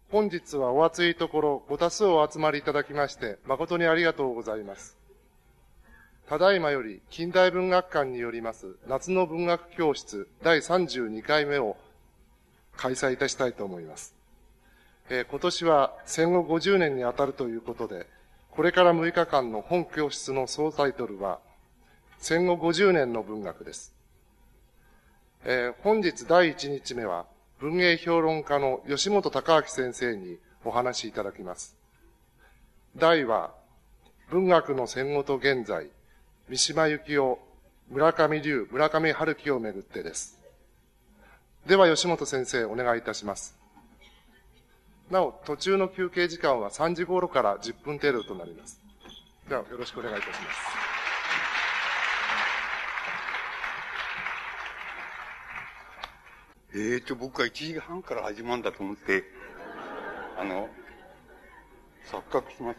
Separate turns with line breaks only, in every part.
本日はお暑いところ、ご多数お集まりいただきまして、誠にありがとうございます。ただいまより、近代文学館によります、夏の文学教室第32回目を開催いたしたいと思います。今年は戦後50年にあたるということで、これから6日間の本教室の総タイトルは、戦後50年の文学です。本日第1日目は、文芸評論家の吉本隆明先生にお話しいただきます。題は、文学の戦後と現在、三島由紀夫、村上龍、村上春樹をめぐってです。では吉本先生、お願いいたします。なお、途中の休憩時間は3時頃から10分程度となります。では、よろしくお願いいたします。
僕は1時半から始まるんだと思って、錯覚します。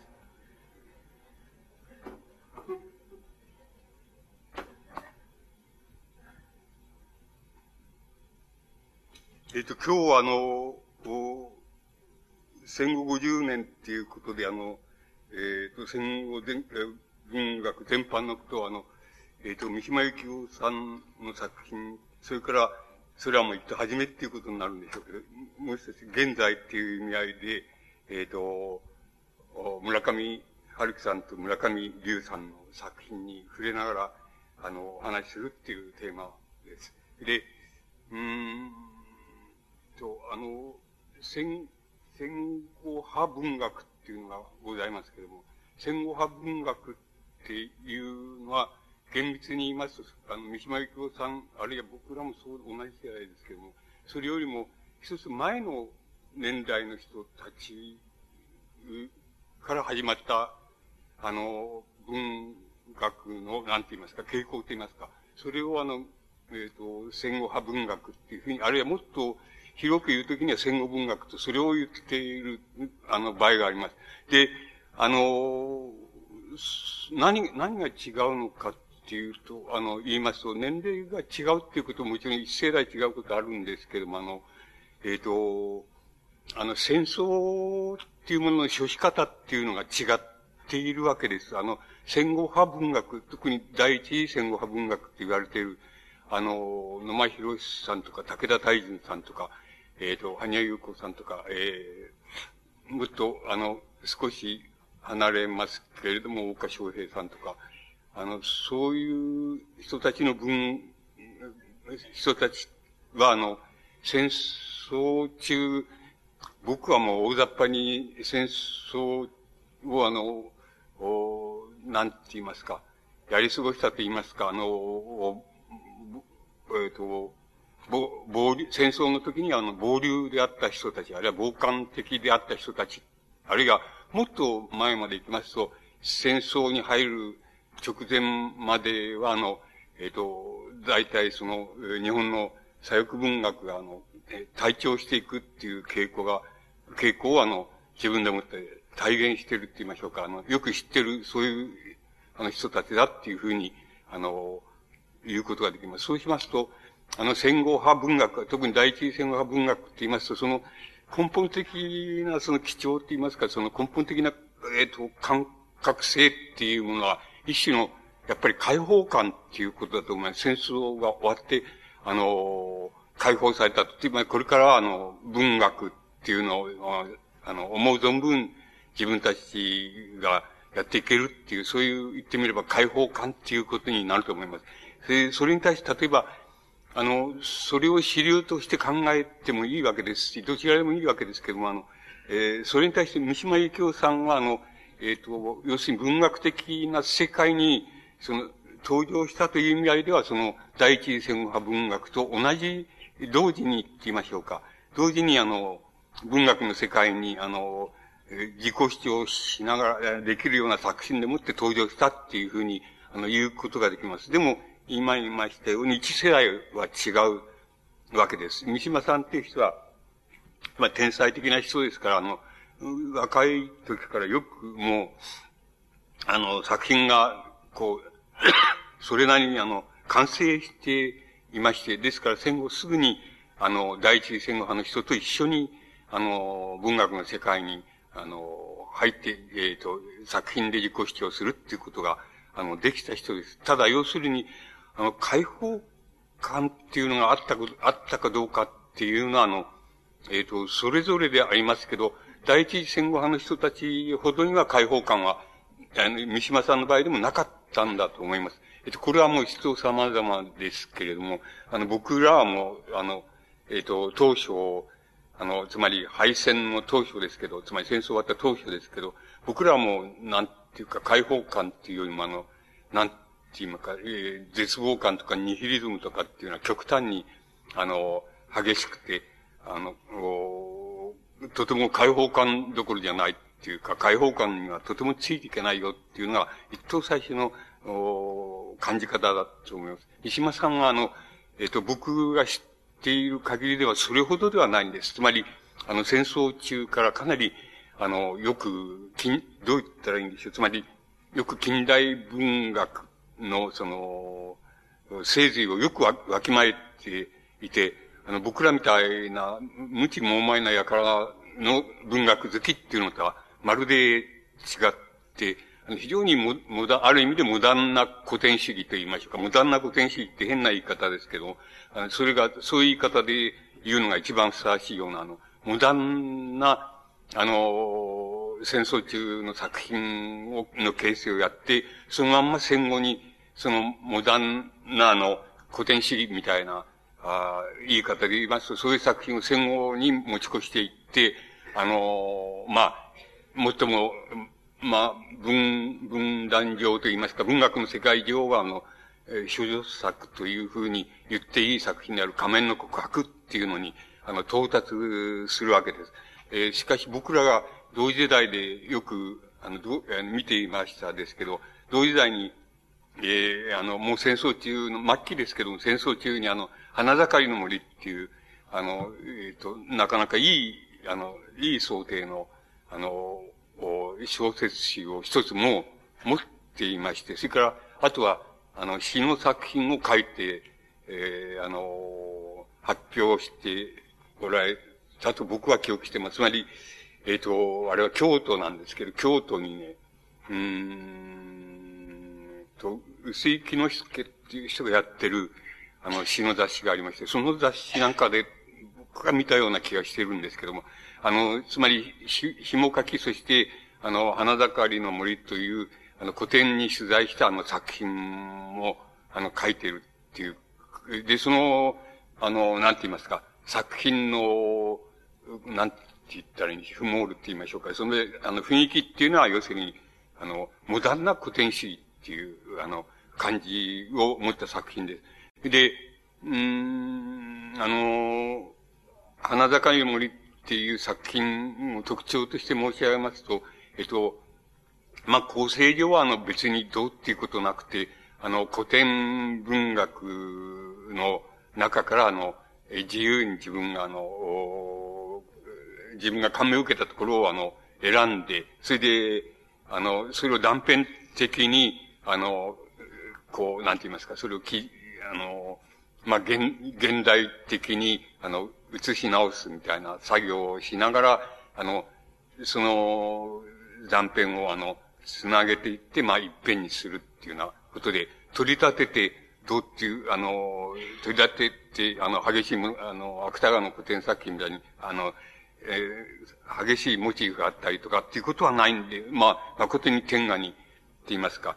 今日は戦後50年っていうことで、戦後文学全般のことを三島由紀夫さんの作品、それから、それはもう一度初めっていうことになるんでしょうけど、もう一つ現在っていう意味合いで、村上春樹さんと村上龍さんの作品に触れながら、お話しするっていうテーマです。で、戦後派文学っていうのがございますけれども、戦後派文学っていうのは、厳密に言いますと、三島由紀夫さん、あるいは僕らもそう同じ世代ですけれども、それよりも一つ前の年代の人たちから始まった、文学の、なんて言いますか、傾向と言いますか、それを戦後派文学っていうふうに、あるいはもっと広く言うときには戦後文学とそれを言っている、場合があります。で、何が違うのかっていうと、言いますと、年齢が違うっていうことももちろん一世代違うことあるんですけども、戦争っていうものの処し方っていうのが違っているわけです。戦後派文学、特に第一次戦後派文学って言われている、野間博さんとか、武田泰淳さんとか、羽生結子さんとか、もっと、少し離れますけれども、大岡昇平さんとか、そういう人たちは、戦争中、僕はもう大雑把に戦争を、なんて言いますか、やり過ごしたと言いますか、戦争の時に暴流であった人たち、あるいは暴漢的であった人たち、あるいはもっと前まで行きますと、戦争に入る直前までは大体日本の左翼文学が退潮していくっていう傾向を自分でもって体現しているって言いましょうか、よく知ってる、そういう人たちだっていうふうに、言うことができます。そうしますと、戦後派文学、特に第一次戦後派文学って言いますと、根本的な基調って言いますか、根本的な、感覚性っていうものは、一種の、やっぱり解放感っていうことだと思います。戦争が終わって、解放されたっていう、これからは文学っていうのを、思う存分自分たちがやっていけるっていう、そういう言ってみれば解放感っていうことになると思います。それに対して、例えば、それを主流として考えてもいいわけですし、どちらでもいいわけですけども、それに対して三島由紀夫さんは、要するに文学的な世界に、登場したという意味合いでは、第一次戦後派文学と同時にって言いましょうか。同時に文学の世界に、自己主張しながらできるような作品でもって登場したっていうふうに、言うことができます。でも、今言いましたように、一世代は違うわけです。三島さんっていう人は、天才的な人ですから、若い時からよくもう、作品が、それなりに完成していまして、ですから戦後すぐに、第一次戦後派の人と一緒に、 文学の世界に、入って、作品で自己主張するっていうことが、できた人です。ただ、要するに、解放感っていうのがあったかどうかっていうのは、それぞれでありますけど、第一次戦後派の人たちほどには解放感は、三島さんの場合でもなかったんだと思います。これはもう人様々ですけれども、僕らはもう、当初、つまり敗戦の当初ですけど、つまり戦争終わった当初ですけど、僕らはもう、なんていうか、解放感っていうよりもなんていうか、絶望感とかニヒリズムとかっていうのは極端に、激しくて、とても解放感どころじゃないっていうか、解放感にはとてもついていけないよっていうのが、一等最初の、感じ方だと思います。三島さんは僕が知っている限りではそれほどではないんです。つまり、戦争中からかなり、よく、どう言ったらいいんでしょう。つまり、よく近代文学の、精髄をよくわきまえていて、僕らみたいな、無知も前な輩の文学好きっていうのとは、まるで違って、非常にある意味でモダンな古典主義と言いましょうか。モダンな古典主義って変な言い方ですけど、そういう言い方で言うのが一番ふさわしいような、モダンな、戦争中の作品の形成をやって、そのまんま戦後に、そのモダンな古典主義みたいな、言い方で言いますと、そういう作品を戦後に持ち越していって、最も、文壇上と言いますか、文学の世界上は処女作というふうに言っていい作品である仮面の告白っていうのに、到達するわけです。しかし僕らが同時代でよく、見ていましたですけど、同時代に、もう戦争中の、末期ですけども、戦争中に花盛りの森っていう、なかなかいい想定の、小説集を一つも持っていまして、それから、あとは、詩の作品を書いて、発表しておられたと僕は記憶してます。つまり、あれは京都なんですけど、京都にね、薄井木之助っていう人がやってる、詩の雑誌がありまして、その雑誌なんかで、僕が見たような気がしてるんですけども、つまり、詩も書き、そして、花盛りの森という、古典に取材した作品を、書いているっていう。で、なんて言いますか、作品の、なんて言ったらいいんでしょう、フモールって言いましょうか。その、雰囲気っていうのは、要するに、モダンな古典主義っていう、感じを持った作品です。で、花盛りの森っていう作品の特徴として申し上げますと、構成上は別にどうっていうことなくて、古典文学の中から自由に自分が感銘を受けたところを選んで、それで、それを断片的に、なんて言いますか、それを現代的に、写し直すみたいな作業をしながら、その断片をつなげていって、一遍にするっていうようなことで、取り立てて、どうっていう、取り立てて、激しい芥川の古典作品みたいに、激しいモチーフがあったりとかっていうことはないんで、誠に天下に、って言いますか、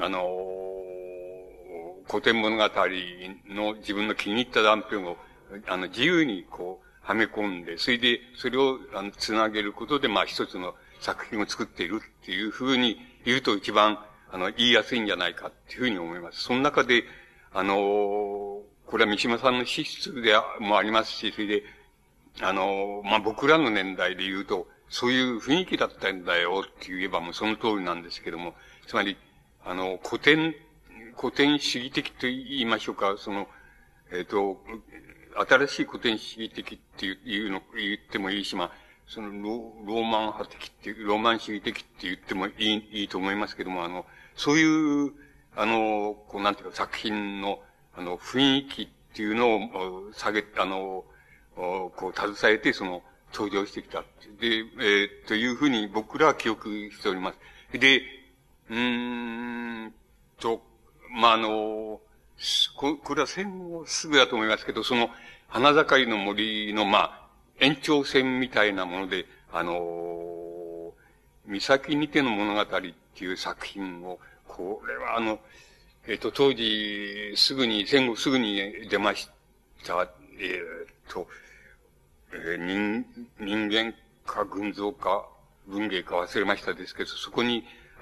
古典物語の自分の気に入った断片を、自由にはめ込んで、それで、それを、つなげることで、一つの作品を作っているっていうふうに言うと一番、言いやすいんじゃないかっていうふうに思います。その中で、これは三島さんの資質でもありますし、それで、僕らの年代で言うと、そういう雰囲気だったんだよって言えばもうその通りなんですけども、つまり、古典主義的と言いましょうか、新しい古典主義的って言ってもいいし、ローマン派的っていう、ローマン主義的って言ってもいいと思いますけども、そういう、なんていうか、作品の、雰囲気っていうのを、携えて、 登場してきた。で、というふうに僕らは記憶しております。で、まあ、これは戦後すぐだと思いますけど、その、花盛りの森の、まあ、延長線みたいなもので、岬にての物語っていう作品を、これは当時、戦後すぐに出ました、人間か群像か文芸か忘れましたですけど、そこに、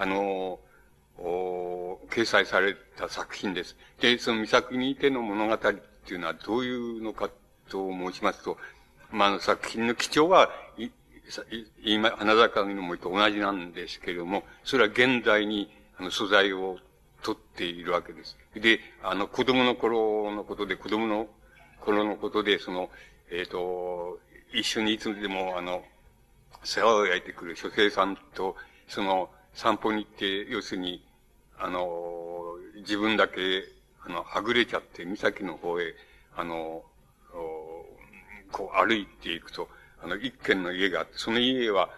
掲載された作品です。で、その岬にての物語っていうのはどういうのかと申しますと、まあ、作品の基調は、今、花盛りの森と同じなんですけれども、それは現代に、素材を取っているわけです。で、子供の頃のことで、その、一緒にいつでも、世話を焼いてくる書生さんと、その、散歩に行って、要するに、自分だけ、はぐれちゃって、岬の方へ、こう歩いていくと、一軒の家があって、その家は、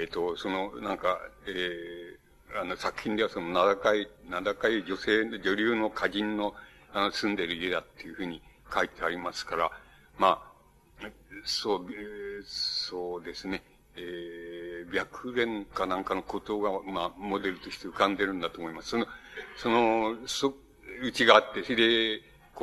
作品ではその名高い女流の歌人の、住んでる家だっていうふうに書いてありますから、まあ、そうですね。白蓮かなんかのことが、まあ、モデルとして浮かんでるんだと思います。うちがあって、それで、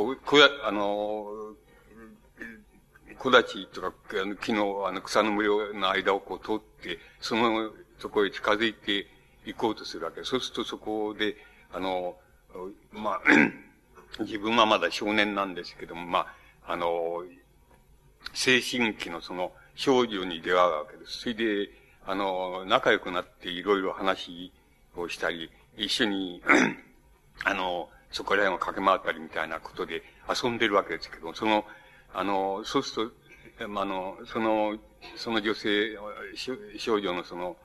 木立とか、木の、草の無料の間をこう通って、そこへ近づいて行こうとするわけ。そうするとそこで、まあ、自分はまだ少年なんですけども、まあ、青春期のその少女に出会うわけです。それで、仲良くなっていろいろ話をしたり、一緒に、そこら辺を駆け回ったりみたいなことで遊んでるわけですけど、そうすると、その女性、少女の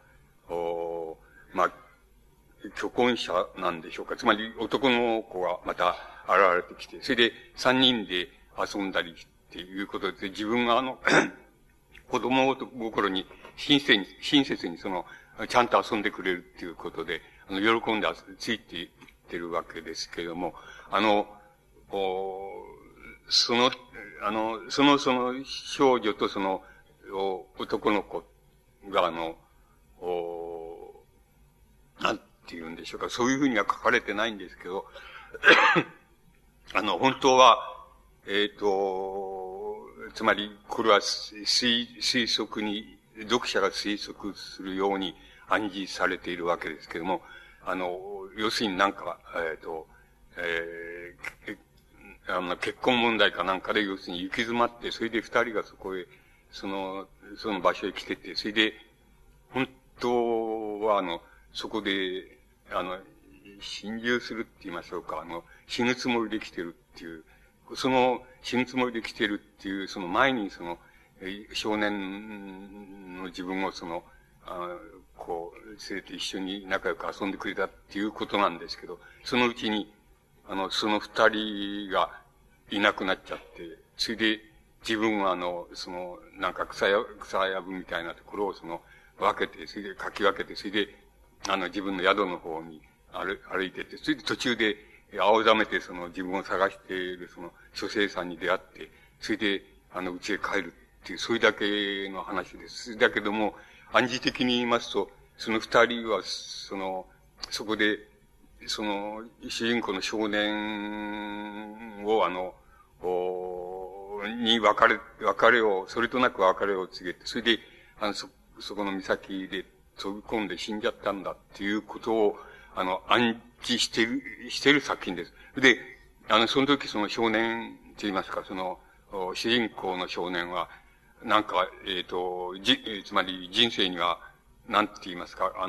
まあ、虚婚者なんでしょうか。つまり男の子がまた現れてきて、それで三人で遊んだりっていうことで、自分が子供心に親切にちゃんと遊んでくれるっていうことで、喜んでついていってるわけですけれども、その少女とその男の子がなんて言うんでしょうか、そういうふうには書かれてないんですけど、本当は、つまり、これは推測に、読者が推測するように暗示されているわけですけれども、要するになんか、結婚問題かなんかで、要するに行き詰まって、それで二人がそこへ、その場所へ来てて、それで、本当はそこで、心中するって言いましょうか、死ぬつもりで来てるっていう、死ぬつもりで来てるっていう、その前に少年の自分を連れて一緒に仲良く遊んでくれたっていうことなんですけど、そのうちに、その二人がいなくなっちゃって、それで自分はなんか草やぶみたいなところを分けて、それでかき分けて、それで、自分の宿の方に歩いてて、それで途中で青ざめて自分を探している書生さんに出会って、それで、家へ帰るっていう、それだけの話です。だけども、暗示的に言いますと、その二人は、そこで、主人公の少年を、それとなく別れを告げて、それで、そこの岬で飛び込んで死んじゃったんだっていうことを、暗示してる作品です。で、その時その少年って言いますか、主人公の少年は、なんか、つまり人生には、なんて言いますか、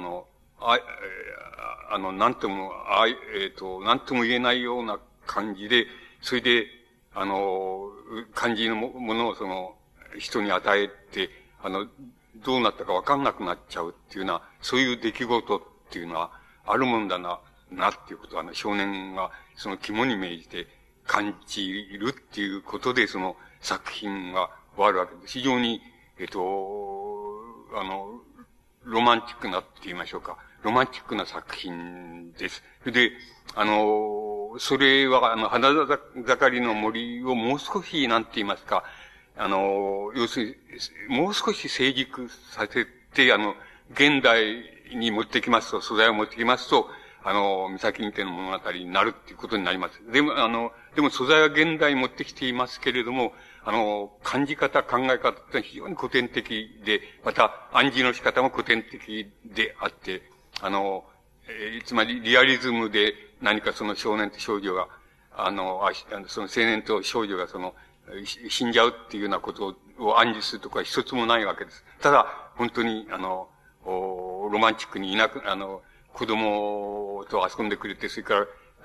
なんとも言えないような感じで、それで、感じのものを人に与えて、どうなったかわかんなくなっちゃうっていうような、そういう出来事っていうのはあるもんだなっていうことは少年が肝に銘じて感じるっていうことで作品が終わるわけです。非常に、 ロマンチックなって言いましょうか。ロマンチックな作品です。で、それは、花盛りの森をもう少し、なんて言いますか、要するに、もう少し成熟させて、現代に持ってきますと、素材を持ってきますと、三崎見ての物語になるっていうことになります。でも、素材は現代に持ってきていますけれども、感じ方、考え方って非常に古典的で、また、暗示の仕方も古典的であって、つまり、リアリズムで何かその少年と少女が、その青年と少女が死んじゃうっていうようなことを暗示するとか一つもないわけです。ただ、本当に、ロマンチックに子供と遊んでくれて、それから、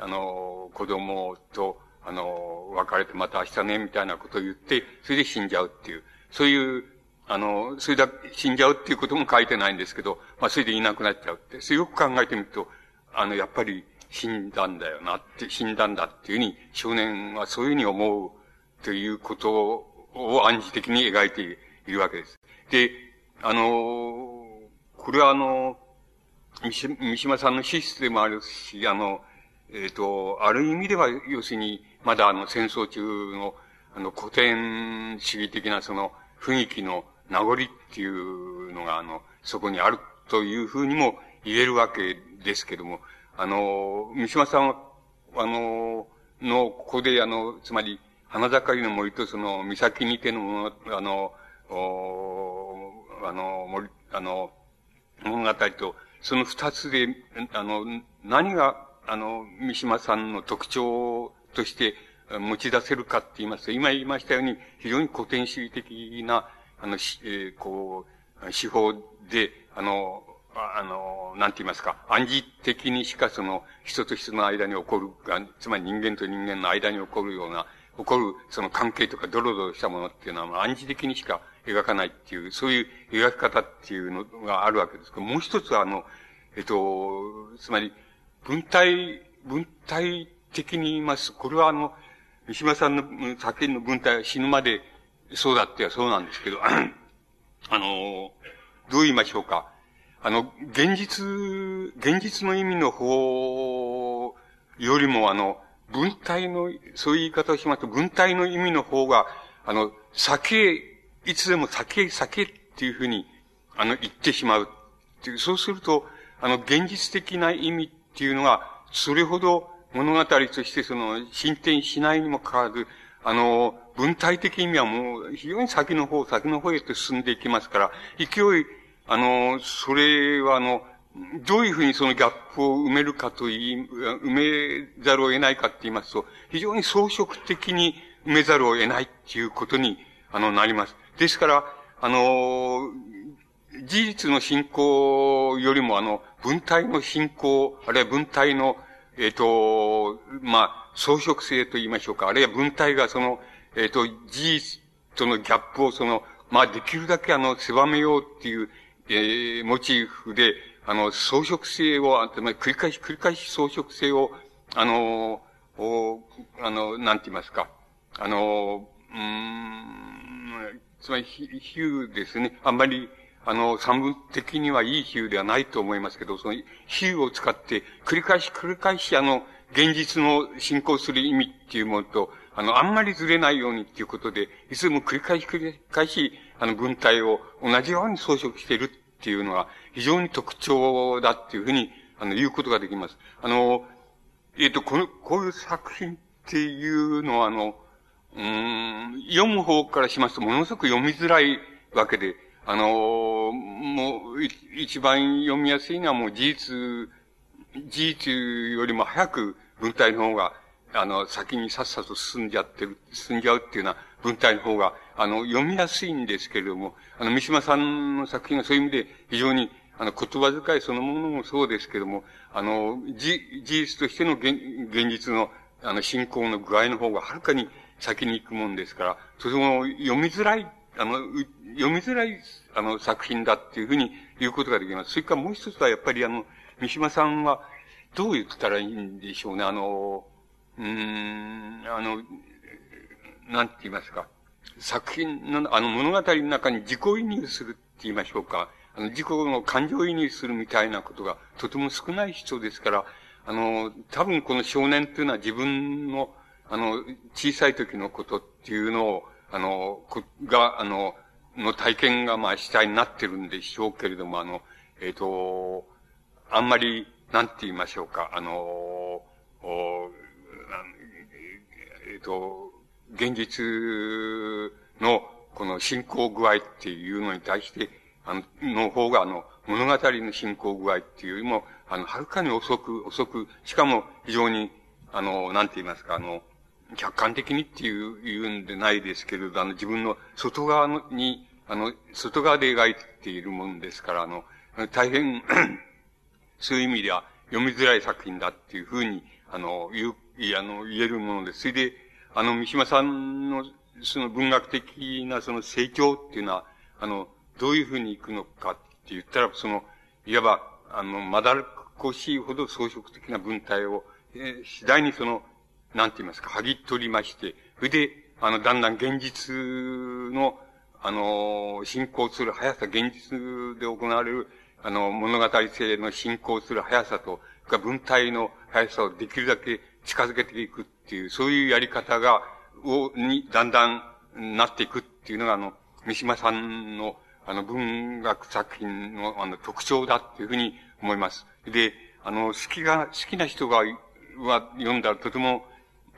子供と、別れてまた明日ね、みたいなことを言って、それで死んじゃうっていう、そういう、それ死んじゃうっていうことも書いてないんですけど、まあ、それでいなくなっちゃうって。それよく考えてみると、やっぱり死んだんだよなって、死んだんだっていうふうに、少年はそういうふうに思うということを暗示的に描いているわけです。で、これは三島さんの資質でもあるし、ある意味では、要するに、まだ戦争中の、古典主義的な雰囲気の名残っていうのが、そこにあるというふうにも言えるわけですけども、三島さんは、ここで、つまり、花盛りの森と三崎にての物語と、その二つで、何が、三島さんの特徴として持ち出せるかって言いますと、今言いましたように、非常に古典主義的な、手法で、なんて言いますか、暗示的にしか人と人の間に起こる、つまり人間と人間の間に起こる関係とかドロドロしたものっていうのは暗示的にしか描かないっていう、そういう描き方っていうのがあるわけですけど、もう一つはつまり、文体的に言います。これは三島さんの作品の文体は死ぬまでそうだってはそうなんですけど、どう言いましょうか。現実の意味の方よりも文体の、そういう言い方をしますと、文体の意味の方が、いつでも先へっていうふうに、言ってしまうっていう。そうすると、現実的な意味っていうのが、それほど物語として進展しないにもかかわらず、文体的意味はもう非常に先の方へと進んでいきますから、勢い、それはどういうふうにそのギャップを埋めるか埋めざるを得ないかって言いますと、非常に装飾的に埋めざるを得ないっていうことに、なります。ですから、事実の進行よりも文体の進行、あるいは文体の、装飾性と言いましょうか、あるいは文体が事実とのギャップをできるだけ狭めようっていう、モチーフで、装飾性を、繰り返し装飾性を、なんて言いますか、つまり、比喩ですね。あんまり、散文的にはいい比喩ではないと思いますけど、その比喩を使って、繰り返し、現実の進行する意味っていうものと、あんまりずれないようにっていうことで、いつも繰り返し、文体を同じように装飾しているっていうのが、非常に特徴だっていうふうに、言うことができます。こういう作品っていうのは、読む方からしますと、ものすごく読みづらいわけで、もう、一番読みやすいのはもう事実よりも早く文体の方が、先にさっさと進んじゃうっていうような文体の方が、読みやすいんですけれども、三島さんの作品はそういう意味で非常に、言葉遣いそのものもそうですけども、事実としての現実の、進行の具合の方がはるかに先に行くもんですから、とても読みづらい作品だっていうふうに言うことができます。それからもう一つはやっぱり三島さんは、どう言ったらいいんでしょうね。なんて言いますか。 作品の、物語の中に自己移入するって言いましょうか。自己の感情移入するみたいなことがとても少ない人ですから、多分この少年っていうのは自分の、小さい時のことっていうのを、の体験がまあ主体になってるんでしょうけれども、あんまり、なんて言いましょうか、現実のこの進行具合っていうのに対して、の方が物語の進行具合っていうよりも、はるかに遅く、しかも非常に、なんて言いますか、客観的にって言うんでないですけれど、自分の外側外側で描いているもんですから、大変そういう意味では読みづらい作品だっていうふうに、言えるものです。それで、三島さんの、その文学的なその成長っていうのは、どういうふうにいくのかって言ったら、いわば、まだらっこしいほど装飾的な文体を、次第になんて言いますか、剥ぎ取りまして、それで、だんだん現実の、進行する速さ、現実で行われる、物語性の進行する速さと、文体の速さをできるだけ近づけていくっていう、そういうやり方にだんだんなっていくっていうのが、三島さんの、文学作品の、特徴だっていうふうに思います。で、好きな人が、読んだらとても、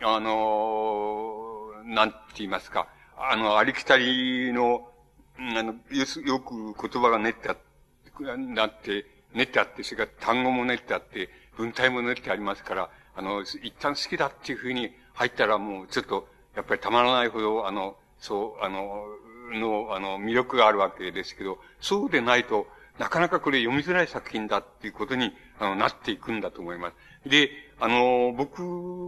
なんて言いますか、ありきたりの、よく言葉が練ってあって、それから単語も練ってあって、文体も練ってありますから、一旦好きだっていうふうに入ったらもうちょっと、やっぱりたまらないほど、魅力があるわけですけど、そうでないと、なかなかこれ読みづらい作品だっていうことに、なっていくんだと思います。で、僕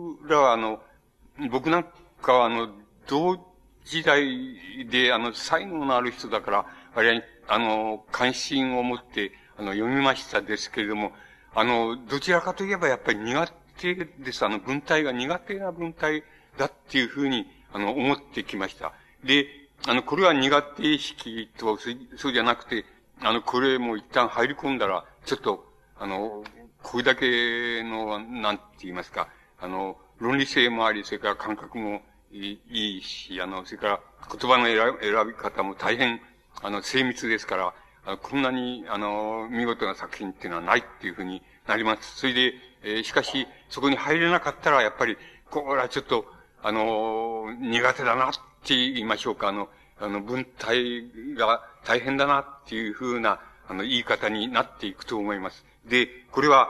なんかは同時代で、才能のある人だから、関心を持って、読みましたですけれども、どちらかといえばやっぱり苦手です。文体が苦手な文体だっていうふうに、思ってきました。で、これは苦手意識と、そうじゃなくて、これも一旦入り込んだら、ちょっと、これだけの、なんて言いますか、論理性もあり、それから感覚もいいし、それから言葉の選び方も大変、精密ですから、こんなに、見事な作品っていうのはないっていうふうになります。それで、しかし、そこに入れなかったら、やっぱり、これはちょっと、苦手だなって言いましょうか、文体が大変だなっていうふうな、言い方になっていくと思います。で、これは、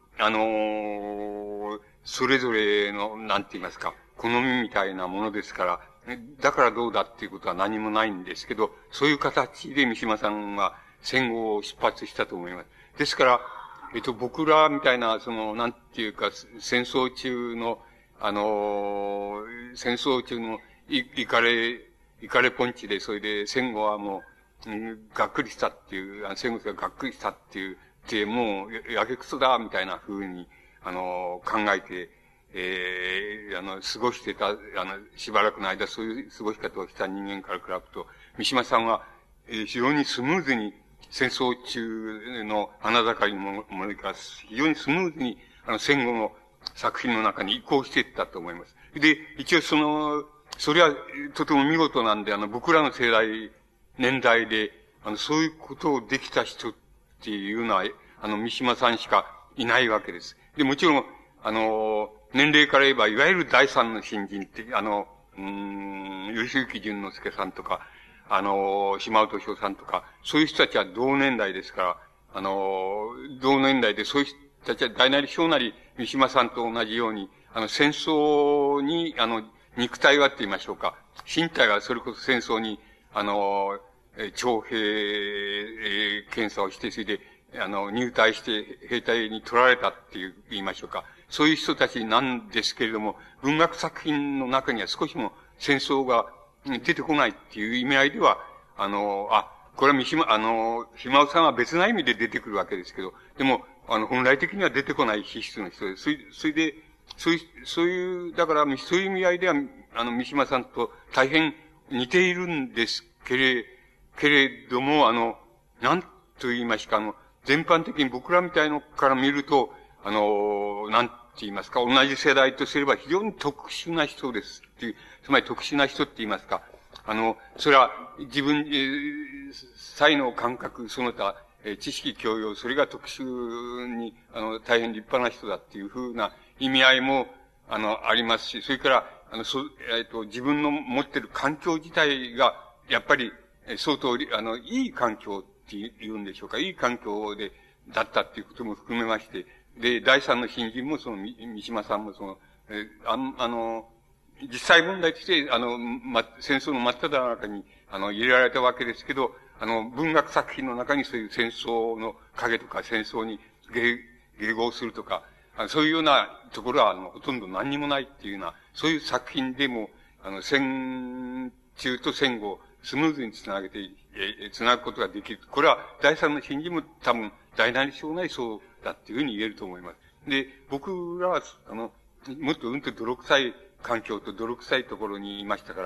それぞれの、なんて言いますか、好みみたいなものですから、だからどうだっていうことは何もないんですけど、そういう形で三島さんは戦後を出発したと思います。ですから、僕らみたいな、なんていうか、戦争中の、イカレポンチで、それで戦後はもう、がっくりしたっていう、戦後ががっくりしたっていう、もう、やけくそだ、みたいな風に、考えて、過ごしてた、しばらくの間、そういう過ごし方をした人間から比べると、三島さんは、非常にスムーズに、戦争中の花盛りのものから、非常にスムーズに、戦後の作品の中に移行していったと思います。で、一応それはとても見事なんで、僕らの年代で、そういうことをできた人っていうのは、三島さんしかいないわけです。で、もちろん、年齢から言えば、いわゆる第三の新人って、吉行淳之介さんとか、島尾敏夫さんとか、そういう人たちは同年代ですから、同年代でそういう人たちは大なり小なり三島さんと同じように、戦争に、肉体はって言いましょうか。身体がそれこそ戦争に、徴兵、検査をして、それで、入隊して兵隊に取られたって言いましょうか。そういう人たちなんですけれども、文学作品の中には少しも戦争が出てこないっていう意味合いでは、これは島尾さんは別な意味で出てくるわけですけど、でも、本来的には出てこない資質の人です。それで、そういう、だから、そういう意味合いでは、三島さんと大変似ているんですけれども、なんと言いますか、全般的に僕らみたいのから見ると、なんて言いますか、同じ世代とすれば非常に特殊な人ですっていう、つまり特殊な人って言いますか、それは自分、才能感覚、その他、知識教養、それが特殊に、大変立派な人だっていうふうな意味合いも、ありますし、それから、自分の持っている環境自体が、やっぱり、相当、いい環境って言うんでしょうか、いい環境だったっていうことも含めまして、で、第三の新人も、三島さんも、実際問題として、戦争の真っ只中に、入れられたわけですけど、文学作品の中にそういう戦争の影とか、戦争に迎合するとか、そういうようなところは、ほとんど何にもないっていうような、そういう作品でも、戦中と戦後、スムーズにつなぐことができる。これは、第三の新人も多分、大なり小なりそうだっていうふうに言えると思います。で、僕らは、もっと泥臭い環境と泥臭いところにいましたから、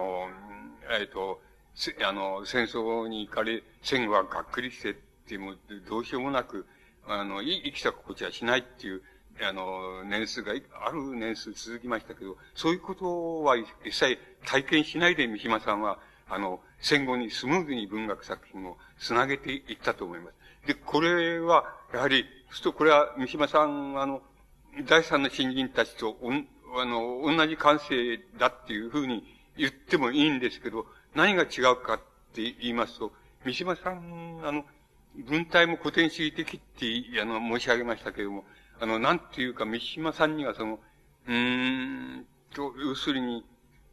戦争に行かれ、戦後はがっくりしてっても、どうしようもなく、生きた心地はしないっていう、年数が、ある年数続きましたけど、そういうことは一切体験しないで三島さんは、戦後にスムーズに文学作品をつなげていったと思います。で、これは、やはり、これは三島さん、第三の新人たちと、同じ感性だっていうふうに言ってもいいんですけど、何が違うかって言いますと、三島さん、文体も古典主義的って申し上げましたけれども、なんていうか、三島さんには要するに、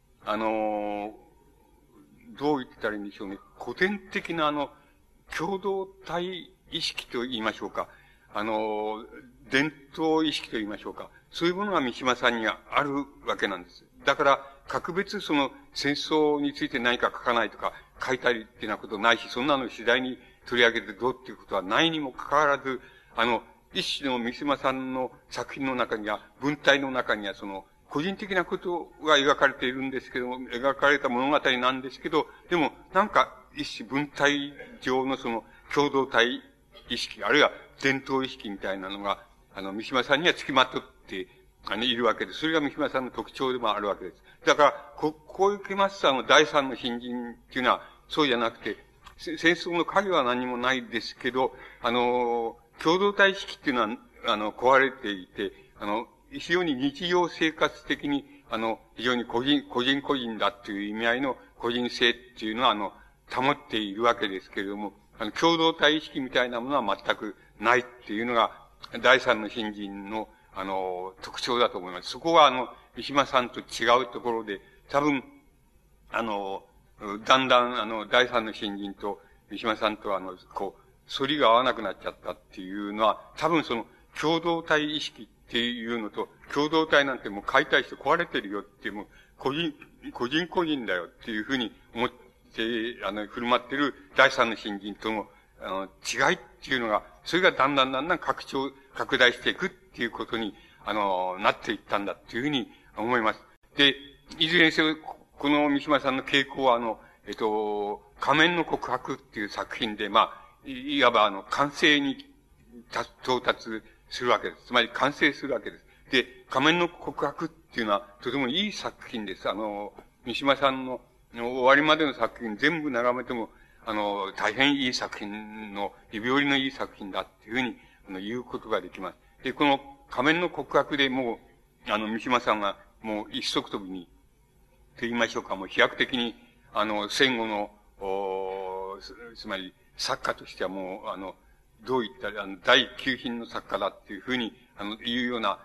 どう言ったらいいんでしょうね。古典的な共同体意識と言いましょうか。伝統意識と言いましょうか。そういうものが三島さんにはあるわけなんです。だから、格別戦争について何か書かないとか、書いたりっていうようなことないし、そんなの次第に取り上げてどうっていうことはないにもかかわらず、一種の三島さんの作品の中には、文体の中には個人的なことが描かれているんですけども、描かれた物語なんですけど、でも、なんか、一種文体上の共同体意識、あるいは伝統意識みたいなのが、三島さんには付きまとって、いるわけです。それが三島さんの特徴でもあるわけです。だから、こういうけますと、第三の新人っていうのは、そうじゃなくて、戦争の影は何もないですけど、共同体意識っていうのは、壊れていて、非常に日常生活的に、非常に個人だっていう意味合いの個人性っていうのは、保っているわけですけれども、共同体意識みたいなものは全くないっていうのが、第三の新人の、特徴だと思います。そこは、三島さんと違うところで、多分、だんだん、第三の新人と三島さんと反りが合わなくなっちゃったっていうのは、多分共同体意識っていうのと、共同体なんてもう解体して壊れてるよっていう、もう、個人だよっていうふうに思って、振る舞ってる第三の新人との、違いっていうのが、それがだんだん拡大していくっていうことに、なっていったんだっていうふうに思います。で、いずれにせよ、この三島さんの傾向は、仮面の告白っていう作品で、いわば完成に到達するわけです。つまり完成するわけです。で、仮面の告白っていうのはとてもいい作品です。三島さんの終わりまでの作品全部眺めても、大変いい作品の、指折りのいい作品だっていうふうに、言うことができます。で、この仮面の告白でもう、三島さんがもう一足飛びに、と言いましょうか、もう飛躍的に、戦後の、つまり、作家としてはもう、どう言ったら、第九品の作家だっていうふうに、いうような、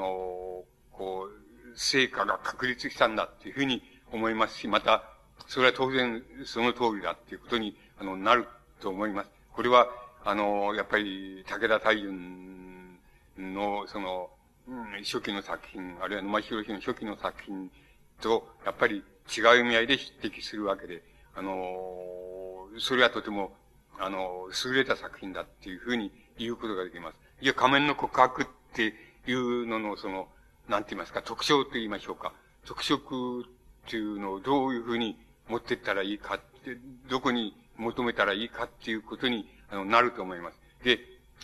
成果が確立したんだっていうふうに思いますし、また、それは当然その通りだっていうことに、なると思います。これは、やっぱり、武田大順の、初期の作品、あるいは沼地博の初期の作品と、やっぱり違う意味合いで匹敵するわけで、それはとても、優れた作品だっていうふうに言うことができます。いや、仮面の告白っていうのの、なんて言いますか、特徴と言いましょうか。特色っていうのをどういうふうに持ってったらいいかって、どこに求めたらいいかっていうことに、なると思います。で、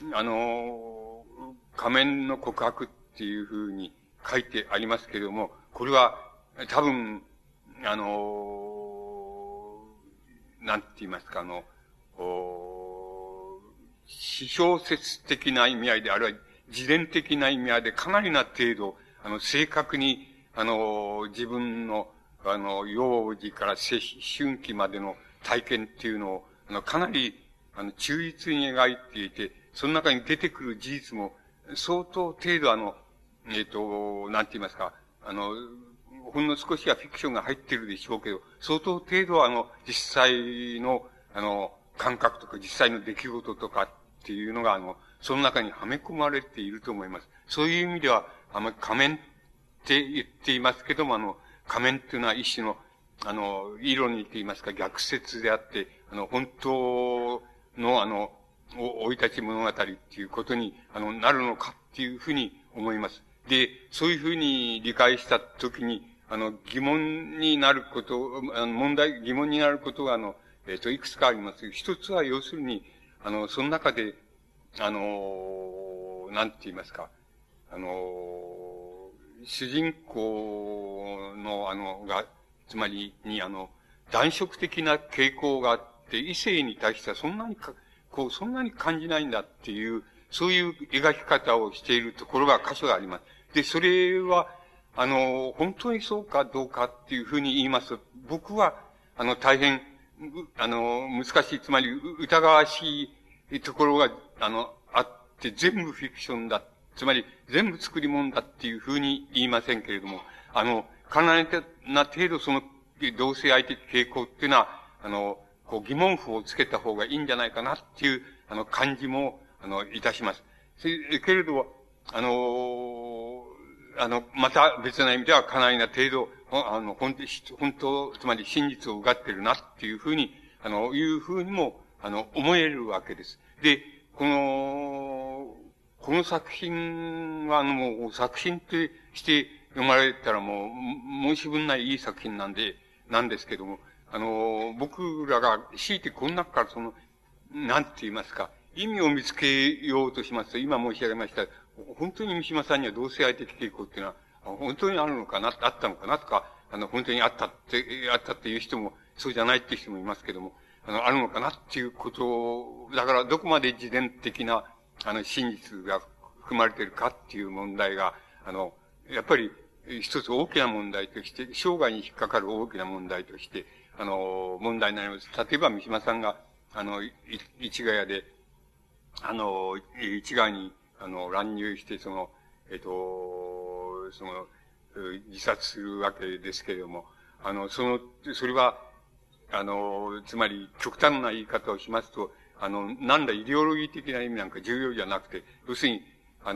仮面の告白っていうふうに書いてありますけれども、これは多分、なんて言いますか、私小説的な意味合いで、あるいは自伝的な意味合いで、かなりな程度、正確に、自分の、幼児から思春期までの体験っていうのを、かなり、忠実に描いていて、その中に出てくる事実も、相当程度なんて言いますか、ほんの少しはフィクションが入ってるでしょうけど、相当程度実際の、感覚とか実際の出来事とかっていうのが、その中にはめ込まれていると思います。そういう意味では、仮面って言っていますけども、仮面っていうのは一種の、イロニーと言いますか逆説であって、本当の生い立ち物語っていうことに、なるのかっていうふうに思います。で、そういうふうに理解したときに、疑問になること、疑問になることが、いくつかあります。一つは要するに、その中で、なんて言いますか、主人公の、つまりに、男色的な傾向があって、異性に対してはそんなに感じないんだっていう、そういう描き方をしているところが箇所があります。で、それは、本当にそうかどうかっていうふうに言いますと、僕は、大変、難しい、つまり疑わしいところが、あって、全部フィクションだ。つまり、全部作り物だっていうふうに言いませんけれども、かなりな程度その同性愛的傾向っていうのは、疑問符をつけた方がいいんじゃないかなっていう、感じも、いたします。けれど、また別な意味ではかなりな程度、本当、つまり真実をうがってるなっていうふうに、いうふうにも、思えるわけです。で、この作品は、もう作品として読まれたらもう、申し分ないいい作品なんですけども、僕らが強いてこの中からなんて言いますか、意味を見つけようとしますと、今申し上げました、本当に三島さんには同性愛的傾向っていうのは、本当にあるのかな、あったのかなとか、本当にあったっていう人も、そうじゃないっていう人もいますけども、あるのかなっていうことを、だからどこまで自伝的な、真実が含まれているかっていう問題が、やっぱり一つ大きな問題として、生涯に引っかかる大きな問題として、問題になります。例えば三島さんが、市ヶ谷で、市ヶ谷に、乱入して、自殺するわけですけれども、それは、つまり、極端な言い方をしますと、なんだイデオロギー的な意味なんか重要じゃなくて、要するに、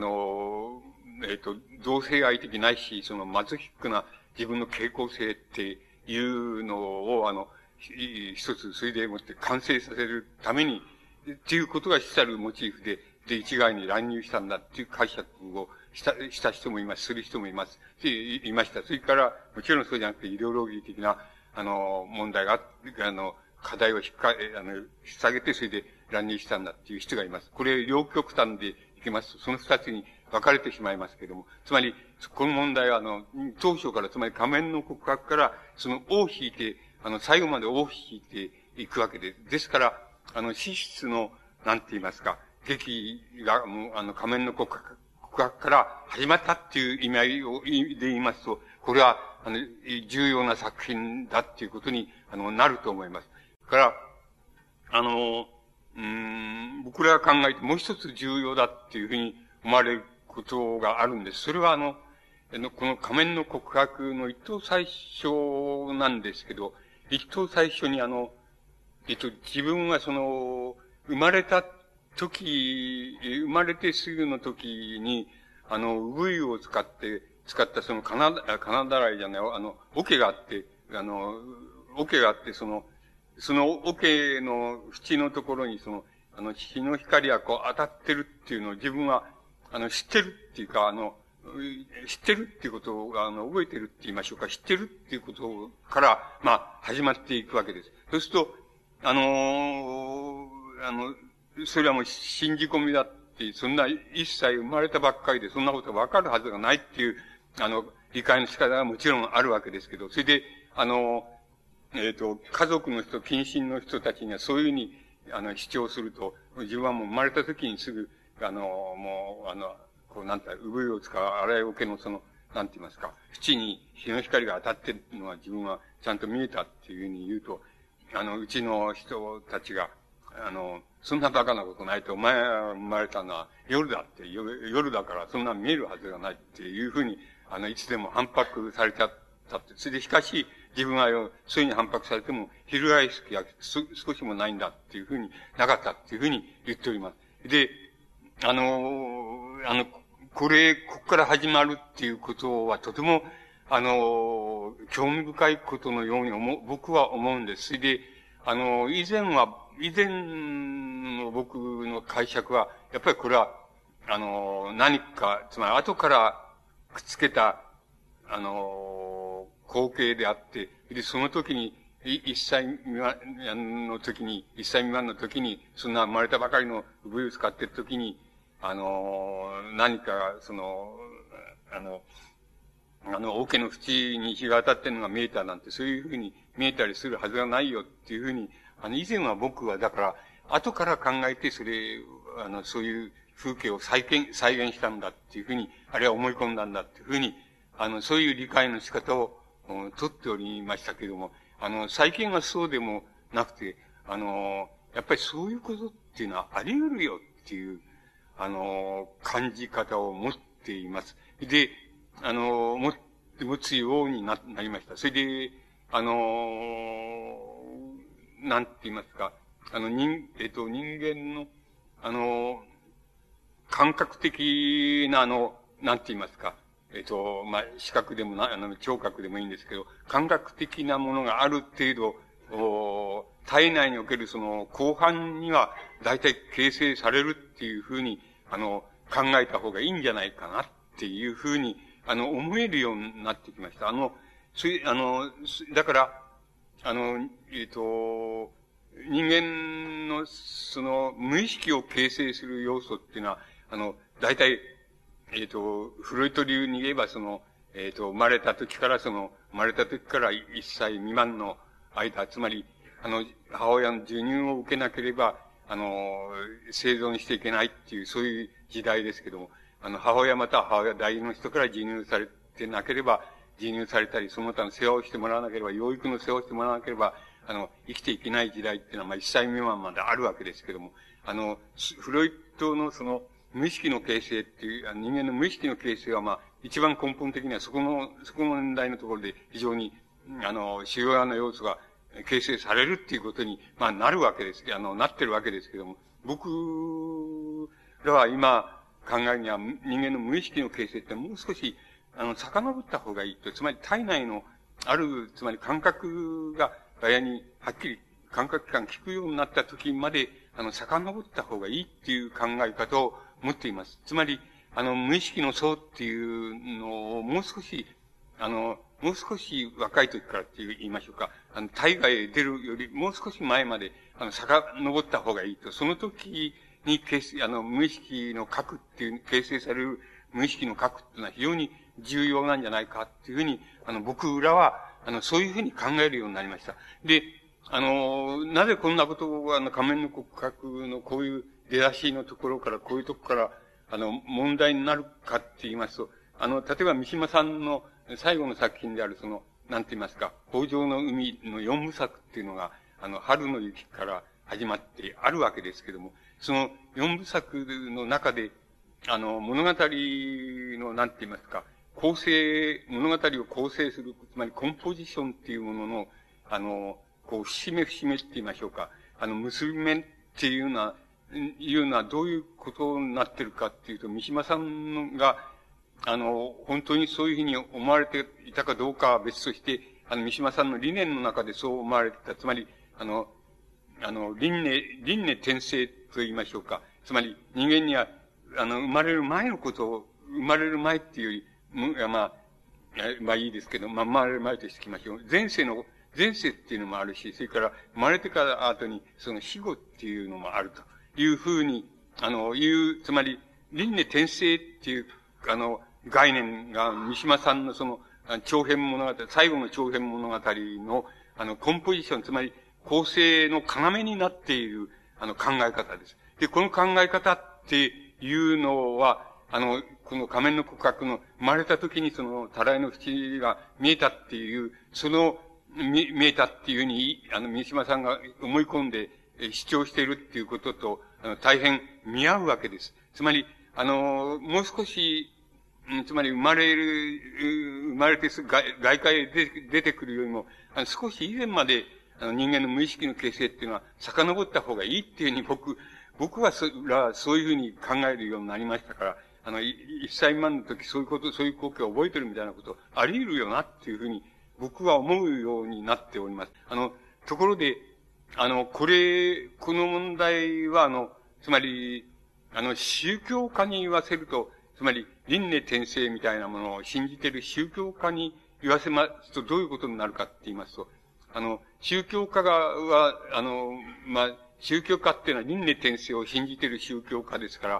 同性愛的ないし、マゾヒックな自分の傾向性っていうのを、一つ、それでもって完成させるために、っていうことが主たるモチーフで、一概に乱入したんだっていう解釈をした人もいます、する人もいます、いました。それから、もちろんそうじゃなくて、イデオロギー的な、問題が、課題を引っ提げて、それで乱入したんだっていう人がいます。これ、両極端でいきますと、その二つに分かれてしまいますけれども、つまり、この問題は、当初から、つまり仮面の告白から、尾を引いて、最後まで尾を引いていくわけで、ですから、資質の、なんて言いますか、劇が、仮面の告白から始まったっていう意味合いで言いますと、これは、重要な作品だっていうことに、なると思います。から、僕らが考えてもう一つ重要だっていうふうに思われることがあるんです。それはこの仮面の告白の一等最初なんですけど、一等最初に自分は生まれてすぐの時に、ウグイを使った金だらいじゃない、桶があって、その桶の縁のところに日の光が当たってるっていうのを自分は、知ってるっていうか、 知ってるっていうことを、覚えてるって言いましょうか、知ってるっていうことから、まあ、始まっていくわけです。そうすると、それはもう信じ込みだって、そんな一切生まれたばっかりで、そんなことがわかるはずがないっていう、理解の仕方がもちろんあるわけですけど、それで、家族の人、近親の人たちにはそういうふうに、主張すると、自分はもう生まれた時にすぐ、こう、なんて、産湯を使う洗い桶けのなんて言いますか、縁に日の光が当たってるのは自分はちゃんと見えたっていうふうに言うと、うちの人たちが、そんなバカなことないと、お前が生まれたのは夜だって、夜だからそんな見えるはずがないっていうふうに、いつでも反発されちゃったって。それでしかし、自分はそういうふうに反発されても、翻す気が少しもないんだっていうふうになかったっていうふうに言っております。で、ここから始まるっていうことはとても、興味深いことのように僕は思うんです。それで、以前の僕の解釈は、やっぱりこれは、何か、つまり後からくっつけた、光景であって、で、その時に、一歳未満の時に、そんな生まれたばかりの産湯を使ってる時に、何か、桶の縁に日が当たってるのが見えたなんて、そういうふうに見えたりするはずがないよっていうふうに、以前は僕はだから、後から考えて、そういう風景を再現したんだっていうふうに、あるいは思い込んだんだっていうふうに、そういう理解の仕方を、とっておりましたけれども、最近はそうでもなくて、やっぱりそういうことっていうのはあり得るよっていう、感じ方を持っています。で、持つようになりました。それで、なんて言いますか、人間の、感覚的ななんて言いますか、視覚でも聴覚でもいいんですけど、感覚的なものがある程度、体内における後半には大体形成されるっていうふうに、考えた方がいいんじゃないかなっていうふうに、思えるようになってきました。だから、人間の無意識を形成する要素っていうのは、大体、フロイト流に言えば生まれた時から1歳未満の間、つまり、母親の授乳を受けなければ、生存していけないっていう、そういう時代ですけども、母親または母親代理の人から授乳されてなければ、授乳されたり、その他の世話をしてもらわなければ、養育の世話をしてもらわなければ、生きていけない時代っていうのは、1歳未満まであるわけですけども、フロイトの無意識の形成っていう、人間の無意識の形成は一番根本的にはそこの問題のところで非常に、主要な要素が形成されるっていうことに、なるわけです。なってるわけですけども、僕らは今考えるには人間の無意識の形成ってもう少し、遡った方がいいと。つまり体内のつまり感覚が、にはっきり感覚器官聞くようになった時まで、遡った方がいいっていう考え方を持っています。つまり、無意識の層っていうのをもう少し若い時からって言いましょうか。体外へ出るよりもう少し前まで、遡った方がいいと。その時に無意識の核っていう、形成される無意識の核っていうのは非常に重要なんじゃないかっていうふうに、僕らは、そういうふうに考えるようになりました。で、なぜこんなことを、仮面の骨格のこういう出だしのところから、こういうとこから、問題になるかって言いますと、例えば三島さんの最後の作品であるなんて言いますか、北条の海の四部作っていうのが、春の雪から始まってあるわけですけども、その四部作の中で、物語の、なんて言いますか、物語を構成する、つまりコンポジションっていうものの、節目節目って言いましょうか、結び目っていうのはどういうことになってるかっていうと、三島さんが、本当にそういうふうに思われていたかどうかは別として、三島さんの理念の中でそう思われていた。つまり、輪廻転生と言いましょうか。つまり、人間には、生まれる前のこと生まれる前っていうより、まあいいですけど、生まれる前としてきましょう。前世っていうのもあるし、それから生まれてから後にその死後っていうのもあるというふうに、つまり、輪廻転生っていう、概念が三島さんのその、長編物語、最後の長編物語の、コンポジション、つまり、構成の要になっている、考え方です。で、この考え方っていうのは、この仮面の告白の生まれた時にその、たらいの縁が見えたっていう、見えたっていうふうに、三島さんが思い込んで主張しているっていうことと、大変見合うわけです。つまり、もう少し、つまり生まれてすぐ外界へ出てくるよりも、少し以前まで、人間の無意識の形成っていうのは遡った方がいいっていうふうに僕はそういうふうに考えるようになりましたから、一歳未満の時そういう光景を覚えてるみたいなことあり得るよなっていうふうに僕は思うようになっております。ところで、この問題はつまり、宗教家に言わせると、つまり、輪廻転生みたいなものを信じている宗教家に言わせますと、どういうことになるかって言いますと、宗教家宗教家っていうのは輪廻転生を信じている宗教家ですから、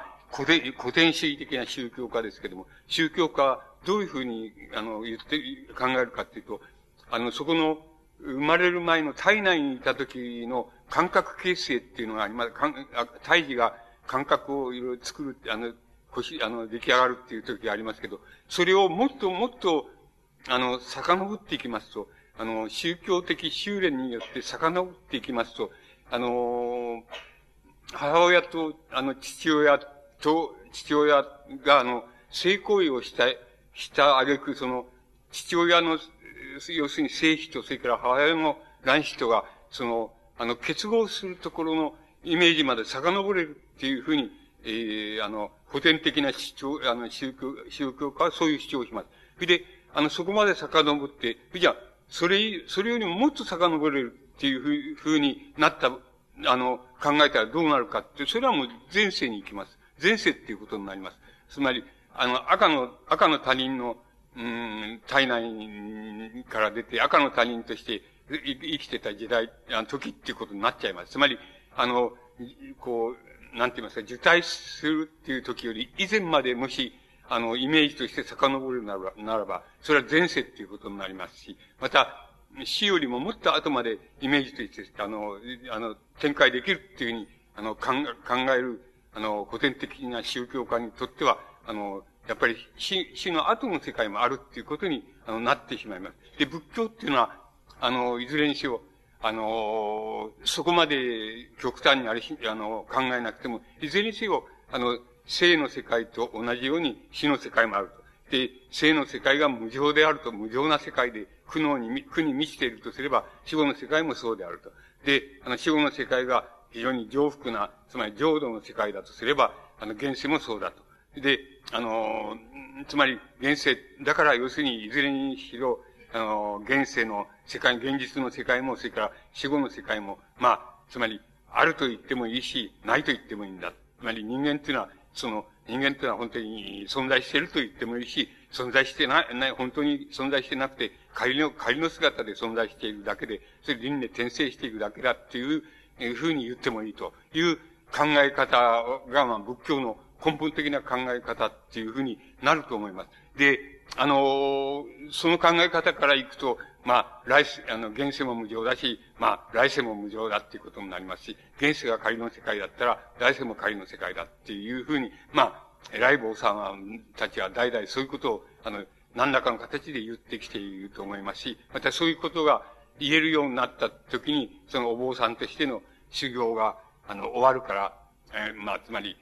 古典主義的な宗教家ですけども、宗教家はどういうふうに、考えるかっていうと、そこの、生まれる前の体内にいた時の感覚形成っていうのがあります。胎児が感覚をいろいろ作るって、出来上がるっていう時がありますけど、それをもっともっと、遡っていきますと、宗教的修練によって遡っていきますと、母親と、父親が、性行為をした挙句、父親の、要するに性比と、それから母親の卵子とが、結合するところのイメージまで遡れるっていうふうに、古典的な宗教家はそういう主張をします。それで、そこまで遡って、じゃあ、それよりももっと遡れるっていうふうになった、考えたらどうなるかって、それはもう前世に行きます。前世っていうことになります。つまり、赤の他人の、体内から出て、赤の他人として生きてた時代、時っていうことになっちゃいます。つまり、なんて言いますか、受胎するっていう時より以前までもし、イメージとして遡るならば、それは前世っていうことになりますし、また、死よりももっと後までイメージとして、展開できるっていうふうに、考える、古典的な宗教家にとっては、やっぱり死の後の世界もあるっていうことに、なってしまいます。で、仏教っていうのは、いずれにしろ、そこまで極端に考えなくても、いずれにせよ、生の世界と同じように死の世界もあると。で、生の世界が無常であると、無常な世界で苦に満ちているとすれば、死後の世界もそうであると。で、死後の世界が非常に浄福な、つまり浄土の世界だとすれば、現世もそうだと。で、つまり、現世、だから要するに、いずれにしろ、現世の世界、現実の世界も、それから死後の世界も、つまり、あると言ってもいいし、ないと言ってもいいんだ。つまり人間っていうのは、人間っていうのは本当に存在していると言ってもいいし、存在してない、本当に存在してなくて、仮の姿で存在しているだけで、それ輪廻転生していくだけだっていうふうに言ってもいいという考え方が、仏教の根本的な考え方っていうふうになると思います。で、その考え方からいくと、現世も無常だし、来世も無常だっていうことになりますし、現世が仮の世界だったら、来世も仮の世界だっていうふうに、偉い坊さんたちは代々そういうことを、何らかの形で言ってきていると思いますし、またそういうことが言えるようになった時に、そのお坊さんとしての修行が、終わるから、つまり、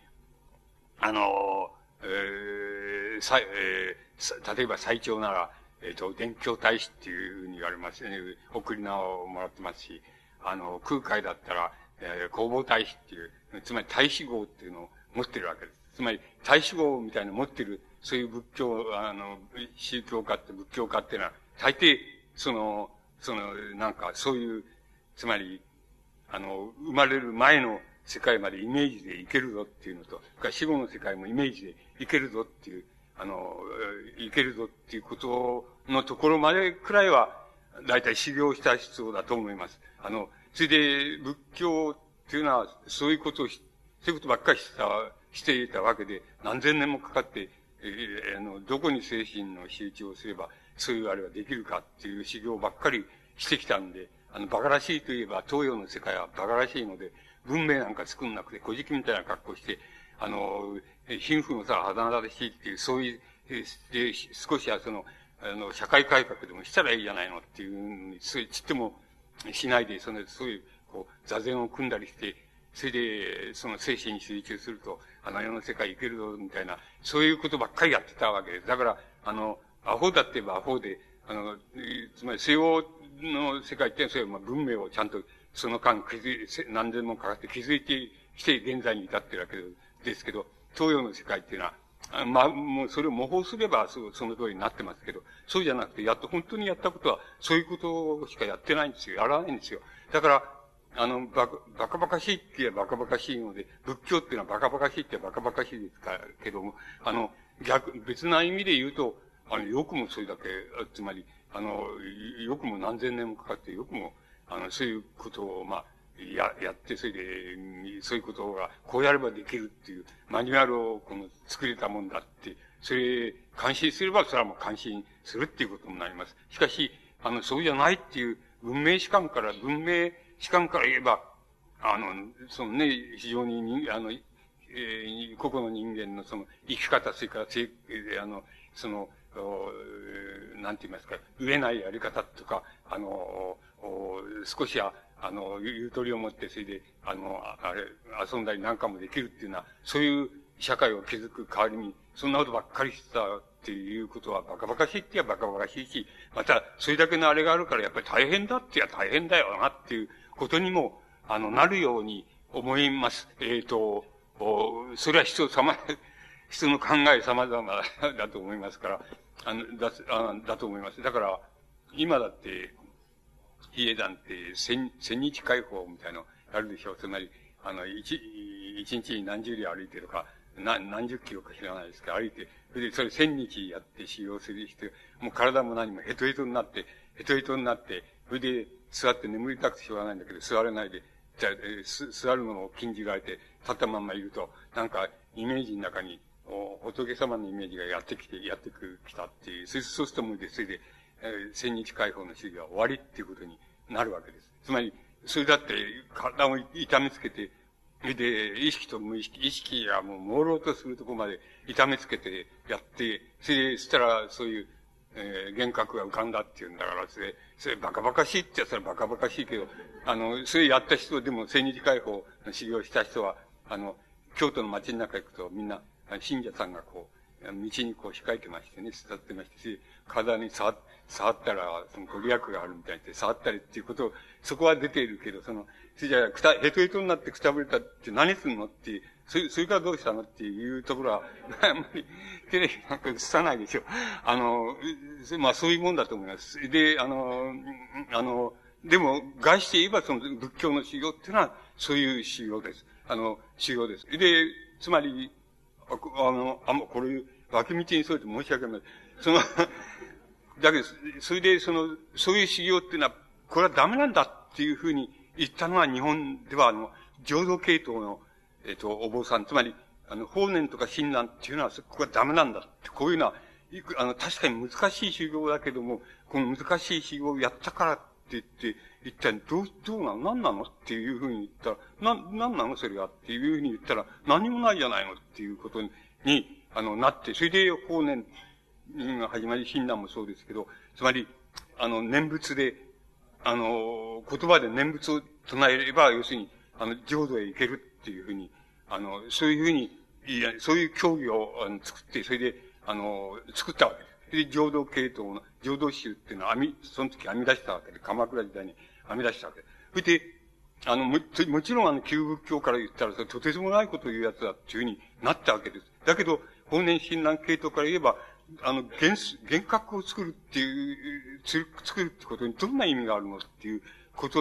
例えば最長なら、伝教大使っていうふうに言われますね。送り名をもらってますし、空海だったら、弘法大使っていう、つまり大使号っていうのを持ってるわけです。つまり、大使号みたいなのを持ってる、そういう仏教、宗教家って仏教家っていうのは、大抵、そういう、つまり、生まれる前の、 世界までイメージでいけるぞっていうのと、それから死後の世界もイメージでいけるぞっていう、いけるぞっていうことのところまでくらいは、だいたい修行した必要だと思います。それで、仏教っていうのは、そういうことばっかりしていたわけで、何千年もかかって、どこに精神の集中をすれば、そういうあれができるかっていう修行ばっかりしてきたんで、馬鹿らしいといえば、東洋の世界は馬鹿らしいので、文明なんか作んなくて、古事記みたいな格好して、貧富の差は離れしいっていう、そういう、少しは社会改革でもしたらいいじゃないのっていう、そういうちってもしないで、そういう、座禅を組んだりして、それで、精神に集中すると、世の世界行けるぞ、みたいな、そういうことばっかりやってたわけです。だから、アホだって言えばアホで、つまり西欧の世界って、そういう文明をちゃんと、その間何千もかかって気づいてきて現在に至ってるわけですけど、東洋の世界っていうのは、もうそれを模倣すればその通りになってますけど、そうじゃなくて、本当にやったことは、そういうことしかやってないんですよ。やらないんですよ。だから、バカバカしいって言えばバカバカしいので、仏教っていうのはバカバカしいってバカバカしいですけども、別な意味で言うと、よくもそれだけ、つまり、よくも何千年もかかって、よくも、そういうことを、やって、それで、そういうことが、こうやればできるっていう、マニュアルを、作れたもんだって、それ、感心すれば、それはもう感心するっていうことになります。しかし、そうじゃないっていう、文明史観から言えば、非常に個々の人間の生き方、それから、なんて言いますか、飢えないやり方とか、少しは、ゆとりを持って、それで、遊んだりなんかもできるっていうのは、そういう社会を築く代わりに、そんなことばっかりしたっていうことは、バカバカしいって言えばバカバカしいし、また、それだけのあれがあるから、やっぱり大変だって言えば大変だよなっていうことにも、なるように思います。それは人の考え様々だと思いますから、だと思います。だから、今だって、比叡山って千日解放みたいなのやるでしょう。つまり、一日に何十里歩いてるか、何十キロか知らないですけど、歩いて、それで1000日やって修行する人、もう体も何もヘトヘトになって、それで座って眠りたくてしょうがないんだけど、座れないで、座るのを禁じられて、立ったまんまいると、なんか、イメージの中に、仏様のイメージがやってきたっていう、そうするともうで、それで、千日解放の主義は終わりっていうことになるわけです。つまり、それだって体を痛めつけて、で、意識と無意識がもう朦朧とするところまで痛めつけてやって、そしたらそういう、幻覚が浮かんだっていうんだから、それバカバカしいって言ったらバカバカしいけど、それやった人でも千日解放の修行した人は、京都の街の中行くとみんな、信者さんが道に控えてましてね、座ってまして、体に触ったら、ご利益があるみたいで、触ったりっていうことを、そこは出ているけど、それじゃヘトヘトになってくたぶれたって何すんのっていう、それからどうしたのっていうところは、あんまり、テレビなんか映さないでしょ。そういうもんだと思います。で、でも、概して言えば仏教の修行っていうのは、そういう修行です。修行です。で、つまり、これ、脇道にそうやって申し訳ない。だけど、それで、そういう修行っていうのは、これはダメなんだっていうふうに言ったのは日本では、浄土系統の、お坊さん、つまり、法然とか親鸞っていうのは、ここはダメなんだって、こういうのは、確かに難しい修行だけども、この難しい修行をやったからって言って、一体どうなの何なのっていうふうに言ったら、何なのそれがっていうふうに言ったら、何もないじゃないのっていうことに、なって、それで法然が始まり、親鸞もそうですけど、つまり、念仏で、言葉で念仏を唱えれば、要するに、浄土へ行けるっていうふうに、そういうふうに、そういう教義を作って、それで、作ったわけです。で、浄土系統の、浄土宗っていうのはその時編み出したわけで、鎌倉時代に編み出したわけです。それで、もちろん旧仏教から言ったら、とてつもないことを言うやつだっていうふうになったわけです。だけど、法然親鸞系統から言えば、幻覚を作るってことにどんな意味があるのっていうことに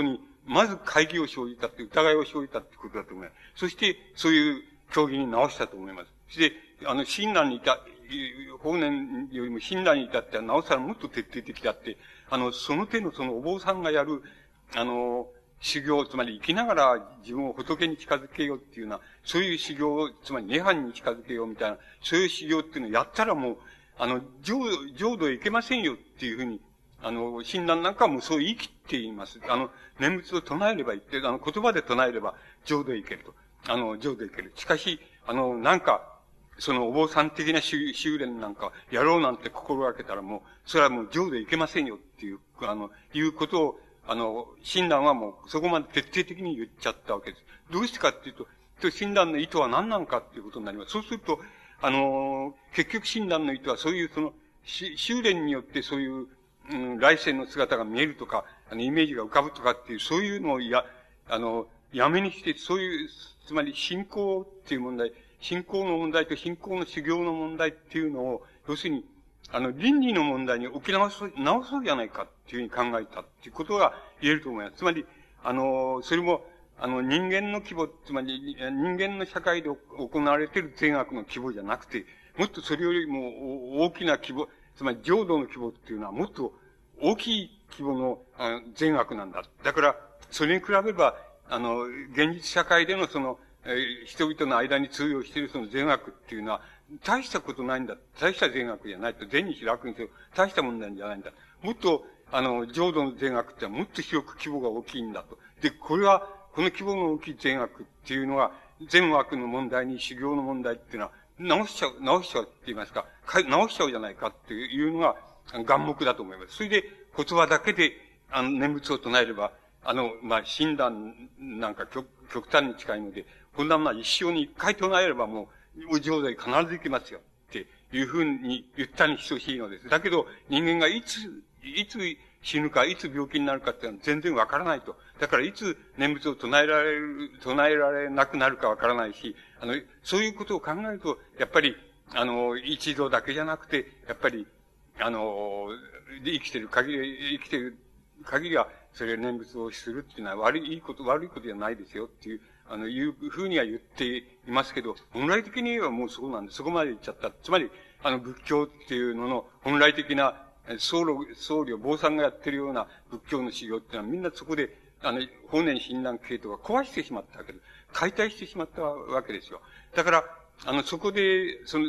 まず会議を生じたって、疑いを生じたってことだと思います。そして、そういう教義に直したと思います。そして、親鸞にいた、法然よりも親鸞にいたっては、なおさらもっと徹底的だって、その手のそのお坊さんがやる、修行、つまり生きながら自分を仏に近づけようっていうような、そういう修行を、つまり涅槃に近づけようみたいな、そういう修行っていうのをやったらもう、浄土へ行けませんよっていうふうに、親鸞なんかはもうそう言い切っています。念仏を唱えればいいって、言葉で唱えれば浄土へ行けると。浄土へ行ける。しかし、なんか、そのお坊さん的な修練なんか、やろうなんて心がけたらもう、それはもう浄土へ行けませんよっていう、いうことを、親鸞はもうそこまで徹底的に言っちゃったわけです。どうしてかっていうと、親鸞の意図は何なのかっていうことになります。そうすると、結局親鸞の意図はそういうその、修練によってそういう、来世の姿が見えるとか、イメージが浮かぶとかっていう、そういうのをやめにして、そういう、つまり信仰っていう問題、信仰の問題と信仰の修行の問題っていうのを、要するに、倫理の問題に置き直そうじゃないかっていうふうに考えたっていうことが言えると思います。つまり、それも、人間の規模、つまり人間の社会で行われている善悪の規模じゃなくて、もっとそれよりも大きな規模、つまり浄土の規模っていうのはもっと大きい規模の善悪なんだ。だから、それに比べれば、現実社会でのその、人々の間に通用しているその善悪っていうのは、大したことないんだ。大した善悪じゃないと。善にしろ悪にしろ、大した問題じゃないんだ。もっと、浄土の善悪ってのはもっと広く規模が大きいんだと。で、この規模の大きい善悪っていうのは、善悪の問題に修行の問題っていうのは、直しちゃうって言いますか、直しちゃうじゃないかっていうのが、眼目だと思います。それで、言葉だけで、念仏を唱えれば、親鸞なんか極端に近いので、こんなものは一生に一回唱えればもう、浄土へ必ず行きますよ。っていうふうに言ったに等しいのです。だけど、人間がいつ死ぬか、いつ病気になるかっていうのは全然わからないと。だからいつ念仏を唱えられなくなるかわからないし、そういうことを考えると、やっぱり、一度だけじゃなくて、やっぱり、生きてる限りは、それを念仏をするっていうのは悪いことじゃないですよっていう、いうふうには言っていますけど、本来的に言えばもうそうなんです。そこまで言っちゃった。つまり、仏教っていうのの本来的な僧侶、坊さんがやってるような仏教の修行っていうのはみんなそこで、法然親鸞系統が壊してしまったわけです。解体してしまったわけですよ。だから、そこで、そ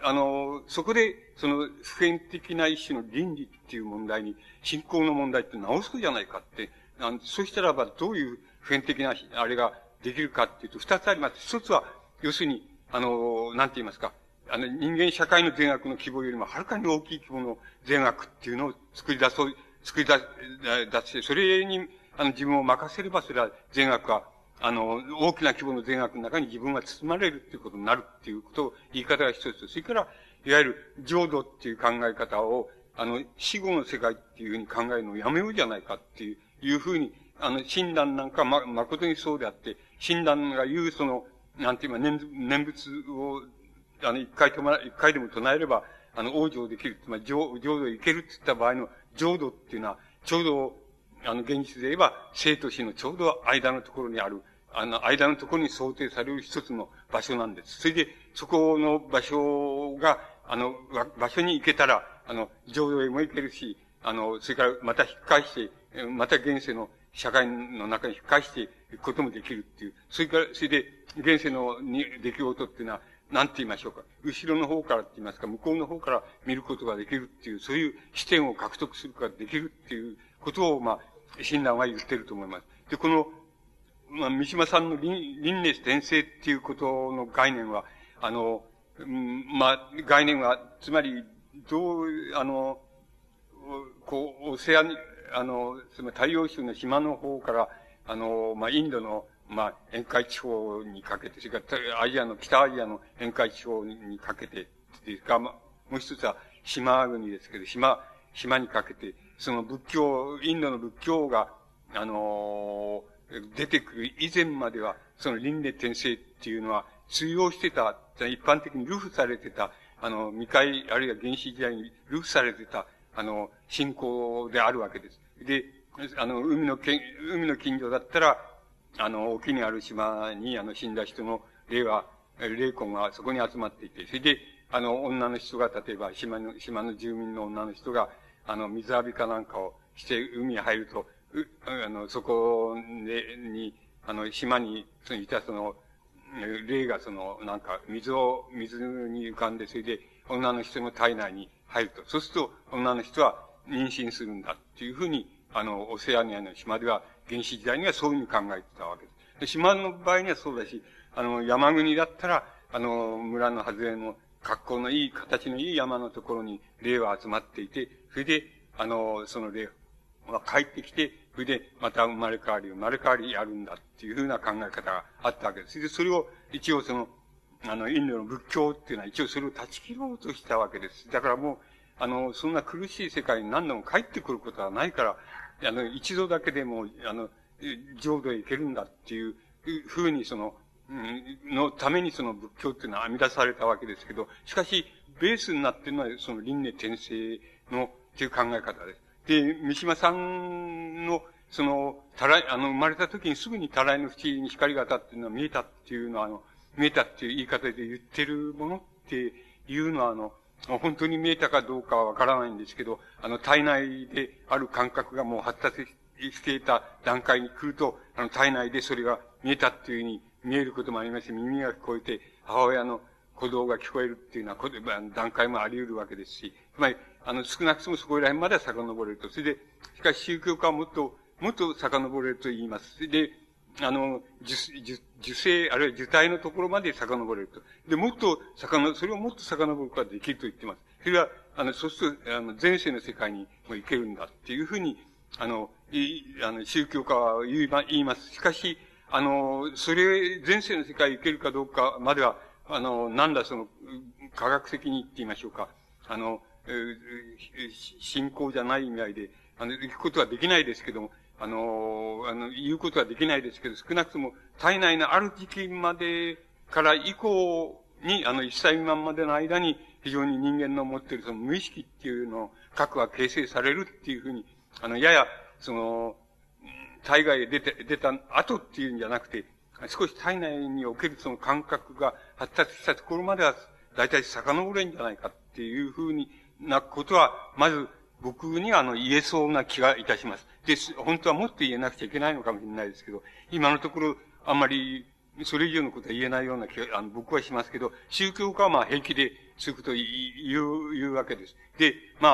の普遍的な一種の倫理っていう問題に、信仰の問題って直すじゃないかって、そうしたらばどういう普遍的な、あれができるかっていうと、二つあります。一つは、要するに、なんて言いますか、人間社会の善悪の規模よりもはるかに大きい規模の善悪っていうのを作り出して、それに、自分を任せれば、それは善悪は、大きな規模の善悪の中に自分が包まれるっていうことになるっていうことを、言い方が一つ。それから、いわゆる浄土っていう考え方を、死後の世界っていうふうに考えるのをやめようじゃないかっていうふうに、親鸞なんか誠にそうであって、親鸞が言うその、なんて言います、念仏を、一回でも唱えれば、往生できる。つまり、浄土へ行けるって言った場合の浄土っていうのは、ちょうど、現実で言えば、生と死のちょうど間のところにある、間のところに想定される一つの場所なんです。それで、そこの場所が、場所に行けたら、浄土へも行けるし、それからまた引っ返して、また現世の社会の中に引っ返していくこともできるっていう。それで、現世の出来事っていうのは、なんて言いましょうか。後ろの方からって言いますか、向こうの方から見ることができるっていう、そういう視点を獲得することができるっていうことを、親鸞は言ってると思います。で、この、三島さんの輪廻転生っていうことの概念は、概念は、つまり、オセアニ、つまり太陽州の島の方から、インドの、沿海地方にかけて、それから北アジアの沿海地方にかけて、もう一つは島国ですけど、島にかけて、そのインドの仏教が、出てくる以前までは、その輪廻転生っていうのは通用してた、一般的に流布されてた、未開、あるいは原始時代に流布されてた、信仰であるわけです。で、 海の近所だったら、沖にある島に、死んだ人の霊魂がそこに集まっていて、それで、女の人が、例えば、島の住民の女の人が、水浴びかなんかをして、海に入ると、そこに、島に、いた霊がなんか、水に浮かんで、それで、女の人の体内に入ると。そうすると、女の人は妊娠するんだっていうふうに、オセアニアの島では、原始時代にはそういうふうに考えてたわけです。で、島の場合にはそうだし、山国だったら、村の外れの格好のいい、形のいい山のところに霊は集まっていて、それで、その霊は帰ってきて、それで、また生まれ変わりやるんだっていうふうな考え方があったわけです。それで、それを一応インドの仏教っていうのは一応それを断ち切ろうとしたわけです。だからもう、そんな苦しい世界に何度も帰ってくることはないから、一度だけでも、浄土へ行けるんだっていうふうにのために仏教っていうのは編み出されたわけですけど、しかし、ベースになっているのは輪廻転生のっていう考え方です。で、三島さんの、生まれた時にすぐにたらいの縁に光が当たっているのは見えたっていうのは、見えたっていう言い方で言ってるものっていうのは、本当に見えたかどうかはわからないんですけど、体内である感覚がもう発達していた段階に来ると、体内でそれが見えたっていうふうに見えることもありますし、耳が聞こえて、母親の鼓動が聞こえるっていうのは、段階もあり得るわけですし、つまり、少なくともそこら辺までは遡れると。それで、しかし宗教家はもっと遡れると言います。で、受精、あるいは受胎のところまで遡れると。で、それをもっと遡ることができると言ってます。それは、そうすると、前世の世界にも行けるんだっていうふうに、宗教家は言います。しかし、前世の世界に行けるかどうかまでは、科学的に言ってみましょうか。信仰じゃない意味合いで、行くことはできないですけども、言うことはできないですけど、少なくとも体内のある時期までから以降に、1歳未満までの間に、非常に人間の持っている無意識っていうのを、核は形成されるっていうふうに、やや、体外へ出た後っていうんじゃなくて、少し体内における感覚が発達したところまでは、だいたい遡れんじゃないかっていうふうなことは、まず、僕には言えそうな気がいたします。で、本当はもっと言えなくちゃいけないのかもしれないですけど、今のところ、あんまり、それ以上のことは言えないような気が、僕はしますけど、宗教家は平気で、そういうことを言うわけです。で、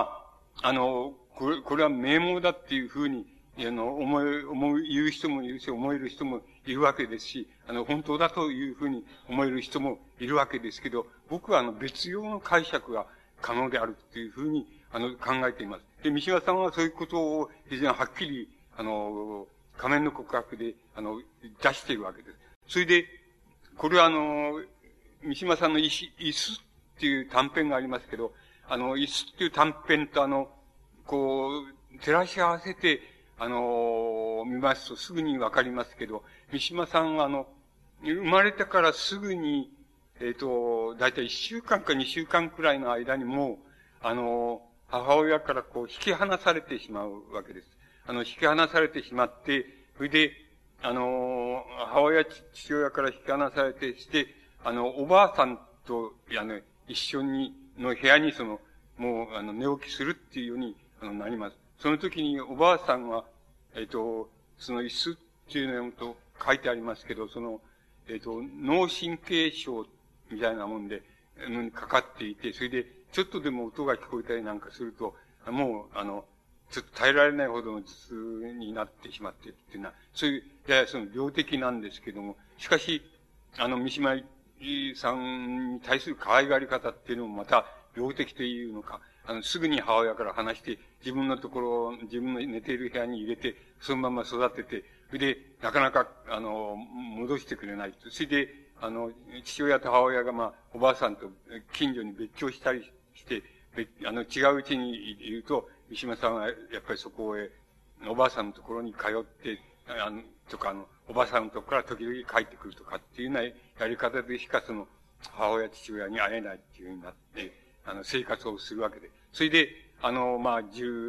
これは名門だっていうふうに、言う人もいるし、思える人もいるわけですし、本当だというふうに思える人もいるわけですけど、僕は別用の解釈が可能であるっていうふうに、考えています。で、三島さんはそういうことを非常にはっきり、仮面の告白で、出しているわけです。それで、これは三島さんの椅子っていう短編がありますけど、椅子っていう短編と照らし合わせて、見ますとすぐにわかりますけど、三島さんは生まれてからすぐに、だいたい1週間か2週間くらいの間にもう、母親から引き離されてしまうわけです。引き離されてしまって、それで、母親、父親から引き離されてして、おばあさんと、一緒の部屋にもう、寝起きするっていうように、なります。その時におばあさんは、その椅子っていうのと書いてありますけど、脳神経症みたいなもんで、かかっていて、それで、ちょっとでも音が聞こえたりなんかすると、もう、ちょっと耐えられないほどの頭痛になってしまってっていうのは、そういう、やや病的なんですけども、しかし、三島さんに対する可愛がり方っていうのもまた病的というのか、すぐに母親から離して、自分の寝ている部屋に入れて、そのまま育てて、それで、なかなか、戻してくれないと。それで、父親と母親がおばあさんと近所に別居したりして、違ううちにいると、三島さんはやっぱりそこへ、おばあさんのところに通って、おばあさんのところから時々帰ってくるとかっていうようなやり方でしか母親、父親に会えないっていうふうになって、生活をするわけで。それで、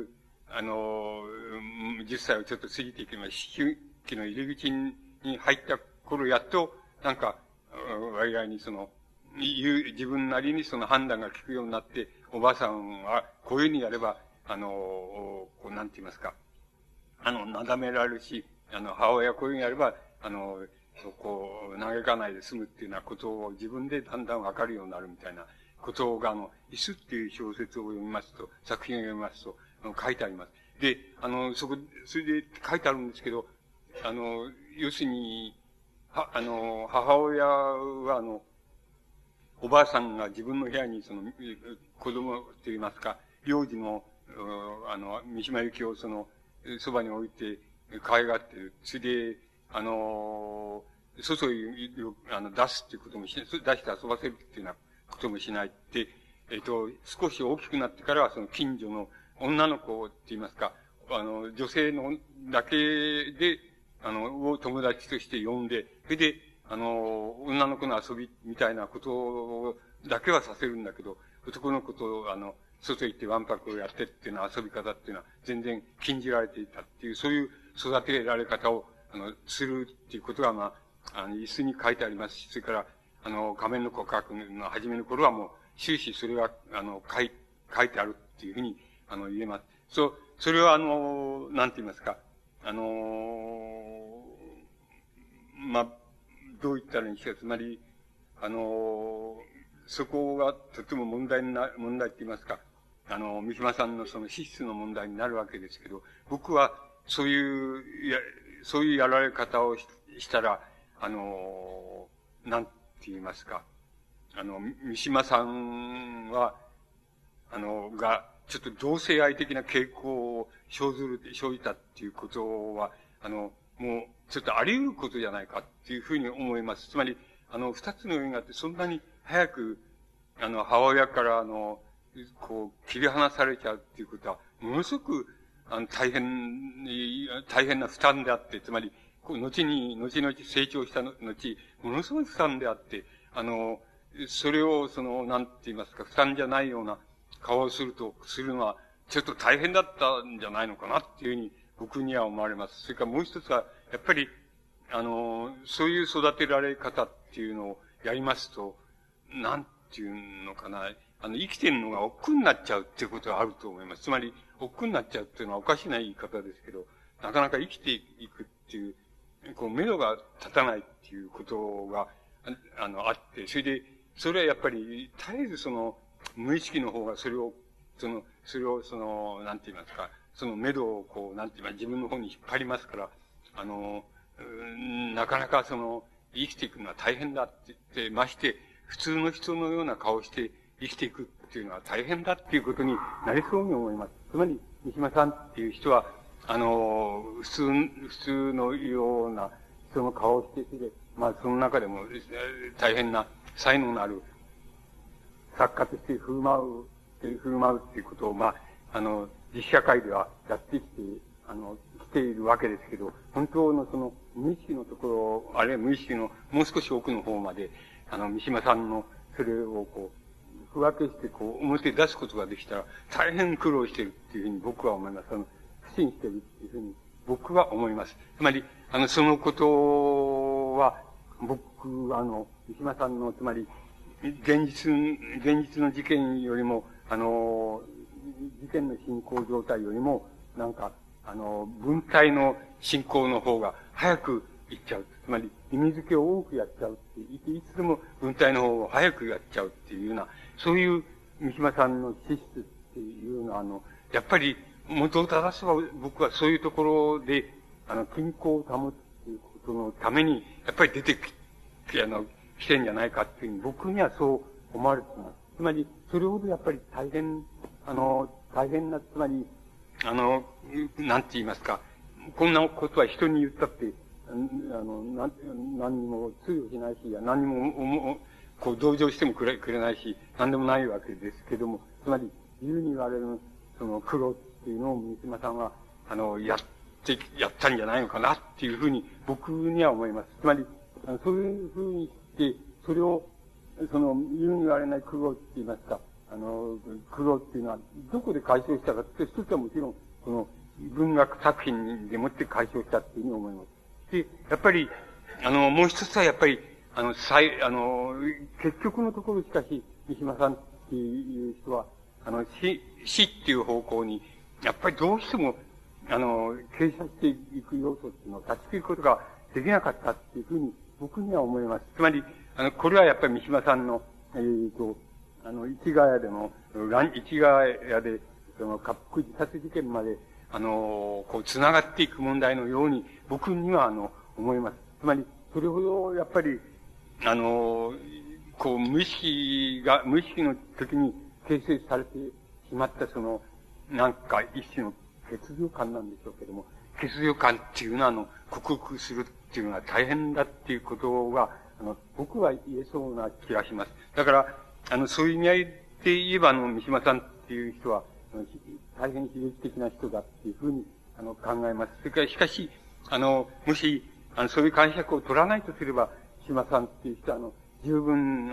10歳をちょっと過ぎていけば、思春期の入り口に入った頃、やっと、なんか、割合に自分なりにその判断が効くようになって、おばあさんは、こういうふうにやれば、こう、なんて言いますか、なだめられるし、母親こういうふうにやれば、こう、嘆かないで済むっていうようなことを自分でだんだんわかるようになるみたいなことが、椅子っていう小説を読みますと、作品を読みますと、書いてあります。で、それで書いてあるんですけど、要するに、母親はおばあさんが自分の部屋に子供と言いますか、幼児の、三島由紀夫をそばに置いて、可愛がってる。それで、外に、出すっていうこともしない、出して遊ばせるっていうようなこともしないって、少し大きくなってからは近所の女の子って言いますか、女性のだけで、を友達として呼んで、それで、女の子の遊びみたいなことだけはさせるんだけど、男の子と、外行ってわんぱくをやってっていうのは遊び方っていうのは全然禁じられていたっていう、そういう育てられ方を、するっていうことが、椅子に書いてありますし、それから、仮面の告白の初めの頃はもう、終始それは、書いてあるっていうふうに、言えます。それはなんて言いますか、どう言ったらいいんですか、つまり、そこがとても問題って言いますか、三島さんの資質の問題になるわけですけど、僕は、そういうやられ方をしたら、なんて言いますか、三島さんは、が、ちょっと同性愛的な傾向を生じたっていうことは、もう、ちょっとあり得ることじゃないかっていうふうに思います。つまり、二つの映画ってそんなに早く、母親から、こう、切り離されちゃうっていうことは、ものすごく、大変な負担であって、つまり、後々成長した後、ものすごい負担であって、それを、なんて言いますか、負担じゃないような顔をするのは、ちょっと大変だったんじゃないのかなっていうふうに、僕には思われます。それからもう一つは、やっぱり、そういう育てられ方っていうのをやりますと、なんていうのかな、生きてるのが億劫になっちゃうっていうことがあると思います。つまり、億劫になっちゃうっていうのはおかしな言い方ですけど、なかなか生きていくっていう、こう、目処が立たないっていうことが、あって、それはやっぱり、絶えず無意識の方がそれを、なんて言いますか、目処をこう、なんて言いますか、自分の方に引っ張りますから、なかなか生きていくのは大変だって言って、まして、普通の人のような顔をして生きていくっていうのは大変だっていうことになりそうに思います。つまり、三島さんっていう人は、普通のような人の顔をしていて、その中でも大変な才能のある作家として振る舞うっていうことを、実社会ではやってきているわけですけど、本当の無意識のところ、あるいは無意識のもう少し奥の方まで、三島さんのそれをこう、ふ分けしてこう、表に出すことができたら、大変苦労しているっていうふうに僕は思います。不信しているっていうふうに僕は思います。つまり、そのことは、僕、三島さんの、つまり、現実の事件よりも、事件の進行状態よりも、なんか、文体の進行の方が早く行っちゃう。つまり、意味付けを多くやっちゃうっていつでも文体の方を早くやっちゃうっていうような、そういう三島さんの資質っていうのは、やっぱり、元を正せば僕はそういうところで、均衡を保つっていうことのために、やっぱり出て来てんじゃないかっていうふうに僕にはそう思われています。つまり、それほどやっぱり大変な、つまり、なんて言いますか、こんなことは人に言ったって、何にも通用しないし、何にも、こう、同情してもくれないし、何でもないわけですけども、つまり、自由に言われる、苦労っていうのを三島さんは、やったんじゃないのかなっていうふうに、僕には思います。つまり、そういうふうにして、それを、言うに言われない苦労って言いますか、苦労っていうのは、どこで解消したかって、一つはもちろん、 この文学作品でもって解消したっていうふうに思います。で、やっぱり、もう一つはやっぱり、結局のところしかし、三島さんっていう人は、死っていう方向に、やっぱりどうしても、傾斜していく要素っていうのを断ち切ることができなかったっていうふうに僕には思います。つまり、これはやっぱり三島さんの、市ヶ谷での、市ヶ谷で、滑腹自殺事件まで、こう、繋がっていく問題のように、僕には、思います。つまり、それほど、やっぱり、こう、無意識の時に形成されてしまった、なんか、一種の欠如感なんでしょうけども、欠如感っていうのは、克服するっていうのは大変だっていうことが、僕は言えそうな気がします。だから、そういう意味合いで言えば、三島さんっていう人は、大変悲劇的な人だっていうふうに、考えます。それから、しかし、もし、そういう解釈を取らないとすれば、三島さんっていう人は、十分、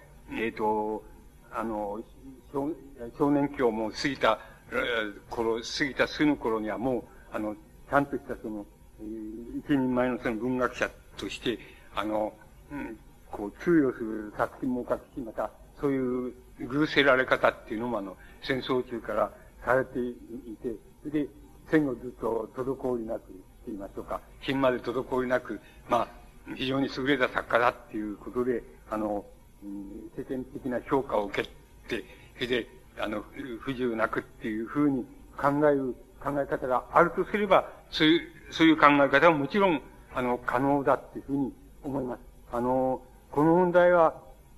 少年期をもう過ぎた過の頃にはもう、ちゃんとした一人前の文学者として、こう、通用する作品も書くし、また、そういう偶せられ方っていうのも戦争中からされていて、それで、戦後ずっと滞りなく、と言いましょうか、死ぬまで滞りなく、まあ、非常に優れた作家だっていうことで、世間的な評価を受けて、それで、不自由なくっていうふうに考え方があるとすれば、そういう考え方はもちろん、可能だっていうふうに思います。この問題は、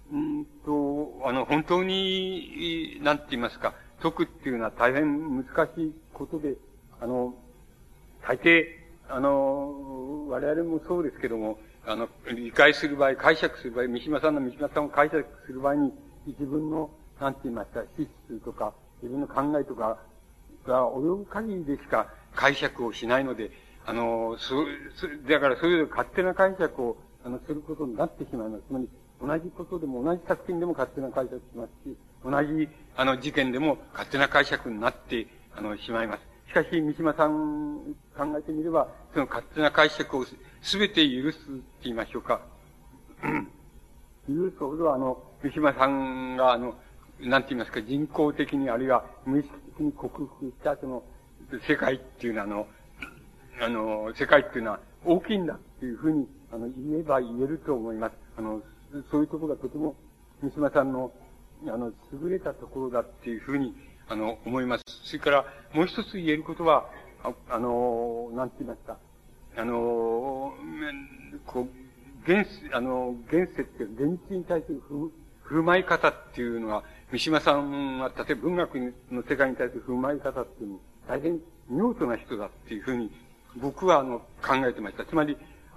本当に、なんて言いますか、解くっていうのは大変難しいことで、大抵、我々もそうですけども、理解する場合、解釈する場合、三島さんを解釈する場合に、自分の、なんて言いますか、資質とか、自分の考えとかが及ぶ限りでしか解釈をしないので、だからそういう勝手な解釈を、することになってしまいます。つまり、同じことでも、同じ作品でも勝手な解釈しますし、同じ、事件でも勝手な解釈になって、しまいます。しかし、三島さん考えてみれば、その勝手な解釈をすべて許すって言いましょうか。許すほど三島さんがなんて言いますか、人工的にあるいは無意識的に克服した世界っていうのは世界っていうのは大きいんだっていうふうに、言えば言えると思います。そういうところがとても三島さんの、優れたところだっていうふうに、思います。それから、もう一つ言えることは、なんて言いますか、こう、現世っていう現実に対する振る舞い方っていうのは、三島さんは、例えば文学の世界に対する振る舞い方っていうのは、大変見事な人だっていうふうに、僕は考えてました。つまり、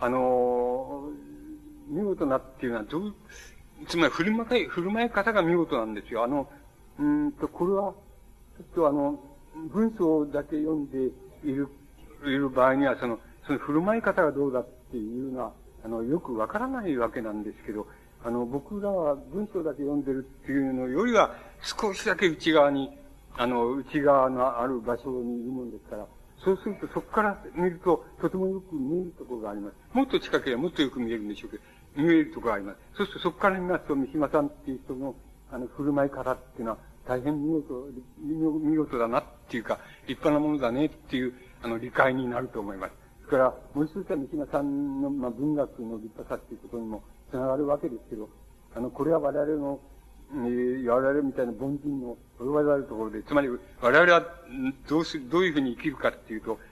見事なっていうのはつまり振る舞い方が見事なんですよ。これは、ちょっと文章だけ読んでいる場合には、その振る舞い方がどうだっていうのは、よくわからないわけなんですけど、僕らは文章だけ読んでるっていうのよりは、少しだけ内側のある場所にいるもんですから、そうするとそこから見ると、とてもよく見えるところがあります。もっと近ければもっとよく見えるんでしょうけど、見えるところがあります。そうするとそこから見ますと、三島さんっていう人の、振る舞い方っていうのは、大変見事だなっていうか、立派なものだねっていう、理解になると思います。それから、もう一つは三島さんの、文学の立派さっていうことにもつながるわけですけど、これは我々の、我々みたいな凡人の及ばざるところで、つまり我々はどういうふうに生きるかっていうと、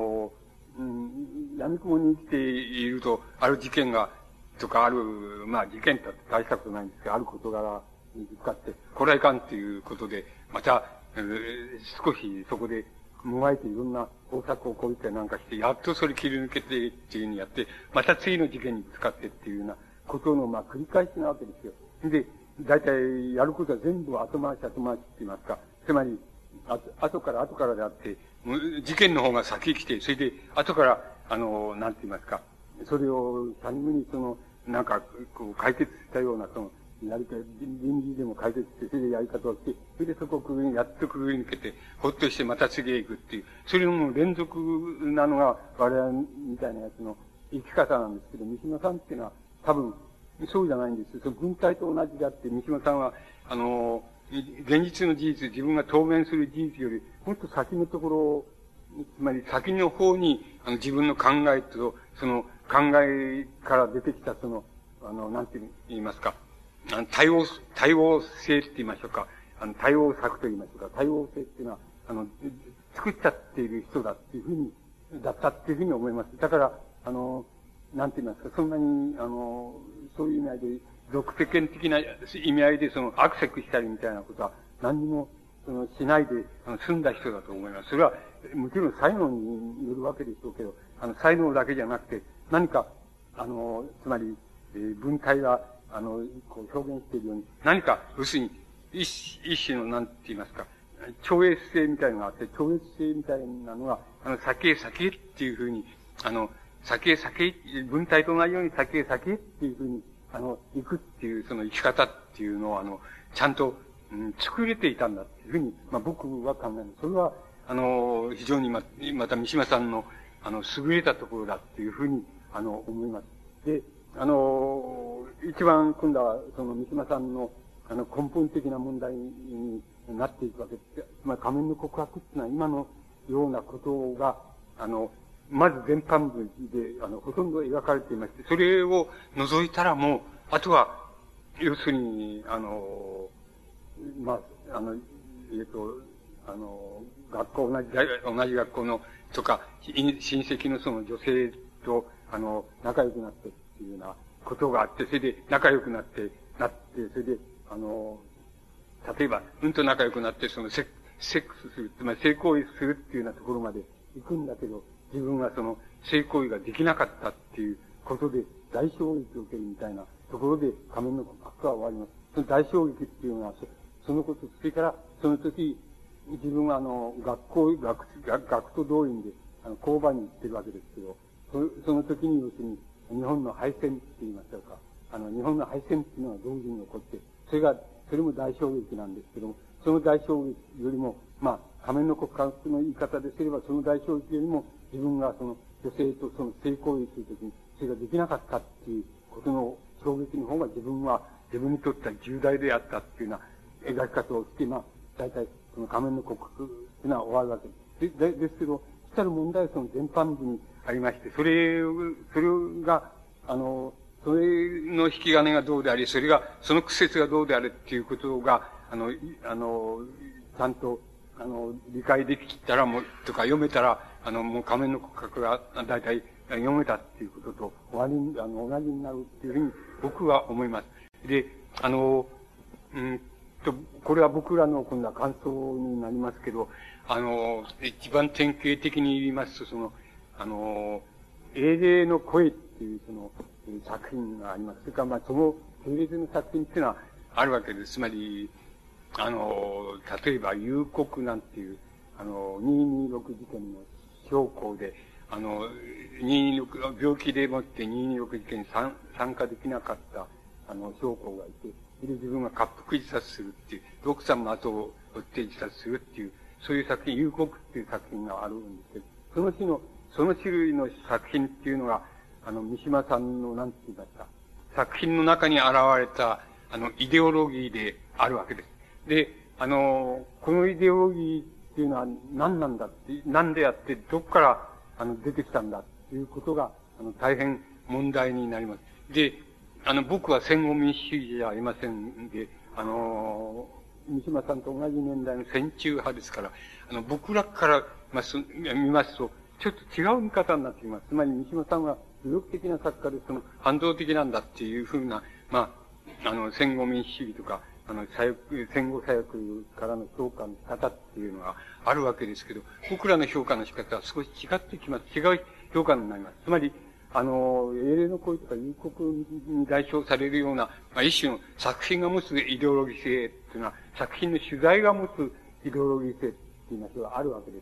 闇雲に生きていると、ある事件とか事件って大したことないんですけど、ある事柄にぶつかって、これはいかんっていうことで、また、少しそこで、もがいていろんな工作をこういったりなんかして、やっとそれ切り抜けてっていうふうにやって、また次の事件にぶつかってっていうようなことの、繰り返しなわけですよ。で、大体やることは全部後回しって言いますか。つまり、後からであって、事件の方が先来て、それで、後から、なんて言いますか、それを、何にこう、解決したような、 やり方、倫理でも解説して、それでやり方をして、それでそこをやっとくぐり抜けて、ほっとしてまた次へ行くっていう、それの連続なのが我々みたいなやつの生き方なんですけど、三島さんっていうのは多分、そうじゃないんです。その文体と同じであって、三島さんは、現実の事実、自分が当面する事実より、もっと先のところ、つまり先の方に、自分の考えと、その考えから出てきた、なんて言いますか、多様性って言いましょうか、多様作と言いましょうか、多様性っていうのは、作っちゃっている人だっていうふうに、だったっていうふうに思います。だから、なんて言いますか、そんなに、そういう意味合いで、俗世間的な意味合いで、アクセクしたりみたいなことは、何にも、しないで、済んだ人だと思います。それは、もちろん才能によるわけでしょうけど、才能だけじゃなくて、何か、つまり、文体が、こう表現しているように、何か、要するに、一種の、なんて言いますか、超越性みたいなのがあって、超越性みたいなのが、先へ先へっていうふうに、先へ先へ、文体と同じように先へ先へっていうふうに、行くっていう、その生き方っていうのを、ちゃんと、作れていたんだっていうふうに、僕は考えます。それは、非常にまた三島さんの、優れたところだっていうふうに、思います。で、一番今度は、三島さんの、根本的な問題になっていくわけです。つまり仮面の告白っていうのは今のようなことが、まず全般部で、ほとんど描かれていまして、それを除いたらもう、あとは、要するに、学校、同じ学校の、とか、親戚の女性と、仲良くなってっていうようなことがあって、それで仲良くなって、それで、例えば、と仲良くなって、セックスする、つまり性行為するっていうようなところまで行くんだけど、自分は性行為ができなかったっていうことで、大衝撃を受けるみたいなところで仮面の告白は終わります。その大衝撃っていうのは、そのこと、それから、その時、自分は学徒動員で、工場に行ってるわけですけど、その時に要するに、日本の敗戦って言いましょうか。日本の敗戦っていうのが同時に起こって、それも大衝撃なんですけども、その大衝撃よりも、仮面の告白の言い方ですれば、その大衝撃よりも、自分が女性と性行為するときに、それができなかったっていうことの衝撃の方が自分にとっては重大であったっていうような描き方をして、大体、仮面の告白っていうのは終わるわけです。ですけど、来たる問題は全般部にありまして、それが、それの引き金がどうであり、その屈折がどうであれっていうことが、ちゃんと、理解できたらとか読めたら、もう仮面の告白が大体読めたっていうことと同じになるっていうふうに僕は思います。で、これは僕らの今度は感想になりますけど、一番典型的に言いますと、英霊の声っていう作品があります。それからその英霊の作品っていうのはあるわけです。つまり、例えば、幽谷なんていう、226事件の将校で、病気でもって226事件に参加できなかった、将校がいて、で、自分が滑腹自殺するっていう、奥さんの後を追って自殺するっていう、そういう作品、幽谷っていう作品があるんですけど、その種類の作品っていうのが、三島さんの、なんて言いました、作品の中に現れた、イデオロギーであるわけです。で、このイデオロギーっていうのは何なんだって、なんであって、どこから、出てきたんだっていうことが、大変問題になります。で、僕は戦後民主主義じゃありませんで、三島さんと同じ年代の戦中派ですから、僕らから見ますと、ちょっと違う見方になっています。つまり三島さんは武力的な作家で、反動的なんだっていうふうな、戦後民主主義とか、戦後左翼からの評価の仕方っていうのがあるわけですけど、僕らの評価の仕方は少し違ってきます。違う評価になります。つまり、英霊の声とか幽谷に代表されるような、一種の作品が持つイデオロギー性っていうのは、作品の取材が持つイデオロギー性って言いましょうがあるわけです。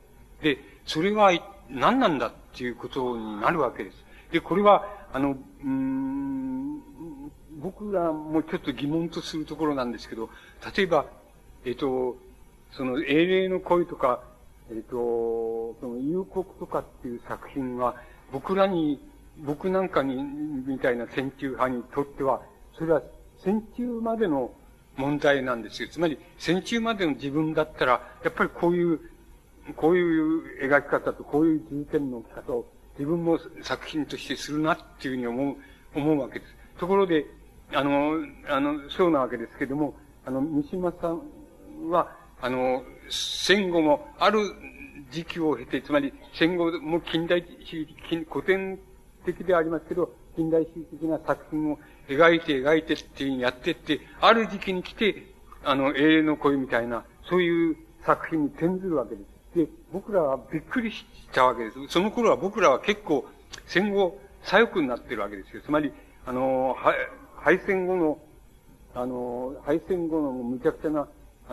で、それは何なんだっていうことになるわけです。で、これは、 僕らもちょっと疑問とするところなんですけど、例えば、その英霊の恋とか、その幽谷とかっていう作品は、僕なんかに、みたいな戦中派にとっては、それは戦中までの問題なんですよ。つまり、戦中までの自分だったら、やっぱりこういう描き方とこういう重点の置き方を自分も作品としてするなっていうふうに思うわけです。ところで、そうなわけですけども、三島さんは、戦後もある時期を経て、つまり戦後も近代主義的、古典的でありますけど、近代主義的な作品を描いてっていうふうにやってって、ある時期に来て、永遠の恋みたいな、そういう作品に転ずるわけです。で、僕らはびっくりしたわけです。その頃は僕らは結構戦後左翼になってるわけですよ。つまり、敗戦後のむちゃくちゃな、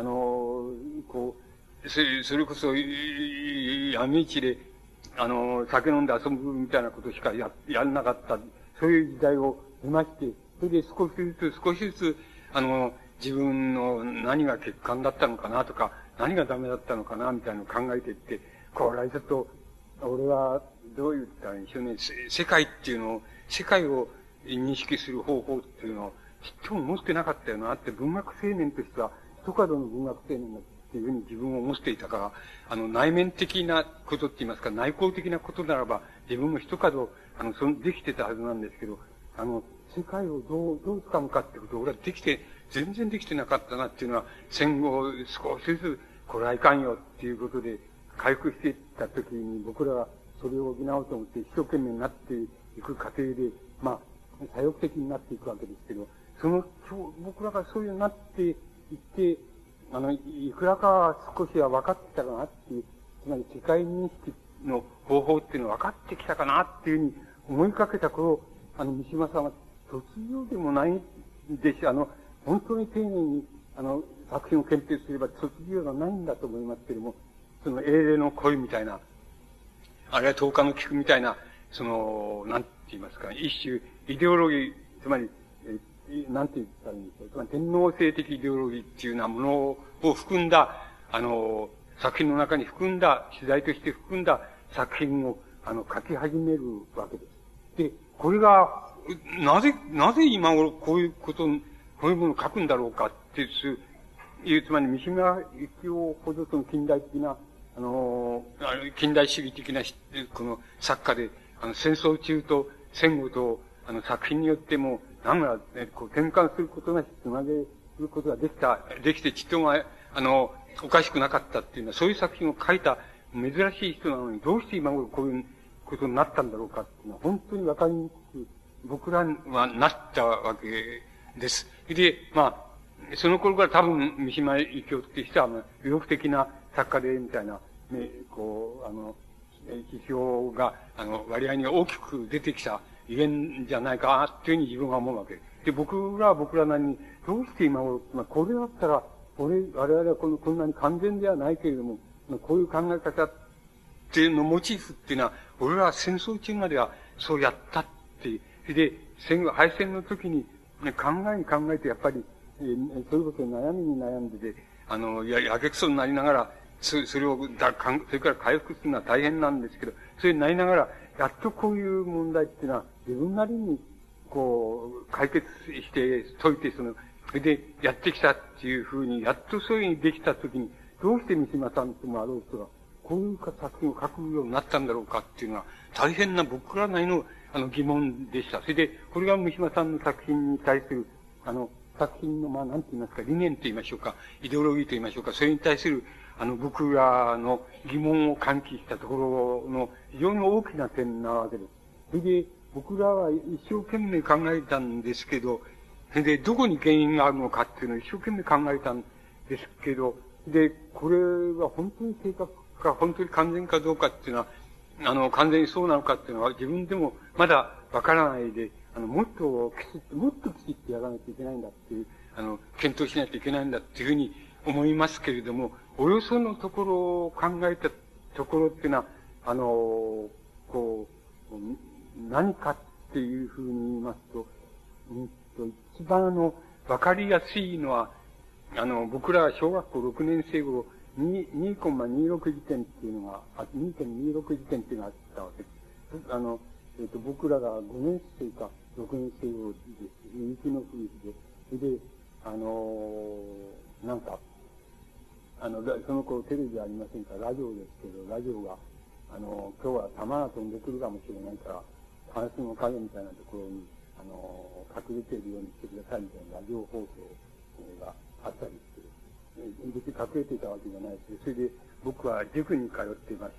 それこそ、闇市で、酒飲んで遊ぶみたいなことしかやらなかった、そういう時代を見まして、それで少しずつ、自分の何が欠陥だったのかなとか、何がダメだったのかなみたいなのを考えていって、これはちょっと、俺はどう言ったらいいんでしょうね。世界を認識する方法っていうのをちっとも持ってなかったよなって、文学青年としては、一角の文学青年だっていうふうに自分を思っていたから、内面的なことって言いますか、内向的なことならば、自分も一角、できてたはずなんですけど、世界をどう掴むかってことを俺は全然できてなかったなっていうのは、戦後少しずつ、これはいかんよっていうことで、回復していった時に僕らはそれを補おうと思って一生懸命になっていく過程で、左翼的になっていくわけですけど、僕らがそういうになっていって、いくらか少しは分かってきたかなっていう、つまり世界認識の方法っていうのは分かってきたかなっていうふうに思いかけた頃、三島さんは卒業でもないですし、本当に丁寧に、作品を検定すれば卒業がないんだと思いますけれども、その英霊の恋みたいな、あるいは10日の菊みたいな、なんて言いますか、一種イデオロギー、つまり、なんて言ったらいいんですか、つまり天皇制的イデオロギーっていうようなものを含んだ、作品の中に含んだ、取材として含んだ作品を、書き始めるわけです。で、これが、なぜ今頃こういうものを書くんだろうかっていう、つまり三島由紀夫ほどその近代的な、近代主義的な、この作家で、戦争中と戦後と、作品によっても、なんら、転換することなし、つなげることができて、ちっとも、おかしくなかったっていうのは、そういう作品を書いた珍しい人なのに、どうして今頃こういうことになったんだろうかっていうのは、本当にわかりにくく、僕らはなったわけです。で、その頃から多分、三島由紀夫っていう人は、魅力的な作家で、みたいな、批評が、割合に大きく出てきたゆえんじゃないか、っていうふうに自分は思うわけです。で、僕らなりに、どうして今頃、これだったら、我々はこんなに完全ではないけれども、こういう考え方っていうのモチーフっていうのは、俺らは戦争中まではそうやったっていう。で、敗戦の時に、考えてやっぱり、それこそ悩みに悩んでて、やけくそになりながら、それから回復するのは大変なんですけど、それになりながら、やっとこういう問題っていうのは、自分なりに、解決して、解いて、それでやってきたっていうふうに、やっとそういうふうにできたときに、どうして三島さんともあろう人が、こういう作品を書くようになったんだろうかっていうのは、大変な僕らなりの、疑問でした。それで、これが三島さんの作品に対する、作品の、なんて言いますか、理念と言いましょうか、イデオロギーと言いましょうか、それに対する、僕らの疑問を喚起したところの非常に大きな点なわけです。それで、僕らは一生懸命考えたんですけど、それで、どこに原因があるのかっていうのを一生懸命考えたんですけど、で、これは本当に正確か、本当に完全かどうかっていうのは、完全にそうなのかっていうのは自分でもまだわからないで、もっときちっとやらないといけないんだっていう、検討しないといけないんだっていうふうに思いますけれども、およそのところを考えたところっていうのは、何かっていうふうに言いますと、 一番わかりやすいのは、僕ら小学校6年生頃、2.26時点っていうのが、2.26時点っていうのがあったわけです。僕らが5年生か6年生頃です。雪の吹雪で。それで、なんか、その頃テレビありませんから、ラジオですけど、ラジオが、今日は弾が飛んでくるかもしれないから、タンスの影みたいなところに、隠れているようにしてくださいみたいなラジオ放送があったりして、別に隠れていたわけじゃないですけど、それで僕は塾に通っていまして、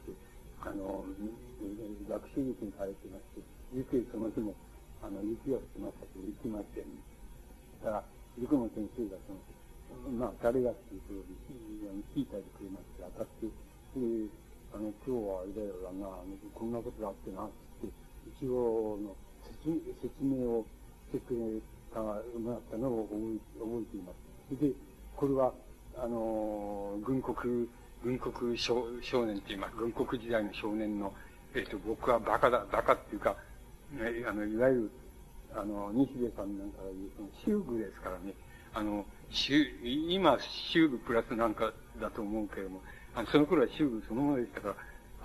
学習塾に通っていまして、塾へその日も、雪が降ってましたけど、行きません。だから、塾の先生が誰がっていうことで、聞いたりくれまして、当たって、今日はあれだよな、こんなことがあってな、って、一応の説明をしてくれた、もらったのを覚えています。それで、これは、軍国少年って言います。軍国時代の少年の、僕はバカっていうか、いわゆる、西部さんなんかが言う、その、修具ですからね。今、修具プラスなんかだと思うけれども、その頃は修具そのものでしたから、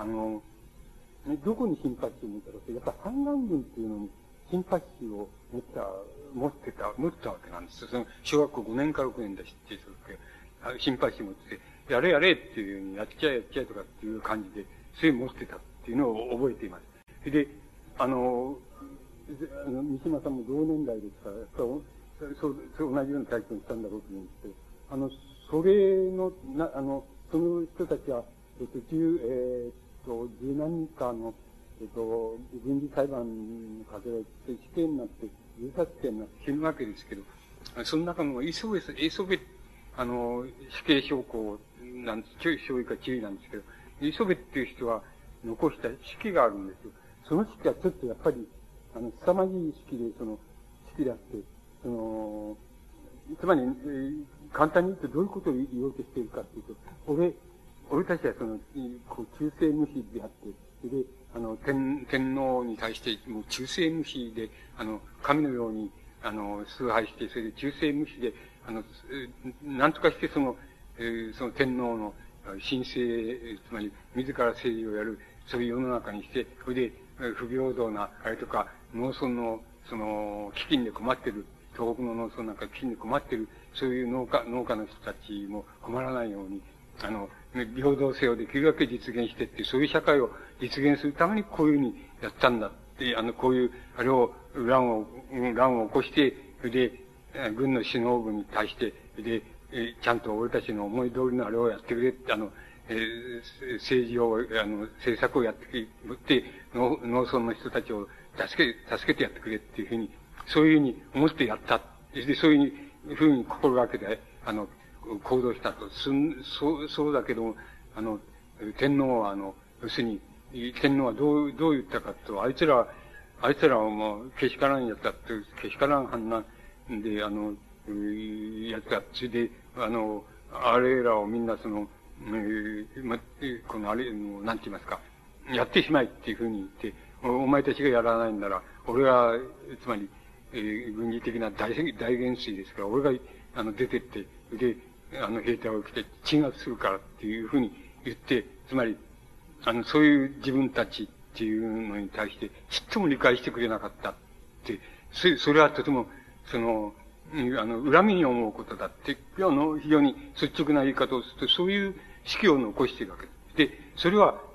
どこにシンパシーを持ったかって、やっぱ三眼軍っていうのにシンパシーを持ったわけなんです。その、小学校5年か6年だしって、シンパシーを持って、やれっていうふうに、やっちゃえとかっていう感じで、そういう持ってたっていうのを覚えています。で、三島さんも同年代ですから、やっぱそう同じような体験をしたんだろうと思うんですけど、それの、その人たちは、十何人か軍事裁判にかけられて死刑になって、自殺刑になって死ぬわけですけど、その中の磯部、死刑証拠なんです、少尉か中尉なんですけど、磯部っていう人は残した手記があるんですよ。その手記はちょっとやっぱり、凄まじい手記で、手記であって、つまり、簡単に言うとどういうことを言おうとしているかというと、俺たちは忠誠無視であって、それで、天皇に対して、もう忠誠無視で、神のように、崇拝して、それで忠誠無視で、なんとかしてその天皇の神聖、つまり、自ら政治をやる、そういう世の中にして、それで、不平等な、あれとか、農村の、飢饉で困ってる、東北の農村なんか飢饉で困ってる、そういう農家の人たちも困らないように、平等性をできるだけ実現してって、そういう社会を実現するためにこういうふうにやったんだって、こういう、あれを、乱を起こして、それで、軍の首脳部に対して、で、ちゃんと俺たちの思い通りのあれをやってくれって、政治を、政策をやってくれて、農村の人たちを助けてやってくれっていうふうに、そういうふうに思ってやった。で、そういうふうに心がけて、行動したと。そうだけども、天皇は要するに、天皇はどう言ったかと、あいつらはもう、けしからんやったって、けしからんはんなんで、やった。それで、あれらをみんなこのあれ、なんて言いますか、やってしまいっていうふうに言って、お前たちがやらないんなら、俺は、つまり、軍事的な大元帥ですから、俺が、出てって、で、兵隊を着て鎮圧するからっていうふうに言って、つまり、そういう自分たちっていうのに対して、ちっとも理解してくれなかったって、それはとても、恨みに思うことだって、非常に率直な言い方をすると、そういう式を残しているわけです。で、それは、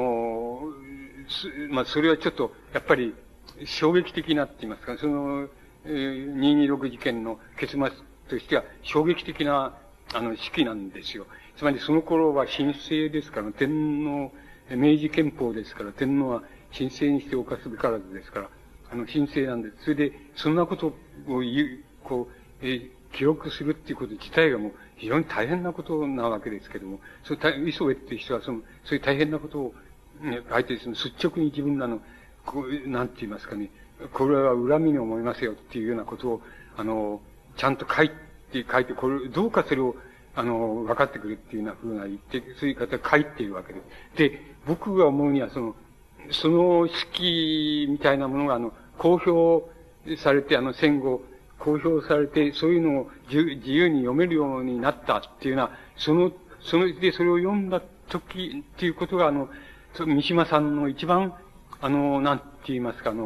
それはちょっと、やっぱり、衝撃的なって言いますか、226事件の結末としては、衝撃的な、式なんですよ。つまりその頃は神聖ですから、天皇、明治憲法ですから、天皇は神聖にして犯すべからずですから、神聖なんです。それで、そんなことを記録するっていうこと自体がもう非常に大変なことなわけですけども、磯部っていう人はそういう大変なことを、相手率直に自分らの、なんて言いますかね、これは恨みに思いますよっていうようなことを、ちゃんと書いて、これ、どうかそれを、分かってくれっていうような風な言って、そういう方が書いているわけです。で、僕が思うには、その式みたいなものが、公表されて、戦後、 公表されて、そういうのを自由に読めるようになったっていうのは、それを読んだ時っていうことが、三島さんの一番、なんて言いますか、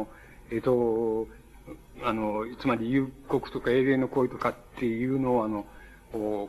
つまり、幽谷とか英霊の声とかっていうのを、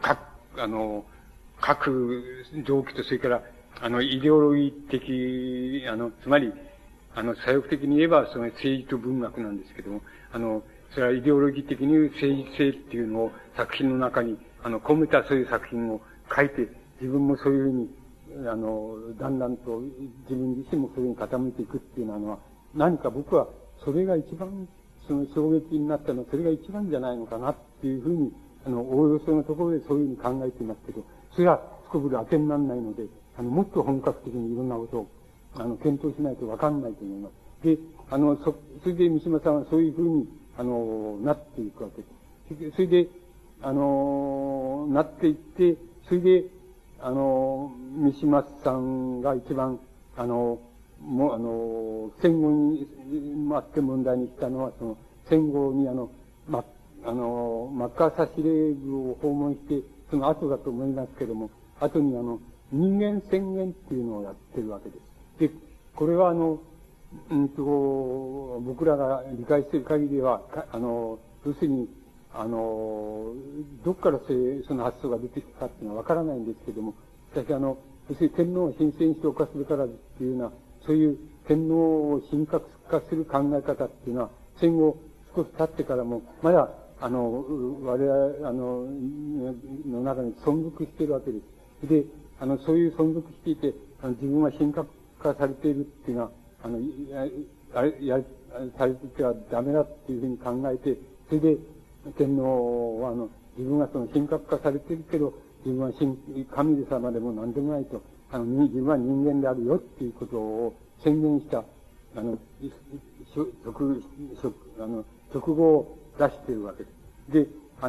各動機と、それから、イデオロギー的、つまり、左翼的に言えば、その政治と文学なんですけども、それはイデオロギー的に言う政治性っていうのを作品の中に、込めたそういう作品を書いて、自分もそういうふうに、だんだんと自分自身もそういうふうに傾いていくっていうのは、何か僕は、それが一番、その衝撃になったのは、それが一番じゃないのかなっていうふうに、おおよそのところでそういうふうに考えていますけど、それはすこぶる当てにならないので、もっと本格的にいろんなことを、検討しないとわかんないと思います。で、それで三島さんはそういうふうに、なっていくわけです。それで、なっていって、それで、三島さんが一番、戦後にあって問題にしたのは、戦後にマッカーサー司令部を訪問して、その後だと思いますけども、後に人間宣言っていうのをやってるわけです。で、これは僕らが理解している限りでは、要するに、どっからその発想が出てきたかっていうのはわからないんですけども、しかし要するに天皇を神聖にして犯すべからずっていうような、そういう天皇を神格化する考え方っていうのは、戦後少し経ってからも、まだ、我々、の中に存続しているわけです。で、そういう存続していて、自分は神格化されているっていうのは、されてはダメだっていうふうに考えて、それで、天皇は自分はその神格化されているけど、自分は神様でも何でもないと、自分は人間であるよっていうことを宣言した、直後を出しているわけです。で、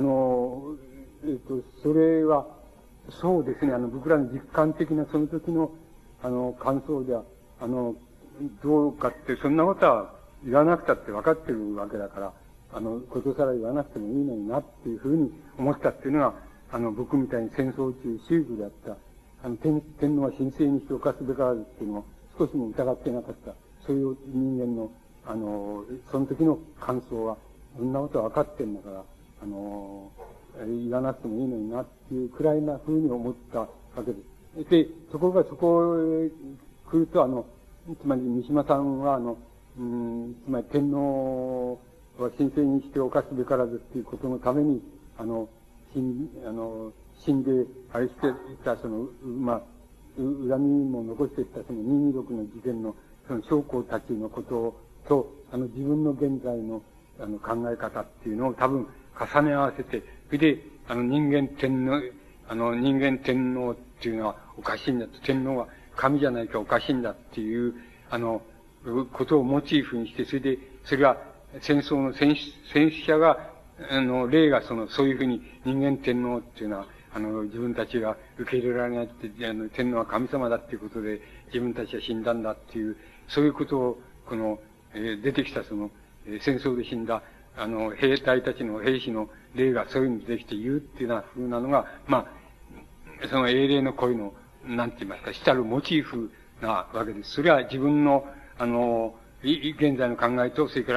それは、そうですね、僕らの実感的なその時の、感想では、どうかって、そんなことは言わなくたって分かってるわけだから、ことさら言わなくてもいいのになっていうふうに思ったっていうのが、僕みたいに戦争中修具であった、天皇は神聖にして犯すべからずっていうのを少しも疑ってなかった、そういう人間の、その時の感想は、そんなことは分かってんだから、言わなくてもいいのになっていうくらいな風に思ったわけです。で、ところがそこへ来ると、つまり三島さんは、つまり天皇は神聖にして犯すべからずっていうことのために、死んで、あれしていた、恨みも残していた、226の事件の、将校たちのことと、自分の現在の、考え方っていうのを多分重ね合わせて、それで、人間天皇っていうのはおかしいんだと、天皇は神じゃないかおかしいんだっていう、ことをモチーフにして、それは戦争の戦死者が、例がそういうふうに人間天皇っていうのは、自分たちが受け入れられないって、天皇は神様だっていうことで、自分たちは死んだんだっていう、そういうことを、出てきた戦争で死んだ、兵隊たちの兵士の例がそういうふうにできて言うっていうような風なのが、その英霊の声の、なんて言いますか、主たるモチーフなわけです。それは自分の、現在の考えと、それから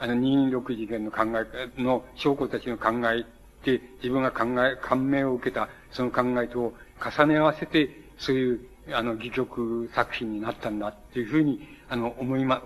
、226事件の考えの、将校たちの考えで、自分が感銘を受けた、その考えと重ね合わせて、そういう、戯曲作品になったんだっていうふうに、思います。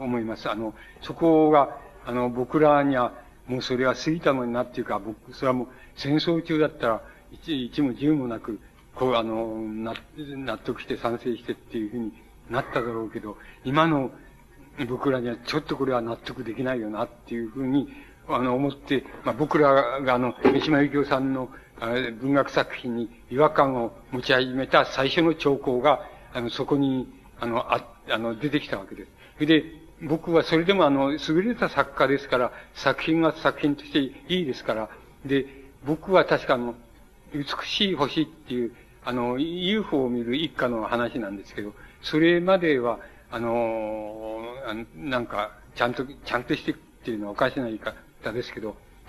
そこが、僕らには、もうそれは過ぎたのになっていうか、それはもう戦争中だったら、一も十もなく、納得して賛成してっていうふうになっただろうけど、今の僕らにはちょっとこれは納得できないよなっていうふうに、思って、僕らが三島由紀夫さんの文学作品に違和感を持ち始めた最初の兆候が、そこに、出てきたわけです。それで、僕はそれでも優れた作家ですから、作品が作品としていいですから、で、僕は確か美しい星っていう、UFO を見る一家の話なんですけど、それまでは、なんか、ちゃんとしてっていうのはおかしな言い方ですけど、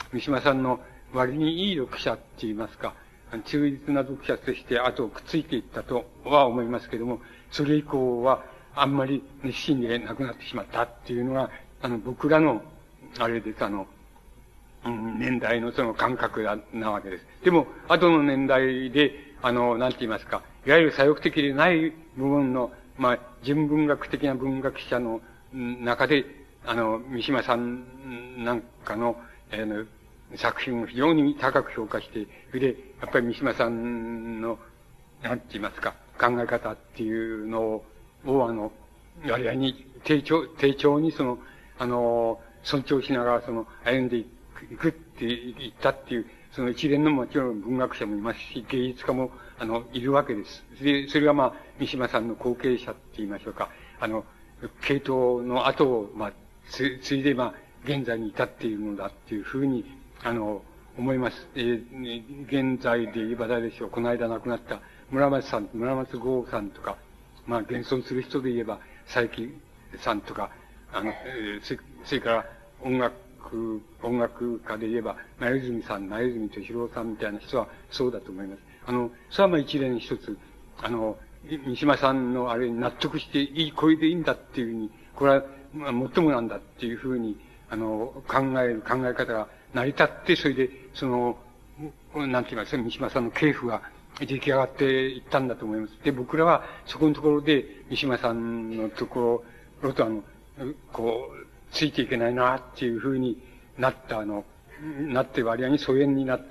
三島さんの割にいい読者って言いますか、忠実な読者として後をくっついていったとは思いますけども、それ以降はあんまり熱心でなくなってしまったっていうのが、僕らの、あれです、年代のその感覚なわけです。でも、後の年代で、なんて言いますか、いわゆる左翼的でない部分の、まあ、純文学的な文学者の中で、三島さんなんかの、作品を非常に高く評価して、それで、やっぱり三島さんの、なんて言いますか、考え方っていうのを、割合に、丁重に尊重しながら、歩んでいくって言ったっていう、その一連のもちろん文学者もいますし、芸術家も、いるわけです。で、それがまあ、三島さんの後継者って言いましょうか。系統の後を、まあ、ついで、まあ、現在に至っているのだっていうふうに、思います。現在で言えば誰でしょう。この間亡くなった村松剛さんとか、まあ、現存する人で言えば、佐伯さんとか、それから、音楽家で言えば、前泉敏郎さんみたいな人はそうだと思います。それはまあ一連一つ、三島さんのあれに納得してこれでいいんだっていうふうに、これは、まあ、最もなんだっていうふうに、考え方が成り立って、それで、なんて言いますか、三島さんの系譜が出来上がっていったんだと思います。で、僕らはそこのところで、三島さんのところとついていけないなっていうふうになって割合に疎遠になった、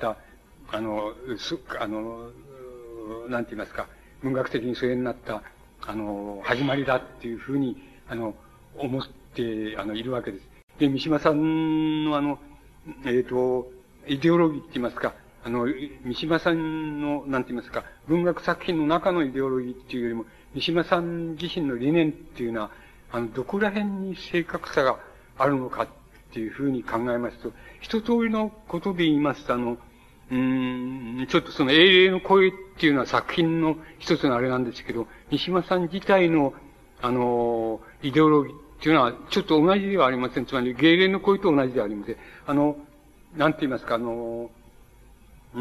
なんて言いますか、文学的に疎遠になった、始まりだっていうふうに、思って、いるわけです。で、三島さんのイデオロギーって言いますか、三島さんの、なんて言いますか、文学作品の中のイデオロギーっていうよりも、三島さん自身の理念っていうのは、どこら辺に正確さがあるのかっていうふうに考えますと、一通りのことで言いますと、ちょっと英霊の声っていうのは作品の一つのあれなんですけど、三島さん自体の、イデオロギーっていうのは、ちょっと同じではありません。つまり、芸霊の声と同じではありません。なんて言いますか、どう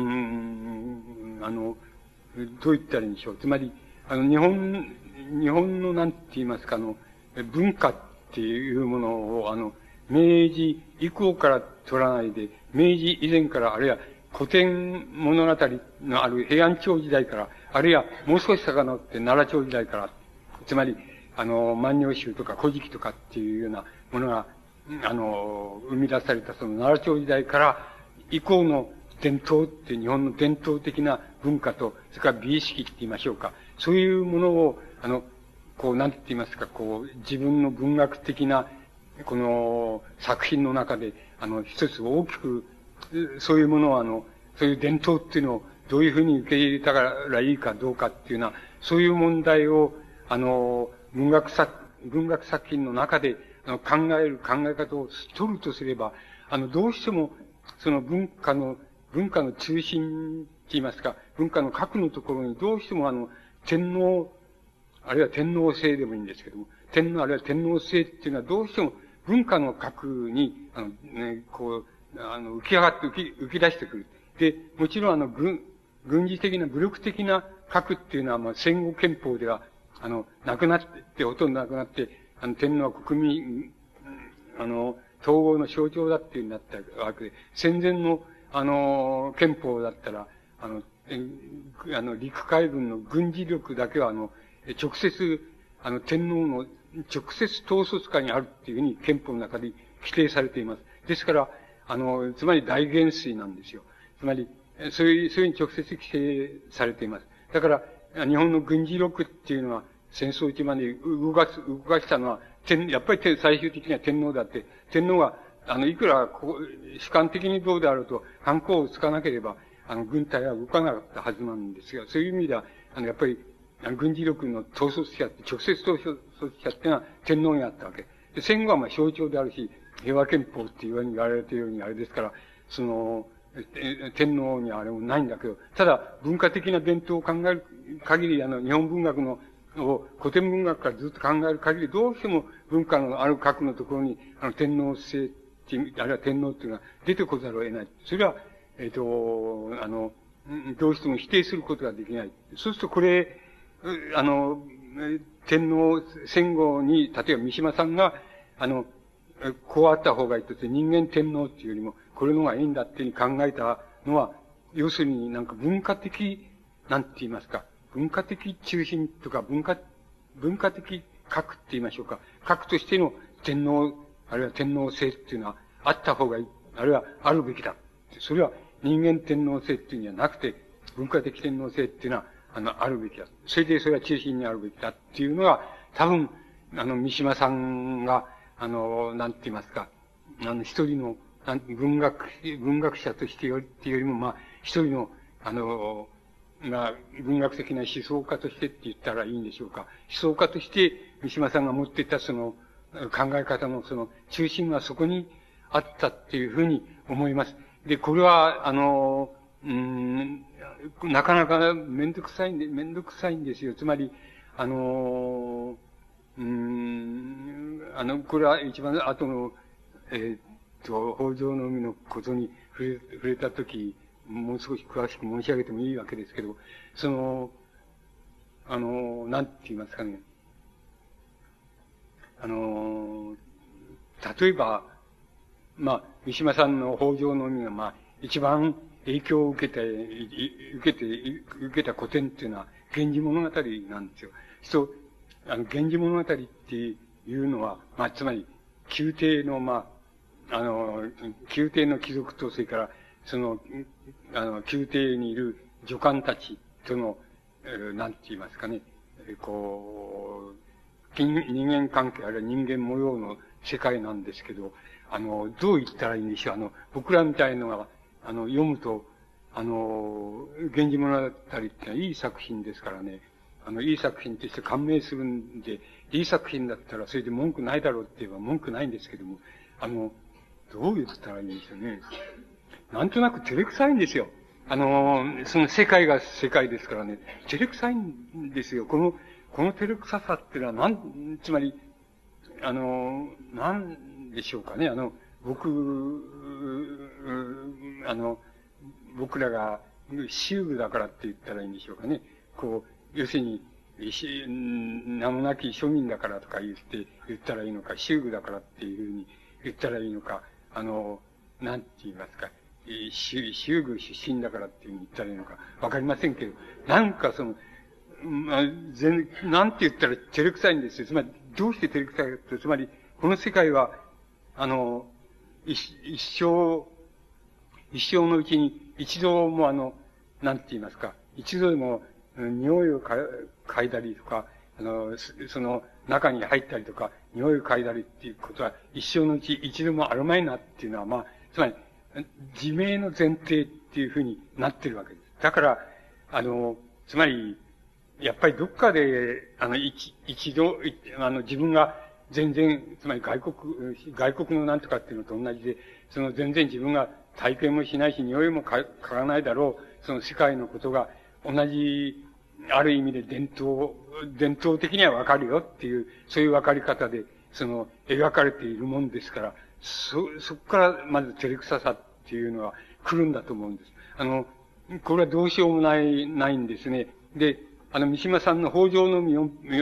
言ったらいいんでしょう。つまり、日本のなんて言いますか、文化っていうものを、明治以降から取らないで、明治以前から、あるいは古典物語のある平安朝時代から、あるいはもう少し遡って奈良朝時代から、つまり、万葉集とか古事記とかっていうようなものが、生み出された奈良朝時代から以降の伝統って日本の伝統的な文化と、それから美意識って言いましょうか。そういうものを、なんて言いますか、自分の文学的な、作品の中で、一つ大きく、そういうものをそういう伝統っていうのをどういうふうに受け入れたらいいかどうかっていうような、そういう問題を、文学作品の中で、考え方を取るとすれば、どうしても、文化の中心って言いますか、文化の核のところにどうしても天皇、あるいは天皇制でもいいんですけども、天皇あるいは天皇制っていうのはどうしても文化の核に、浮き上がって浮き出してくる。で、もちろん軍事的な、武力的な核っていうのは、戦後憲法では、なくなって、ほとんどなくなって、天皇は国民、統合の象徴だっていうになったわけで、戦前の、憲法だったら、陸海軍の軍事力だけは、直接、天皇の直接統率下にあるっていうふうに憲法の中で規定されています。ですから、つまり大元帥なんですよ。つまり、そういうふうに直接規定されています。だから、日本の軍事力っていうのは、戦争一番で動かしたのは、やっぱり最終的には天皇だって、天皇が、いくら、主観的にどうであると、反抗をつかなければ、軍隊は動かなかったはずなんですが、そういう意味では、やっぱり、軍事力の統率者って、直接統率者っていうのは天皇にあったわけ。で、戦後は象徴であるし、平和憲法って言われているようにあれですから、天皇にあれもないんだけど、ただ、文化的な伝統を考える限り、日本文学の、古典文学からずっと考える限り、どうしても文化のある核のところに、天皇制っあるいは天皇っていうのは出てこざるを得ない。それは、どうしても否定することができない。そうするとこれ、天皇戦後に、例えば三島さんが、こうあった方がいいとして、人間天皇っていうよりも、これの方がいいんだっていうふうに考えたのは、要するになんか文化的、なんて言いますか、文化的中心とか、文化的核って言いましょうか。核としての天皇、あるいは天皇制っていうのはあった方がいい。あるいはあるべきだ。それは人間天皇制っていうんじゃなくて、文化的天皇制っていうのは、あるべきだ。それでそれは中心にあるべきだっていうのが、多分、三島さんが、なんて言いますか、一人の、文学者としてっていうよりも、まあ、一人の、文学的な思想家としてって言ったらいいんでしょうか。思想家として、三島さんが持っていたその、考え方のその、中心はそこにあったっていうふうに思います。で、これは、なかなかめんどくさいんですよ。つまり、これは一番後の、北条の海のことに触れたとき、もう少し詳しく申し上げてもいいわけですけど、その、なんて言いますかね。例えば、まあ、三島さんの北条の海が、まあ、一番影響を受けた古典っていうのは、源氏物語なんですよ。源氏物語っていうのは、まあ、つまり、宮廷の、まあ、宮廷の貴族と、それから、その、宮廷にいる女官たちとの、なんて言いますかね、こう、人間関係、あるいは人間模様の世界なんですけど、どう言ったらいいんでしょう。僕らみたいのが、読むと、源氏物語ってのはいい作品ですからね、いい作品として感銘するんで、いい作品だったらそれで文句ないだろうって言えば文句ないんですけども、どう言ったらいいんでしょうね。なんとなく照れくさいんですよ。その世界が世界ですからね、照れくさいんですよ。この照れくささっていうのはつまり、なんでしょうかね。僕らが、習具だからって言ったらいいんでしょうかね。こう、要するに、名もなき庶民だからとか言ったらいいのか、習具だからっていうふうに言ったらいいのか、なんて言いますか、習具出身だからっていうふうに言ったらいいのか、わかりませんけど、なんかその、なんて言ったら照れくさいんですよ。つまり、どうして照れくさいかって、つまり、この世界は、一生のうちに一度もなんて言いますか、一度でも匂いを嗅いだりとか、その中に入ったりとか、匂いを嗅いだりっていうことは一生のうち一度もあるまいなっていうのは、まあ、つまり、自明の前提っていうふうになってるわけです。だから、つまり、やっぱりどっかで、一度、自分が全然、つまり外国のなんとかっていうのと同じで、その全然自分が体験もしないし、匂いも嗅がないだろう、その世界のことが同じ、ある意味で伝統的にはわかるよっていう、そういうわかり方で、描かれているもんですから、そこからまず照れくささっていうのは来るんだと思うんです。これはどうしようもないんですね。で、三島さんの北条の海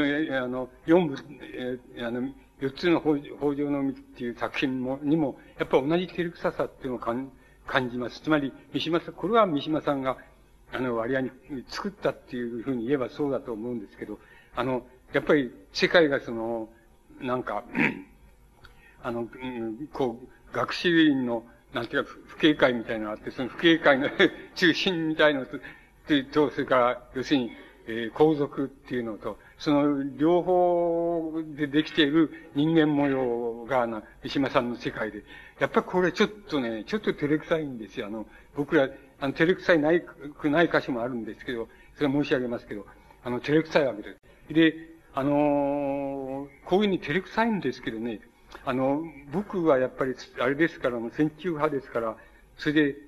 四つの北条の海っていう作品にも、やっぱり同じ照れくささっていうのを感じます。つまり、これは三島さんが、割合に作ったっていうふうに言えばそうだと思うんですけど、やっぱり世界がなんか、こう、学習院の、なんていうか、不警戒みたいなのがあって、その不警戒の中心みたいなのと、それから、要するに、皇族っていうのと、その両方でできている人間模様が、三島さんの世界で、やっぱりこれちょっと照れくさいんですよ。僕ら、照れくさいない箇所もあるんですけど、それは申し上げますけど、照れくさいわけです。で、こういうふうに照れくさいんですけどね、僕はやっぱり、あれですから、戦中派ですから、それで、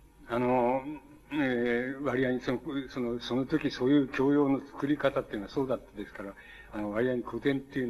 割合にその時そういう教養の作り方っていうのはそうだったですから、割合に古典っていうのは、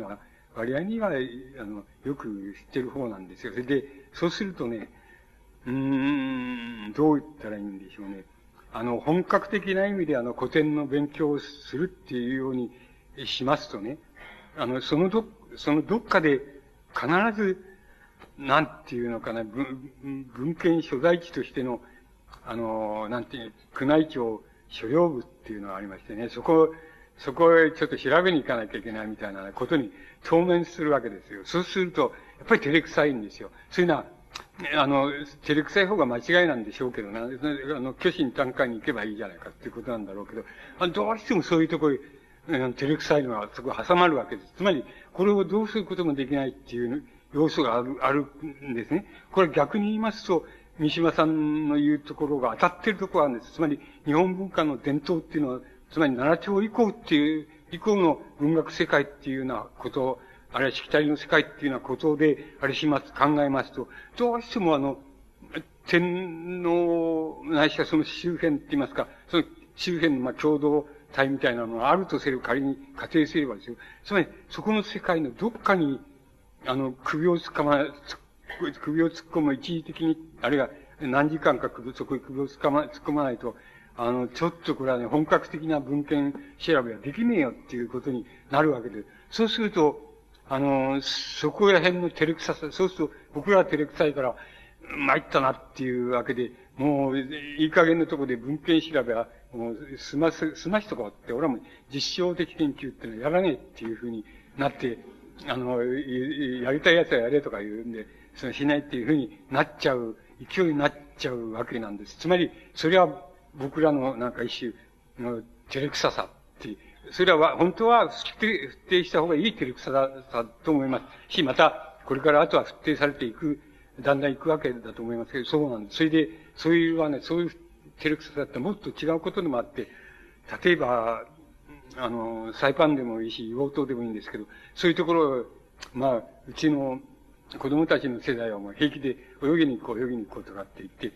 割合には、よく知ってる方なんですよ。それで、そうするとね、どう言ったらいいんでしょうね。本格的な意味で古典の勉強をするっていうようにしますとね、そのどっかで必ず、なんていうのかな、文献所在地としての、なんていう、宮内庁所要部っていうのがありましてね、そこへちょっと調べに行かなきゃいけないみたいなことに当面するわけですよ。そうすると、やっぱり照れくさいんですよ。そういうのは、照れくさい方が間違いなんでしょうけどな、虚心坦懐に行けばいいじゃないかっていうことなんだろうけど、どうしてもそういうところに、照れくさいのがそこ挟まるわけです。つまり、これをどうすることもできないっていう要素があるんですね。これ逆に言いますと、三島さんの言うところが当たってるところがあるんです。つまり、日本文化の伝統っていうのは、つまり奈良町以降の文学世界っていうようなことを、あるいはしきたりの世界っていうようなことで、考えますと、どうしても天皇ないしはその周辺って言いますか、その周辺の共同体みたいなのがあるとすれば、仮に仮定すればですよ。つまり、そこの世界のどっかに、首を突っ込む一時的に、あるいは何時間かそこに首を突っ込まないと、ちょっとこれはね、本格的な文献調べはできねえよっていうことになるわけで。そうすると、そこら辺の照れくささ、そうすると僕らは照れくさいから、参ったなっていうわけで、もう、いい加減のところで文献調べは、もう、済ましとこうって、俺はもう実証的研究っていうのはやらねえっていうふうになって、やりたいやつはやれとか言うんで、しないっていうふうになっちゃう、勢いになっちゃうわけなんです。つまり、それは僕らのなんか一種の照れくささって、それは本当は不定した方がいい照れくささと思いますし、また、これからあとは不定されていく、だんだん行くわけだと思いますけど、そうなんです。それで、そういう照れくささってもっと違うことでもあって、例えば、サイパンでもいいし、硫黄島でもいいんですけど、そういうところ、まあ、うちの子供たちの世代はもう平気で泳ぎに行こうとかって言って、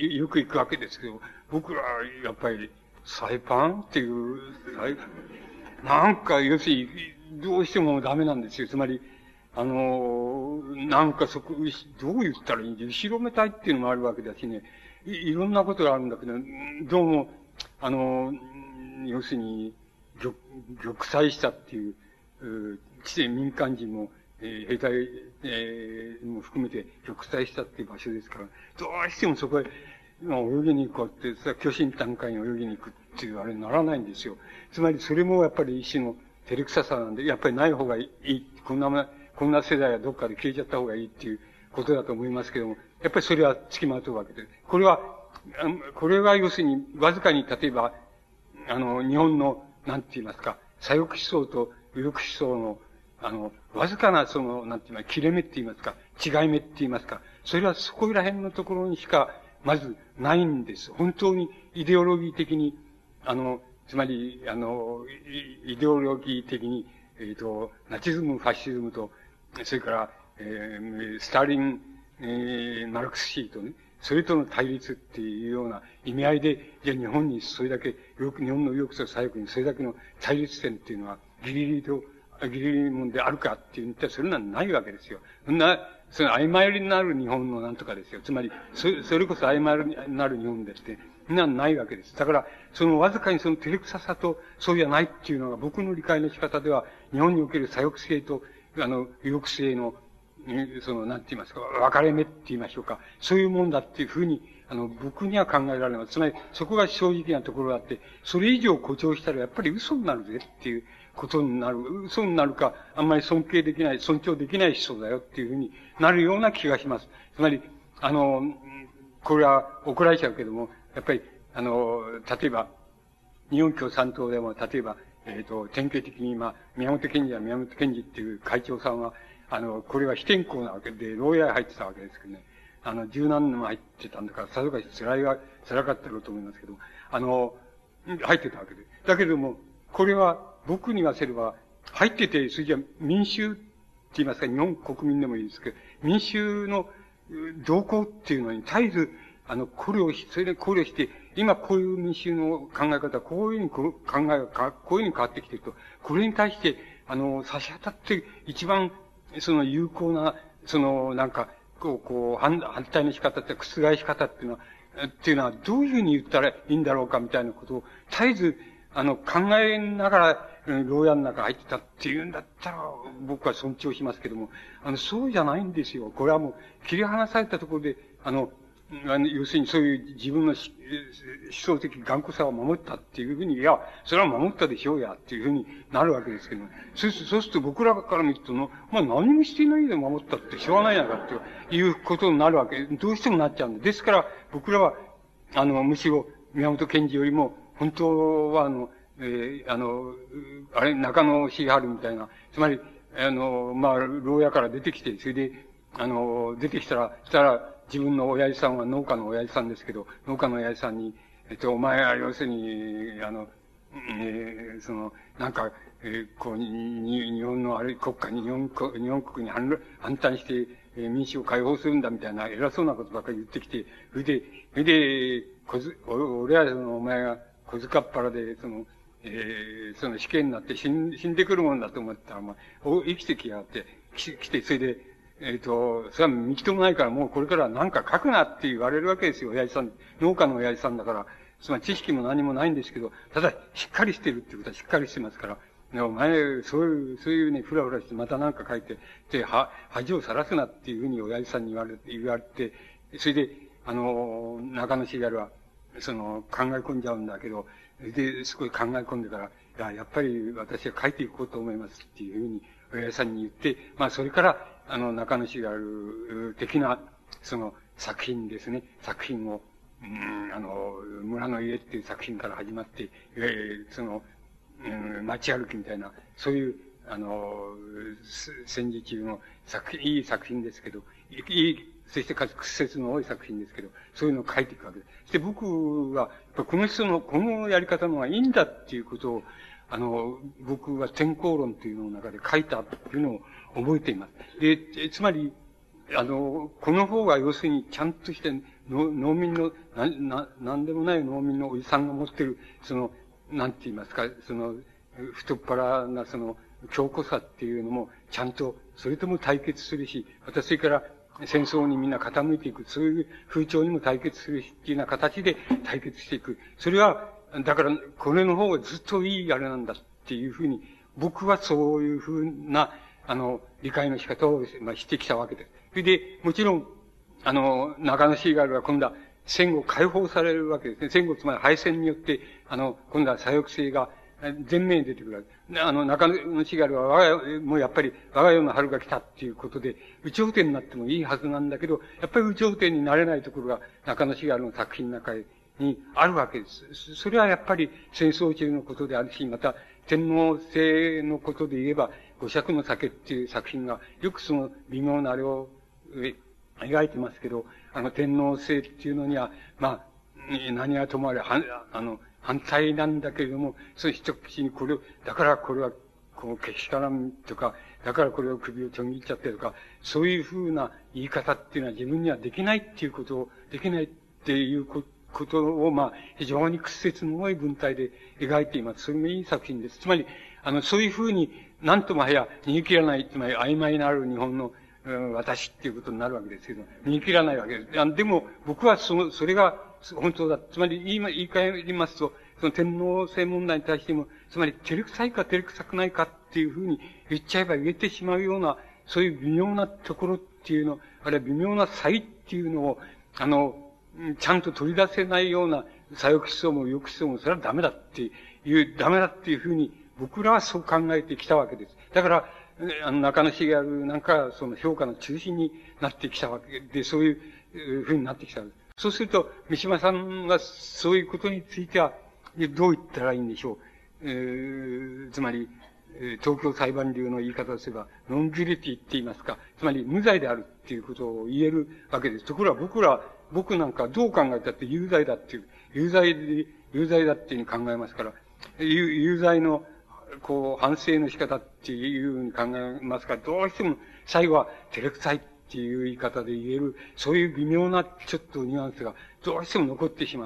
よく行くわけですけど、僕ら、やっぱり、サイパンっていう、なんか、要するに、どうしてもダメなんですよ。つまり、なんかどう言ったらいいんで、後ろめたいっていうのもあるわけだしね、いろんなことがあるんだけど、どうも、要するに、玉砕したっていう、民間人も、兵隊、も含めて玉砕したっていう場所ですから、どうしてもそこへ、泳ぎに行こうって、虚心坦懐に泳ぎに行くっていうあれにならないんですよ。つまりそれもやっぱり一種の照れくささなんで、やっぱりない方がいい。こんな世代はどっかで消えちゃった方がいいっていうことだと思いますけども、やっぱりそれは付きまとうわけで。これは要するに、わずかに例えば、日本の、なんて言いますか、左翼思想と右翼思想の、わずかななんて言いますか、切れ目って言いますか、違い目って言いますか、それはそこら辺のところにしか、まずないんです。本当にイデオロギー的に、つまり、イデオロギー的に、ナチズム、ファシズムと、それから、スターリン、マルクス主義とね、それとの対立っていうような意味合いで、じゃあ日本にそれだけ、日本の右翼と左翼にそれだけの対立点っていうのは、ギリギリもんであるかって言ったらそれなんないわけですよ。その曖昧になる日本のなんとかですよ。つまり、それこそ曖昧になる日本ですって、ないわけです。だから、わずかに照れくささと、そうじゃないっていうのが僕の理解の仕方では、日本における左翼性と、右翼性の、なんて言いますか、分かれ目って言いましょうか。そういうもんだっていうふうに、僕には考えられます。つまり、そこが正直なところがあって、それ以上誇張したらやっぱり嘘になるぜっていうことになる。嘘になるか、あんまり尊重できない思想だよっていうふうになるような気がします。つまり、これは怒られちゃうけども、やっぱり、例えば、日本共産党でも、例えば、典型的に、宮本賢治っていう会長さんは、これは非転校なわけで、牢屋へ入ってたわけですけどね。十何年も入ってたんだから、さぞかし辛かったろうと思いますけど、入ってたわけで。だけども、これは僕に言わせれば、入ってて、それじゃ民衆って言いますか、日本国民でもいいですけど、民衆の動向っていうのに絶えず、それで考慮して、 今こういう民衆の考え方、こういうふうにこういうふうに変わってきてると、これに対して、差し当たって一番、有効な、反対の仕方って覆し方っていうのは、どういうふうに言ったらいいんだろうかみたいなことを、絶えず、考えながら、牢屋の中入ってたっていうんだったら、僕は尊重しますけども、そうじゃないんですよ。これはもう、切り離されたところで、要するにそういう自分の思想的頑固さを守ったっていうふうに、いや、それは守ったでしょうやっていうふうになるわけですけども、そうすると僕らから見ると何もしていないで守ったってしょうがないじゃないかっていうことになるわけ。どうしてもなっちゃうんです。ですから、僕らは、むしろ宮本賢治よりも、本当は中野茂春みたいな、つまり、牢屋から出てきて、それで、出てきたら、自分の親父さんは農家の親父さんですけど、農家の親父さんに、お前は要するに、日本の国家に、日本国に反対して、民主を解放するんだみたいな偉そうなことばっかり言ってきて、それで、俺はお前が小塚っ腹で、死刑になって死んでくるもんだと思ったら、生きてきやがって、来て、それで、それは道ともないからもうこれからは何か書くなって言われるわけですよ、親父さん。農家の親父さんだから、つまり知識も何もないんですけど、ただ、しっかりしてるっていうことはしっかりしてますから、お前、そういうね、ふらふらしてまた何か書いて、で、恥をさらすなっていうふうに親父さんに言われて、それで、中野茂は、考え込んじゃうんだけど、で、すごい考え込んでから、やっぱり私は書いていこうと思いますっていうふうに、親父さんに言って、それから、中野茂的な、作品ですね。作品を、村の家っていう作品から始まって、街歩きみたいな、そういう、戦時中のいい作品ですけど、そしてかつ屈折の多い作品ですけど、そういうのを書いていくわけです。そして僕は、この人の、このやり方の方がいいんだっていうことを、僕は天候論というのの中で書いたっていうのを覚えています。で、つまり、この方が要するにちゃんとして農民の、なんでもない農民のおじさんが持ってる、なんて言いますか、太っ腹な強固さっていうのも、ちゃんと、それとも対決するし、またそれから戦争にみんな傾いていく、そういう風潮にも対決するしっていうような形で対決していく。それは、だから、これの方がずっといいあれなんだっていうふうに、僕はそういうふうな、理解の仕方を、してきたわけです。それで、もちろん、中野茂は今度は戦後解放されるわけですね。戦後、つまり敗戦によって、今度は左翼性が前面に出てくるわけ。中野茂はもうやっぱり我が世の春が来たっていうことで、有頂天になってもいいはずなんだけど、やっぱり有頂天になれないところが中野茂の作品の中にあるわけです。それはやっぱり戦争中のことであるし、また天皇制のことで言えば、五尺の酒っていう作品が、よく微妙なあれを描いてますけど、天皇制っていうのには、何はともあれ、反対なんだけれども、その一口にだからこれは、けしからんとか、だからこれを首をちょん切っちゃってとか、そういうふうな言い方っていうのは自分にはできないっていうことを、できないっていうことを、非常に屈折の多い文体で描いています。それもいい作品です。つまり、そういうふうに、なんともはや逃げ切らない、つまり曖昧なる日本の、私っていうことになるわけですけど、逃げ切らないわけです。でも、僕はそれが本当だ。つまり、言い換えますと、天皇制問題に対しても、つまり、照れくさいか照れくさくないかっていうふうに言っちゃえば言えてしまうような、そういう微妙なところっていうの、あるいは微妙な差異っていうのを、ちゃんと取り出せないような左翼思想も右翼思想もそれはダメだっていうふうに、僕らはそう考えてきたわけです。だから、中野茂なんか、評価の中心になってきたわけで、そういうふうになってきたわけです。そうすると、三島さんはそういうことについては、どう言ったらいいんでしょう。つまり、東京裁判流の言い方をすれば、ノンギルティって言いますか、つまり無罪であるっていうことを言えるわけです。ところが僕なんかどう考えたって有罪だっていう、有罪だっていうふうに考えますから、有罪の、反省の仕方っていうふうに考えますから、どうしても最後は照れくさいっていう言い方で言える、そういう微妙なちょっとニュアンスがどうしても残ってしまう。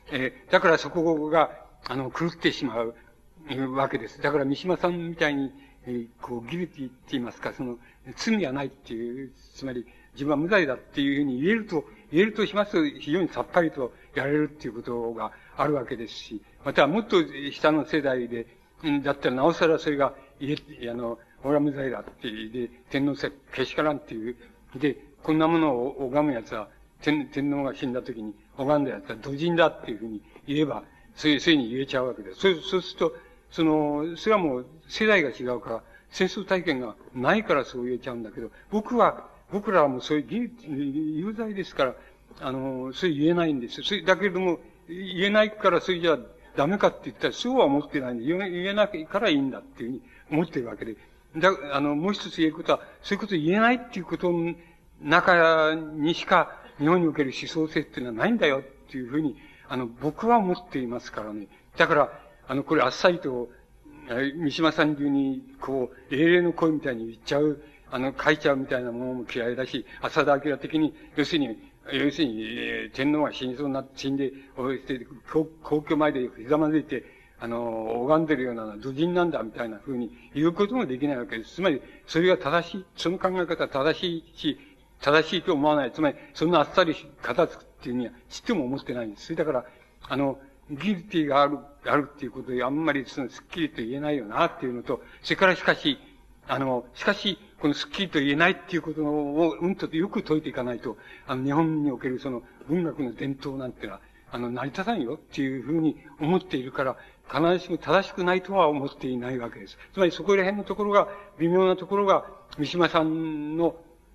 だからそこが、狂ってしまうわけです。だから三島さんみたいに、ギルティって言いますか、罪はないっていう、つまり、自分は無罪だっていうふうに言えるとしますと、非常にさっぱりとやれるっていうことがあるわけですし、またもっと下の世代で、だったらなおさらそれが、俺は無罪だって、で、天皇けしからんっていう、で、こんなものを拝む奴は、天皇が死んだ時に拝んだ奴は土人だっていうふうに言えば、そういうふうに言えちゃうわけです。そうすると、それはもう世代が違うから、戦争体験がないからそう言えちゃうんだけど、僕らはもうそういう有罪ですから、そう言えないんですよ。だけれども、言えないからそれじゃダメかって言ったら、そうは思ってないんで、言えないからいいんだっていうふうに思ってるわけで。もう一つ言えることは、そういうことを言えないっていうことの中にしか、日本における思想性っていうのはないんだよっていうふうに、僕は思っていますからね。だから、これあっさりと、三島さん流に、英霊の声みたいに言っちゃう、書いちゃうみたいなものも嫌いだし、浅田明的に、要するに、天皇が死にそうになって、死んで、皇居前でひざまずいて、拝んでるような土人なんだみたいな風に言うこともできないわけです。つまり、それが正しい、その考え方は正しいし、正しいと思わない。つまり、そんなあっさり片付くっていうには、ちっとも思ってないんです。だから、ギルティがあるっていうことで、あんまりすっきりと言えないよなっていうのと、それからしかし、このすっきりと言えないっていうことを、とよく解いていかないと、日本における文学の伝統なんてのは、成り立たんよっていうふうに思っているから、必ずしも正しくないとは思っていないわけです。つまりそこら辺のところが、微妙なところが、三島さんの、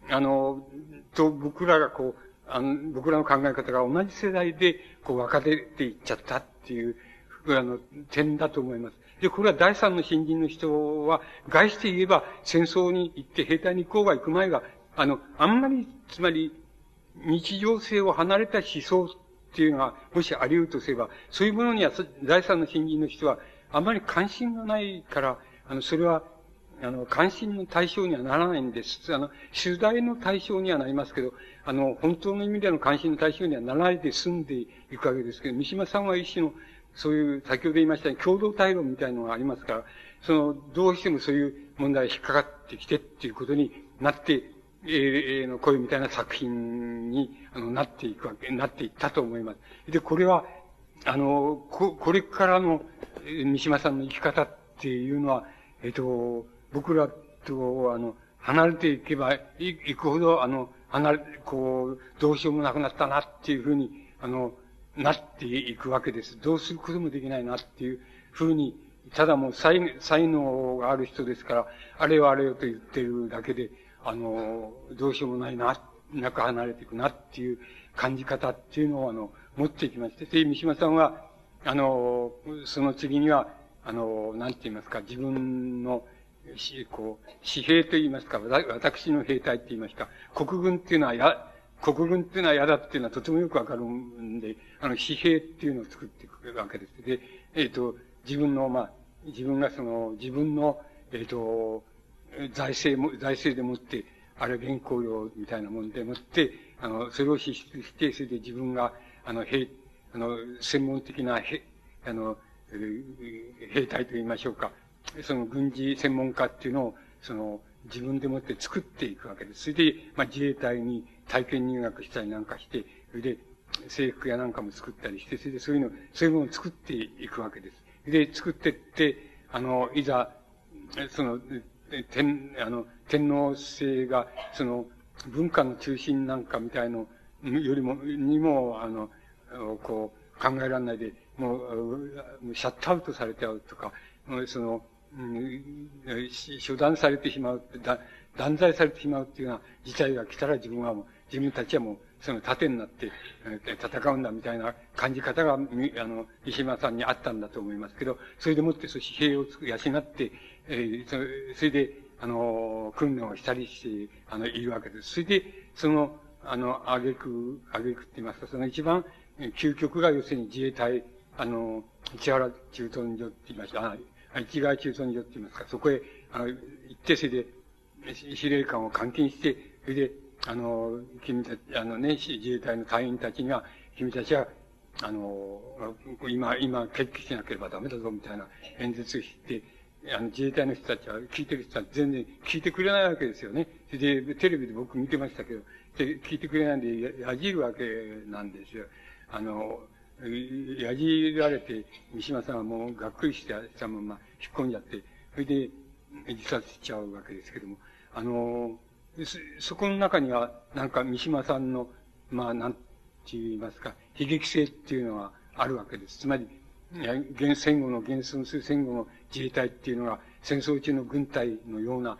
僕らが僕らの考え方が同じ世代で、分かれていっちゃったっていう、点だと思います。で、これは第三の新人の人は、概して言えば、戦争に行って兵隊に行こうが行く前が、あんまり、つまり、日常性を離れた思想っていうのが、もしあり得るとすれば、そういうものには、第三の新人の人は、あまり関心がないから、それは、関心の対象にはならないんです。取材の対象にはなりますけど、本当の意味での関心の対象にはならないで済んでいくわけですけど、三島さんは一種の、そういう、先ほど言いましたように、共同対論みたいなのがありますから、どうしてもそういう問題が引っかかってきてっていうことになって、こういうみたいな作品に、なっていったと思います。で、これは、これからの、三島さんの生き方っていうのは、僕らと、離れていけばいくほど、どうしようもなくなったなっていうふうに、なっていくわけです。どうすることもできないなっていうふうに、ただもう才能がある人ですから、あれよあれよと言ってるだけで、どうしようもないな、なく離れていくなっていう感じ方っていうのを、持っていきまして、で、三島さんは、その次には、なんて言いますか、自分の、私兵と言いますか、私の兵隊って言いますか、国軍っていうのは嫌だっていうのはとてもよくわかるんで、私兵っていうのを作っていくわけです。で、自分が自分の、財政でもって、あれ原稿料みたいなもんでもって、それを支出して、それで自分が、専門的な兵隊と言いましょうか。軍事専門家っていうのを、自分でもって作っていくわけです。それで、自衛隊に体験入学したりなんかして、それで、制服やなんかも作ったりして、それでそういうものを作っていくわけです。で、作ってって、いざ、天皇制が、文化の中心なんかみたいのよりも、考えられないで、もう、シャットアウトされてゃうとか、処断されてしまう、断罪されてしまうっていうような事態が来たら自分たちはもう、盾になって戦うんだみたいな感じ方が、三島さんにあったんだと思いますけど、それでもって、兵を養って、それで、訓練をしたりして、いるわけです。それで、挙句って言いますか、一番、究極が要するに自衛隊、市原駐屯所って言いました。市川駐屯所って言いますか、そこへ、行って、それで、司令官を監禁して、それで、君たち、自衛隊の隊員たちには、君たちは、 今、決起しなければダメだぞ、みたいな演説して、自衛隊の人たちは、聞いてる人たち全然聞いてくれないわけですよね。で、テレビで僕見てましたけど、聞いてくれないんで、やじるわけなんですよ。やじられて、三島さんはもうがっくりしたまま引っ込んじゃって、それで自殺しちゃうわけですけども、そこの中には、なんか三島さんの、なんて言いますか、悲劇性っていうのはあるわけです。つまり、戦後の自衛隊っていうのが、戦争中の軍隊のような、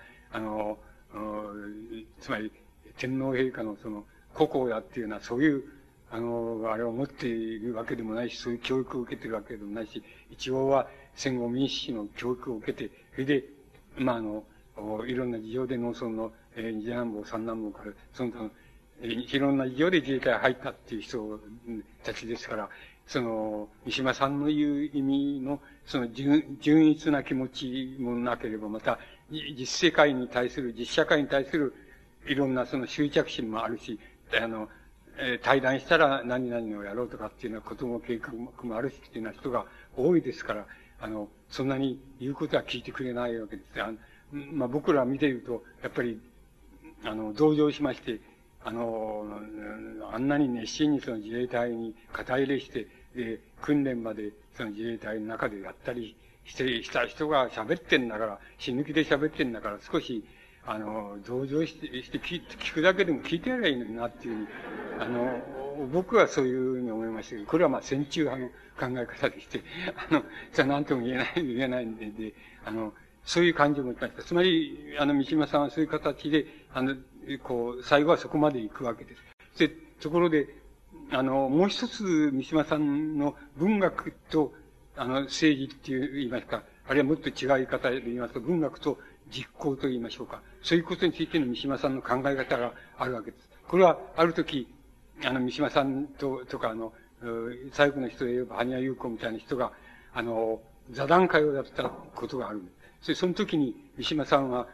つまり、天皇陛下のその、故郷だっていうような、そういう、あれを持っているわけでもないし、そういう教育を受けているわけでもないし、一応は戦後民主主義の教育を受けて、それで、いろんな事情で農村の、二男坊、三男坊から、その他の、いろんな事情で自衛隊に入ったっていう人たちですから、三島さんの言う意味の、純一な気持ちもなければ、また、実社会に対する、いろんな執着心もあるし、対談したら何々をやろうとかっていうようなことも計画もあるしっていうような人が多いですから、そんなに言うことは聞いてくれないわけです。僕ら見ていると、やっぱり、同情しまして、あんなに熱心に自衛隊に肩入れして、訓練まで自衛隊の中でやったりした人が喋ってんだから、死ぬ気で喋ってんだから、少し、同情して聞くだけでも聞いてやればいいのになっていうふうに、僕はそういうふうに思いましたけど、これは戦中派の考え方でして、じゃ何とも言えないんで、そういう感じを持ってました。つまり、三島さんはそういう形で、最後はそこまで行くわけです。で、ところで、もう一つ、三島さんの文学と、政治って言いますか、あるいはもっと違う言い方で言いますと、文学と実行と言いましょうか。そういうことについての三島さんの考え方があるわけです。これは、ある時、三島さんとか、左翼の人で言えば、埴谷優子みたいな人が、座談会をやったことがある。その時に、三島さんは、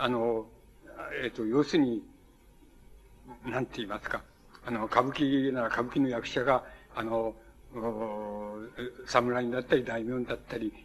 要するに、なんて言いますか、歌舞伎なら歌舞伎の役者が、侍になったり、大名になったり、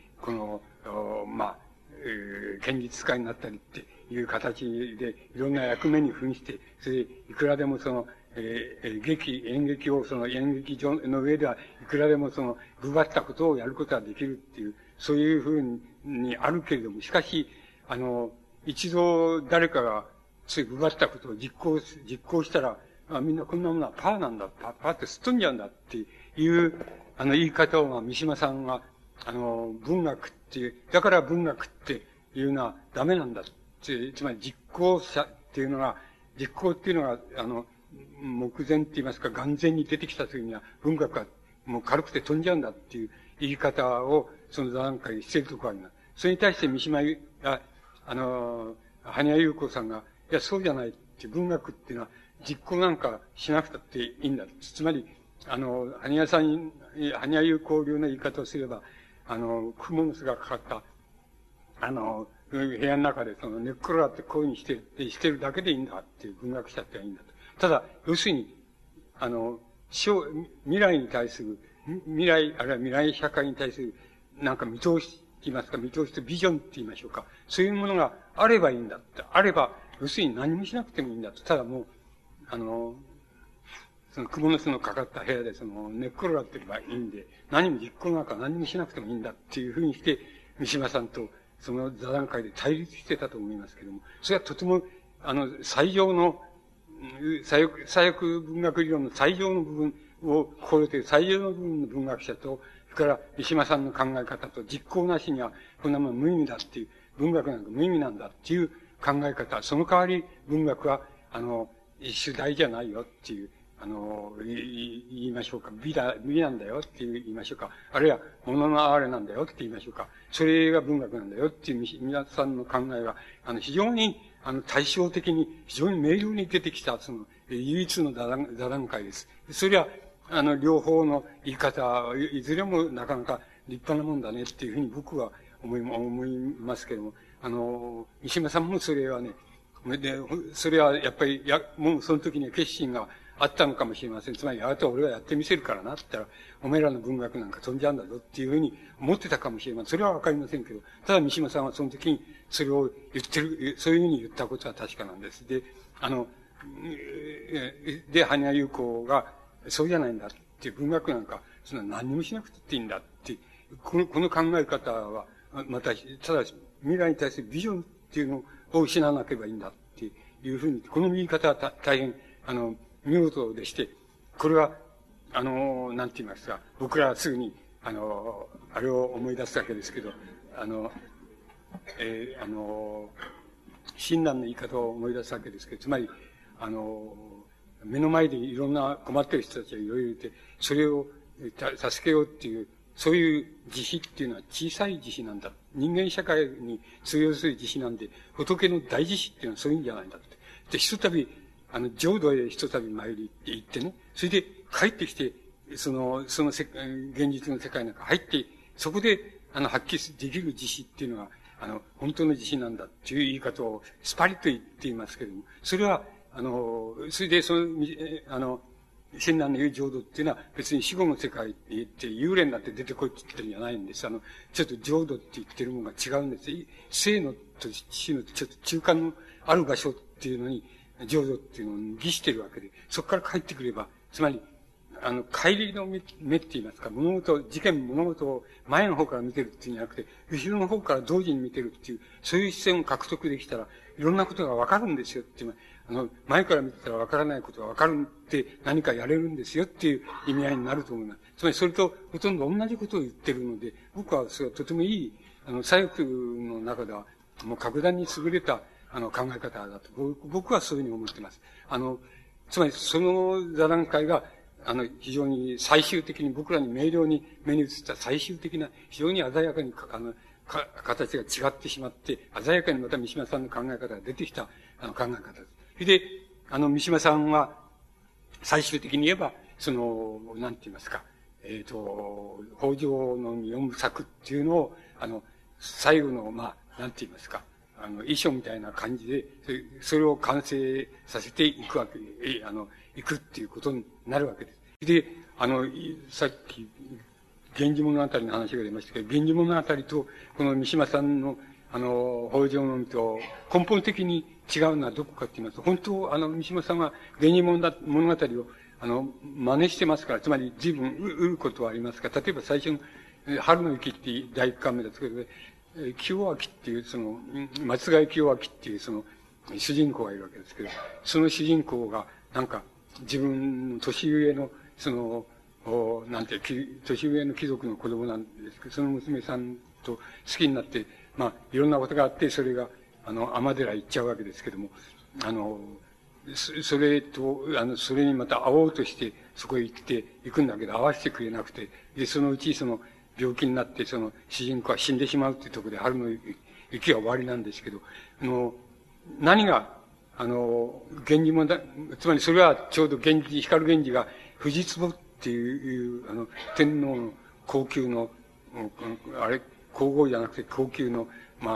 剣術使いになったりっていう形で、いろんな役目に扮して、それで、いくらでも演劇を演劇場の上では、いくらでもグバったことをやることができるっていう、そういうふうにあるけれども、しかし、一度誰かが、そういうグバったことを実行したら、みんなこんなものはパーなんだ、パーってすっ飛んじゃうんだっていう、言い方を、三島さんが、文学っていう、だから文学っていうのはダメなんだって、つまり実行っていうのが、目前って言いますか、眼前に出てきた時には、文学はもう軽くて飛んじゃうんだっていう言い方を、その座談会でしているところがあります。それに対して三島埴谷優子さんが、いや、そうじゃないって、文学っていうのは、実行なんかしなくたっていいんだ。つまり、埴谷優子流の言い方をすれば、蜘蛛の巣がかかった、部屋の中で寝っ転がってこういうふうにしてるだけでいいんだっていう文学者ってはいいんだと。ただ、要するに、未来に対する、あるいは未来社会に対する、なんか見通しって言いますか、見通しとビジョンって言いましょうか。そういうものがあればいいんだって。あれば、要するに何もしなくてもいいんだと。ただもう、蜘蛛の巣のかかった部屋で寝っ転がってればいいんで、実行なんか何もしなくてもいいんだっていうふうにして、三島さんとその座談会で対立してたと思いますけども、それはとても、最上の、左翼文学理論の最上の部分を心得ている最上の部分の文学者と、それから三島さんの考え方と実行なしにはこんなもの無意味だっていう、文学なんか無意味なんだっていう考え方、その代わり文学は、主題じゃないよっていう、言いましょうか。美なんだよって言いましょうか。あるいは、物の哀れなんだよって言いましょうか。それが文学なんだよっていう皆さんの考えが、非常に、対照的に、非常に明瞭に出てきた、唯一の座談会です。それは、両方の言い方、いずれもなかなか立派なもんだねっていうふうに僕は思いますけども、三島さんもそれはね、で、それはやっぱり、もうその時には決心があったのかもしれません。つまり、あなたは俺がやってみせるからなって言ったら、お前らの文学なんか飛んじゃうんだぞっていうふうに思ってたかもしれません。それはわかりませんけど、ただ三島さんはその時にそれを言ってる、そういうふうに言ったことは確かなんです。で、で、羽生優子が、そうじゃないんだっていう文学なんか、そんな何にもしなくていいんだって、この考え方は、また、ただ未来に対するビジョンっていうのを失わなければいいんだっていうふうに、この右方は大変、見事でして、これは、なんて言いますか、僕らはすぐに、あれを思い出すわけですけど、親鸞の言い方を思い出すわけですけど、つまり、目の前でいろんな困っている人たちがいろいろいて、それを助けようっていう、そういう慈悲っていうのは小さい慈悲なんだ。人間社会に通用する慈悲なんで、仏の大慈悲っていうのはそういうんじゃないんだって。で、ひとたび、浄土へひとたび参りって言ってね、それで帰ってきて、現実の世界の中入って、そこで、発揮できる慈悲っていうのは、本当の慈悲なんだっていう言い方をスパリッと言っていますけれども、それは、それで、親鸞の言う浄土っていうのは別に死後の世界って言って幽霊になって出てこいって言ってるんじゃないんです。ちょっと浄土って言ってるものが違うんです。生のと死のちょっと中間のある場所っていうのに浄土っていうのを儀してるわけで、そこから帰ってくれば、つまり、帰りの目って言いますか、物事を前の方から見てるっていうんじゃなくて、後ろの方から同時に見てるっていう、そういう視線を獲得できたら、いろんなことがわかるんですよっていう、前から見てたらわからないことがわかるって何かやれるんですよっていう意味合いになると思います。つまりそれとほとんど同じことを言ってるので、僕はそれはとてもいい、左翼の中ではもう格段に優れた、考え方だと、僕はそういうふうに思ってます。つまりその座談会が、非常に最終的に僕らに明瞭に目に映った最終的な、非常に鮮やかに形が違ってしまって、鮮やかにまた三島さんの考え方が出てきた、考え方です。それで、三島さんは、最終的に言えば、なんて言いますか、北条の四部作っていうのを、最後の、なんて言いますか、遺書みたいな感じで、それを完成させていくわけ、いくっていうことになるわけです。で、さっき、源氏物語の話が出ましたけど、源氏物語と、この三島さんの、北条のと根本的に違うのはどこかって言いますと、本当、三島さんは源氏物語を、真似してますから、つまり随分売ることはありますが、例えば最初の、春の雪って第一巻目ですけど、清明っていう、松ヶ谷清明っていう、主人公がいるわけですけど、その主人公が、なんか、自分の年上の、年上の貴族の子供なんですけど、その娘さんと好きになって、いろんなことがあって、それが、尼寺行っちゃうわけですけども、それにまた会おうとして、そこへ行くんだけど、会わせてくれなくて、で、そのうち病気になって、主人公は死んでしまうっていうところで、春の雪は終わりなんですけど、何が、源氏もつまりそれはちょうど光源氏が、藤壺っていう、天皇の高級の、皇后じゃなくて高級の、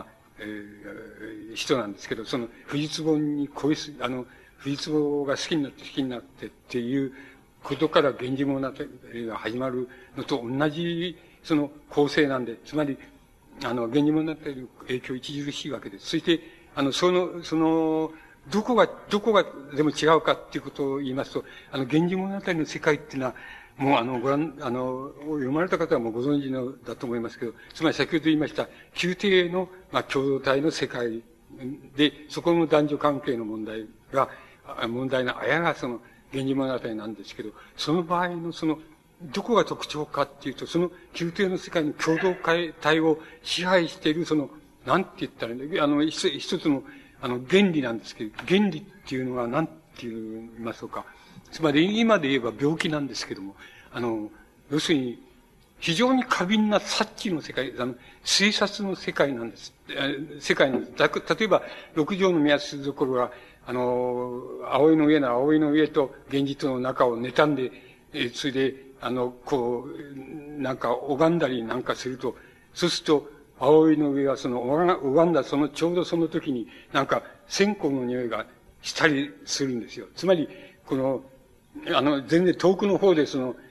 人なんですけど、その藤壺に藤壺が好きになってっていうことから源氏物語が始まるのと同じ、構成なんで、つまり、源氏物語の影響著しいわけです。そして、どこがでも違うかっていうことを言いますと、源氏物語の世界っていうのは、もう読まれた方はもうご存知のだと思いますけど、つまり先ほど言いました、宮廷の、共同体の世界で、そこの男女関係の問題のあやが源氏物語なんですけど、その場合のどこが特徴かっていうと、その宮廷の世界の共同体を支配している、なんて言ったらいいんだ、一つの、原理なんですけど、原理っていうのは何て言いましょうか。つまり今で言えば病気なんですけども、要するに、非常に過敏な察知の世界、推察の世界なんです。例えば、六条の目安どころが、葵の上と源氏との中を妬んで、それで、なんか拝んだりなんかすると、そうすると、葵の上は拝んだちょうどその時に、なんか線香の匂いがしたりするんですよ。つまり、 全然遠くの方で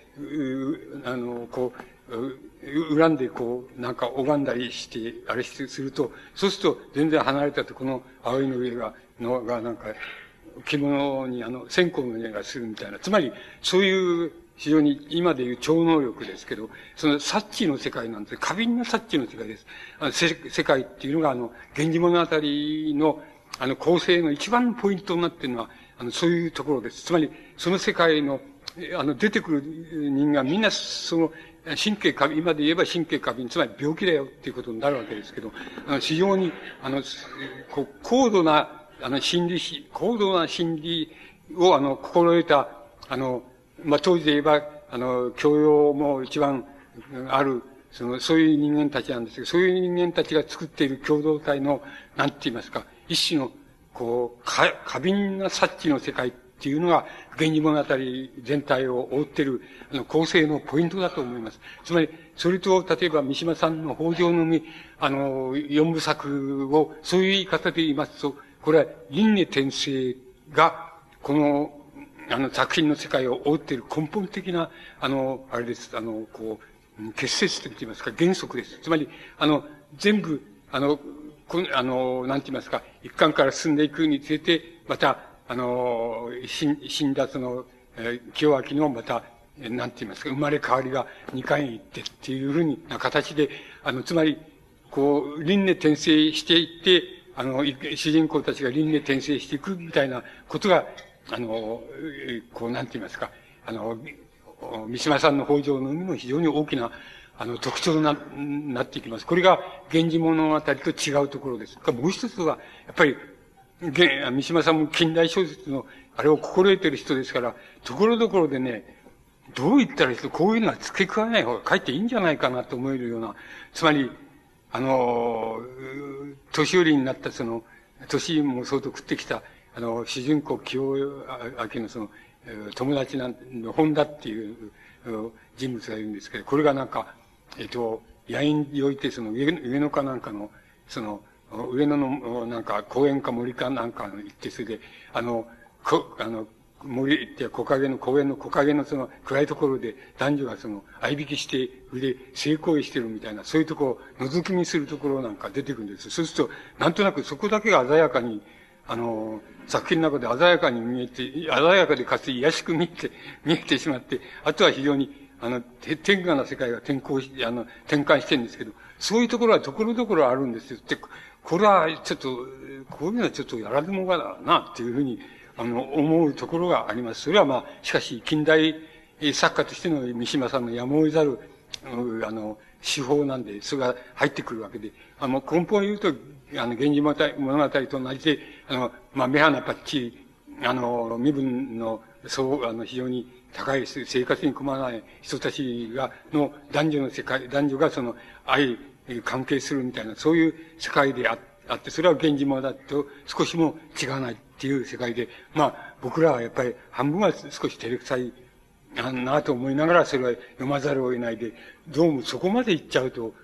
恨んでなんか拝んだりして、あれすると、そうすると全然離れたとこの葵の上がなんか、着物に線香の匂いがするみたいな。つまり、そういう非常に今でいう超能力ですけど、その察知の世界なんです。過敏な察知の世界です。世界っていうのが源氏物語の構成の一番のポイントになっているのは、そういうところです。つまり、その世界の、出てくる人間はみんな神経過敏、今で言えば神経過敏、つまり病気だよっていうことになるわけですけど、非常に、高度な、高度な心理を、心得た、当時で言えば、教養も一番ある、そういう人間たちなんですけど、そういう人間たちが作っている共同体の、なんて言いますか、一種の、過敏な察知の世界っていうのが、源氏物語全体を覆っている、構成のポイントだと思います。つまり、それと、例えば、三島さんの北条の海、四部作を、そういう言い方で言いますと、これは、輪廻転生が、この、作品の世界を覆っている根本的な、あれです、結節と言いますか、原則です。つまり、全部、なんて言いますか、一巻から進んでいくにつれて、また、死んだ清明のまた、なんて言いますか、生まれ変わりが二回に行ってっていうふうな形で、つまり、輪廻転生していって、主人公たちが輪廻転生していくみたいなことが、なんて言いますか、三島さんの北条の海の非常に大きな、特徴になっていきます。これが、源氏物語と違うところです。もう一つは、やっぱり、三島さんも近代小説の、あれを心得てる人ですから、ところどころでね、どう言ったらいいと、こういうのは付け加えない方が書いていいんじゃないかなと思えるような、つまり、年寄りになった年も相当食ってきた、主人公清明の友達の本田っていう人物がいるんですけど、これがなんか、野院において上野かなんかの、上野のなんか公園か森かなんかの行って、それで、森って木陰の公園の木陰の暗いところで男女が相引きして、で、性行為してるみたいな、そういうところを覗き見するところなんか出てくるんです。そうすると、なんとなくそこだけが鮮やかに、作品の中で鮮やかに見えて、鮮やかでかつ癒しく見えてしまって、あとは非常に、天下な世界が転換してるんですけど、そういうところはところどころあるんですよ。これはちょっと、こういうのはちょっとやらずもがだな、っていうふうに、思うところがあります。それはしかし、近代作家としての三島さんのやむを得ざる、手法なんで、それが入ってくるわけで、根本を言うと、源氏物語と同じで、目鼻パッチリ、身分の、非常に高い生活に困らない人たち男女が関係するみたいな、そういう世界であって、それは源氏物語と少しも違わないっていう世界で、僕らはやっぱり半分は少し照れくさいなと思いながら、それは読まざるを得ないで、どうもそこまで行っちゃうと、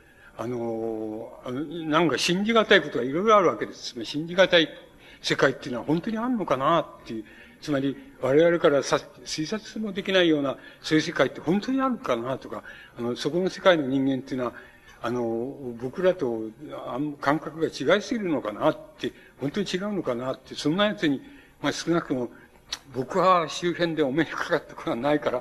なんか信じがたいことがいろいろあるわけです。信じがたい世界っていうのは本当にあるのかなっていう。つまり、我々から推察もできないような、そういう世界って本当にあるかなとか、そこの世界の人間っていうのは、僕らと感覚が違いすぎるのかなって、本当に違うのかなって、そんなやつに、少なくとも、僕は周辺でお目にかかったことがないから、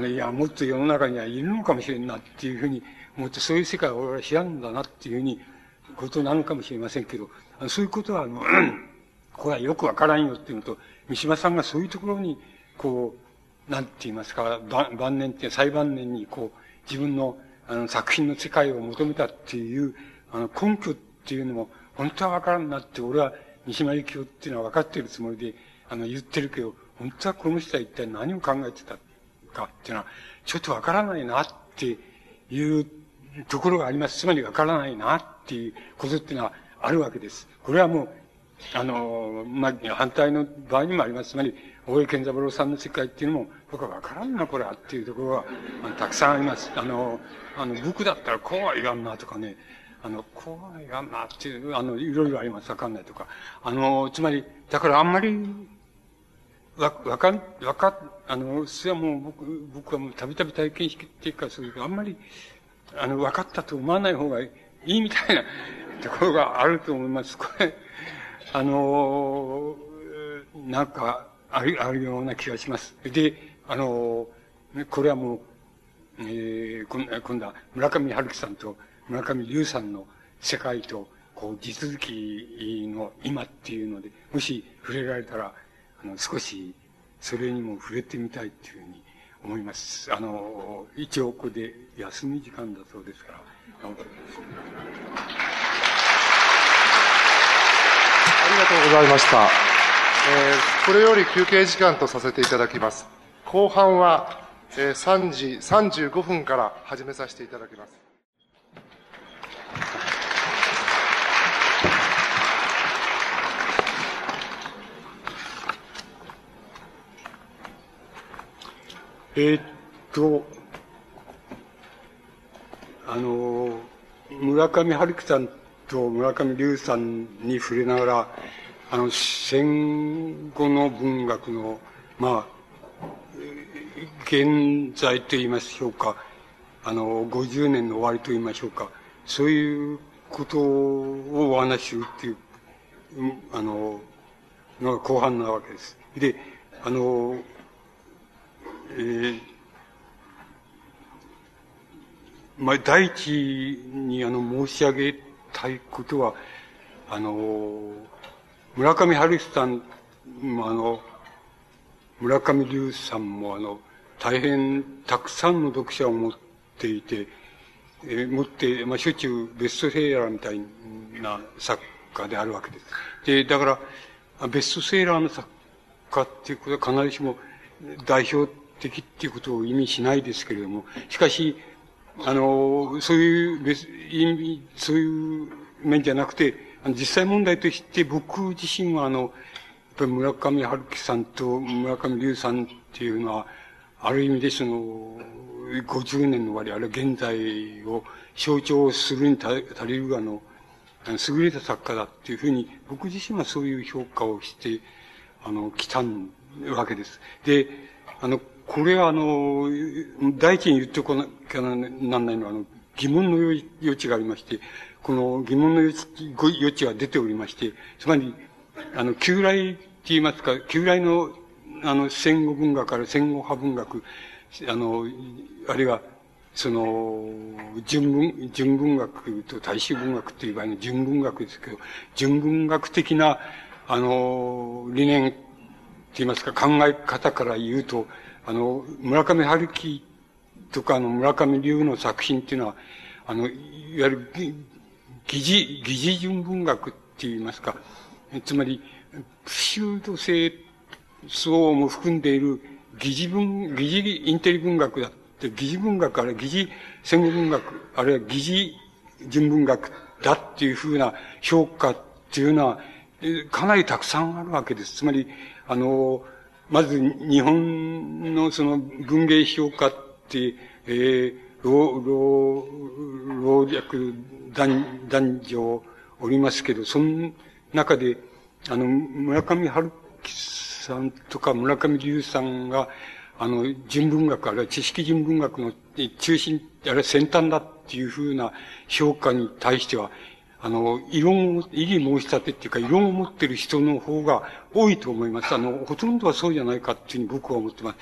いや、もっと世の中にはいるのかもしれんなっていうふうに、もっとそういう世界を俺は知らんだなっていうふうに、ことなのかもしれませんけど、そういうことは、これはよくわからんよっていうのと、三島さんがそういうところに、なんて言いますか、晩年って最晩年に、自分の、作品の世界を求めたっていう、根拠っていうのも、本当はわからんなって、俺は三島由紀夫っていうのは分かっているつもりで、言ってるけど、本当はこの人は一体何を考えてたかっていうのは、ちょっとわからないなっていうところがあります。つまりわからないなっていうことっていうのはあるわけです。これはもう、反対の場合にもあります。つまり、大江健三郎さんの世界っていうのも、僕はわからんな、これはっていうところが、たくさんあります。僕だったらこうは言わんなとかね、こうは言わんなっていう、いろいろあります。わかんないとか。つまり、だからあんまり、 それはもう僕はもうたびたび体験してからすると、あんまり、分かったと思わない方がいいみたいなところがあると思います。これ、なんか、あるような気がします。で、これはもう、今度は村上春樹さんと村上龍さんの世界と、こう、地続きの今っていうので、もし触れられたら、少し、それにも触れてみたいっていうふうに思います。一応ここで休み時間だそうですから。
ありがとうございました。これより休憩時間とさせていただきます。後半は、3時35分から始めさせていただきます。
村上春樹さんと村上龍さんに触れながら、戦後の文学の、まあ、現在と言いましょうか、50年の終わりと言いましょうか、そういうことをお話しするっていう、のが後半なわけです。で、まあ、第一に申し上げたいことは、村上春樹さんも村上龍さんも大変たくさんの読者を持っていて、まあ、しょっちゅうベストセーラーみたいな作家であるわけです。で、だから、ベストセーラーの作家っていうことは必ずしも代表的っていうことを意味しないですけれども、しかし、そういう面じゃなくて、実際問題として僕自身はやっぱり村上春樹さんと村上龍さんっていうのは、ある意味で50年の終わり、あるいは現在を象徴するに足りる優れた作家だっていうふうに、僕自身はそういう評価をして、来たわけです。で、これは第一に言っておかなきゃなんないのは、疑問の余地がありまして、この疑問の余地が出ておりまして、つまり、旧来って言いますか、旧来の、戦後文学ある戦後派文学、あるいは、純文学と大衆文学っていう場合の純文学ですけど、純文学的な、理念って言いますか、考え方から言うと、村上春樹とか村上龍の作品っていうのは、いわゆる疑似純文学って言いますか、つまり、プシュード性層も含んでいる疑似インテリ文学だって、疑似文学あるいは疑似戦後文学、あるいは疑似純文学だっていうふうな評価っていうのは、かなりたくさんあるわけです。つまり、まず日本の文芸評価って、老若男女おりますけど、その中で、村上春樹さんとか村上龍さんが、純文学、あるいは知識人文学の中心、あるいは先端だっていうふうな評価に対しては、異議申し立てっていうか、異論を持っている人の方が多いと思います。ほとんどはそうじゃないかっていうふうに僕は思ってます。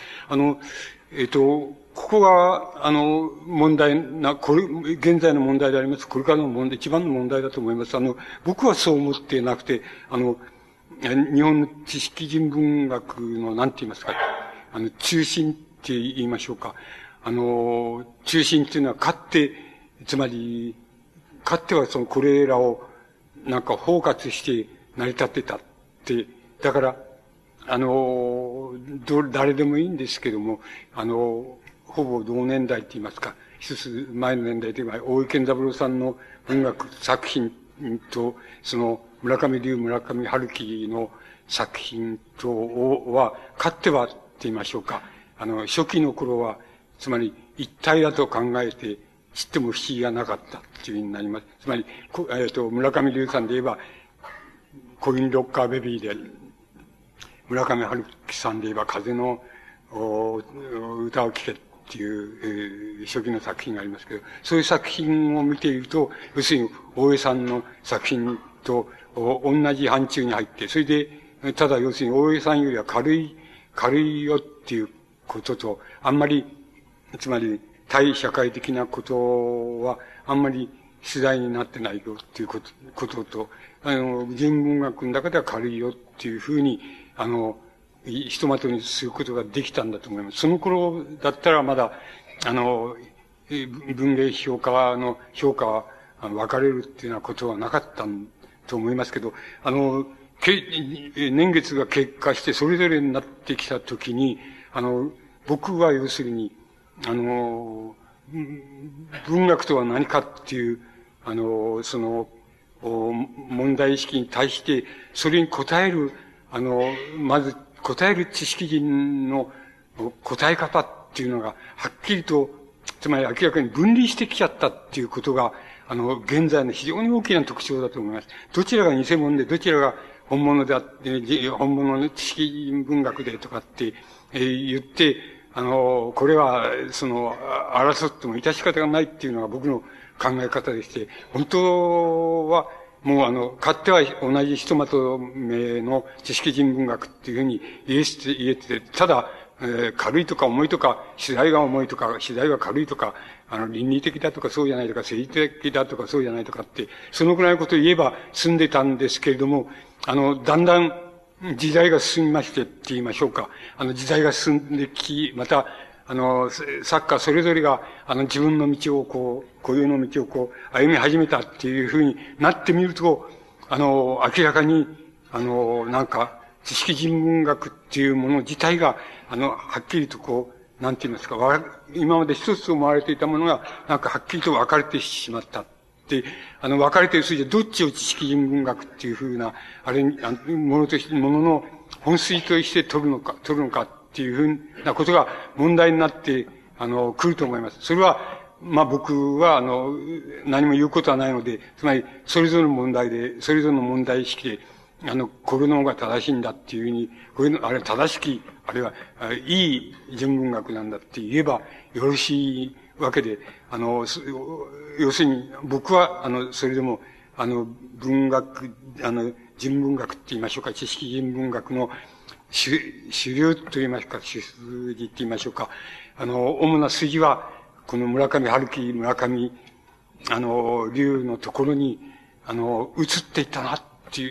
ここが、問題現在の問題であります。これからの一番の問題だと思います。僕はそう思ってなくて、日本の知識人文学の、なんて言いますか、中心って言いましょうか。中心っていうのは、つまり、かつてはこれらを、なんか包括して成り立ってたって、だから、誰でもいいんですけども、ほぼ同年代って言いますか、一つ前の年代というか、大井健三郎さんの文学作品と、村上龍、村上春樹の作品とは、かつてはって言いましょうか、初期の頃は、つまり一体だと考えて、知っても不思議がなかったっていうふうになります。つまり、村上龍さんで言えば、コインロッカーベビーで、 村上春樹さんで言えば、風の歌を聴けっていう、初期の作品がありますけど、そういう作品を見ていると、要するに大江さんの作品と同じ範疇に入って、それで、ただ要するに大江さんよりは軽いよっていうことと、あんまり、つまり対社会的なことはあんまり主題になってないよっていうことと、人文学の中では軽いよっていうふうに、ひとまとにすることができたんだと思います。その頃だったらまだ、文芸評価の評価は、分かれるっていうようなことはなかったと思いますけど、年月が経過してそれぞれになってきたときに、僕は要するに、文学とは何かっていう、問題意識に対して、それに答える、まず答える知識人の答え方っていうのが、はっきりと、つまり明らかに分離してきちゃったっていうことが、現在の非常に大きな特徴だと思います。どちらが偽物で、どちらが本物であって、本物の知識人文学でとかって、言って、これは、争っても致し方がないっていうのが僕の考え方でして、本当は、もう勝手は同じひとまとめの知識人文学っていうふうに言えて、ただ、軽いとか重いとか、次第が重いとか、次第が軽いとか、倫理的だとかそうじゃないとか、政治的だとかそうじゃないとかって、そのくらいのことを言えば済んでたんですけれども、だんだん時代が進みましてって言いましょうか。時代が進んでき、また、作家それぞれが、自分の道を固有の道を歩み始めたっていうふうになってみると、明らかに、なんか、知識人文学っていうもの自体が、はっきりとなんて言いますか、今まで一つと思われていたものが、なんかはっきりと分かれてしまった。で、分かれている数字でどっちを知識人文学っていうふうな、ものの本筋として取るのかっていうふうなことが問題になって、来ると思います。それは、まあ僕は、何も言うことはないので、つまり、それぞれの問題意識で、これの方が正しいんだっていうふうに、あれは正しき、あるいは、いい人文学なんだって言えばよろしいわけで、要するに、僕は、それでも、文学、人文学って言いましょうか、知識人文学の主流と言いましょうか、主筋って言いましょうか、主な筋は、この村上春樹、村上、龍のところに、移っていったなっていう、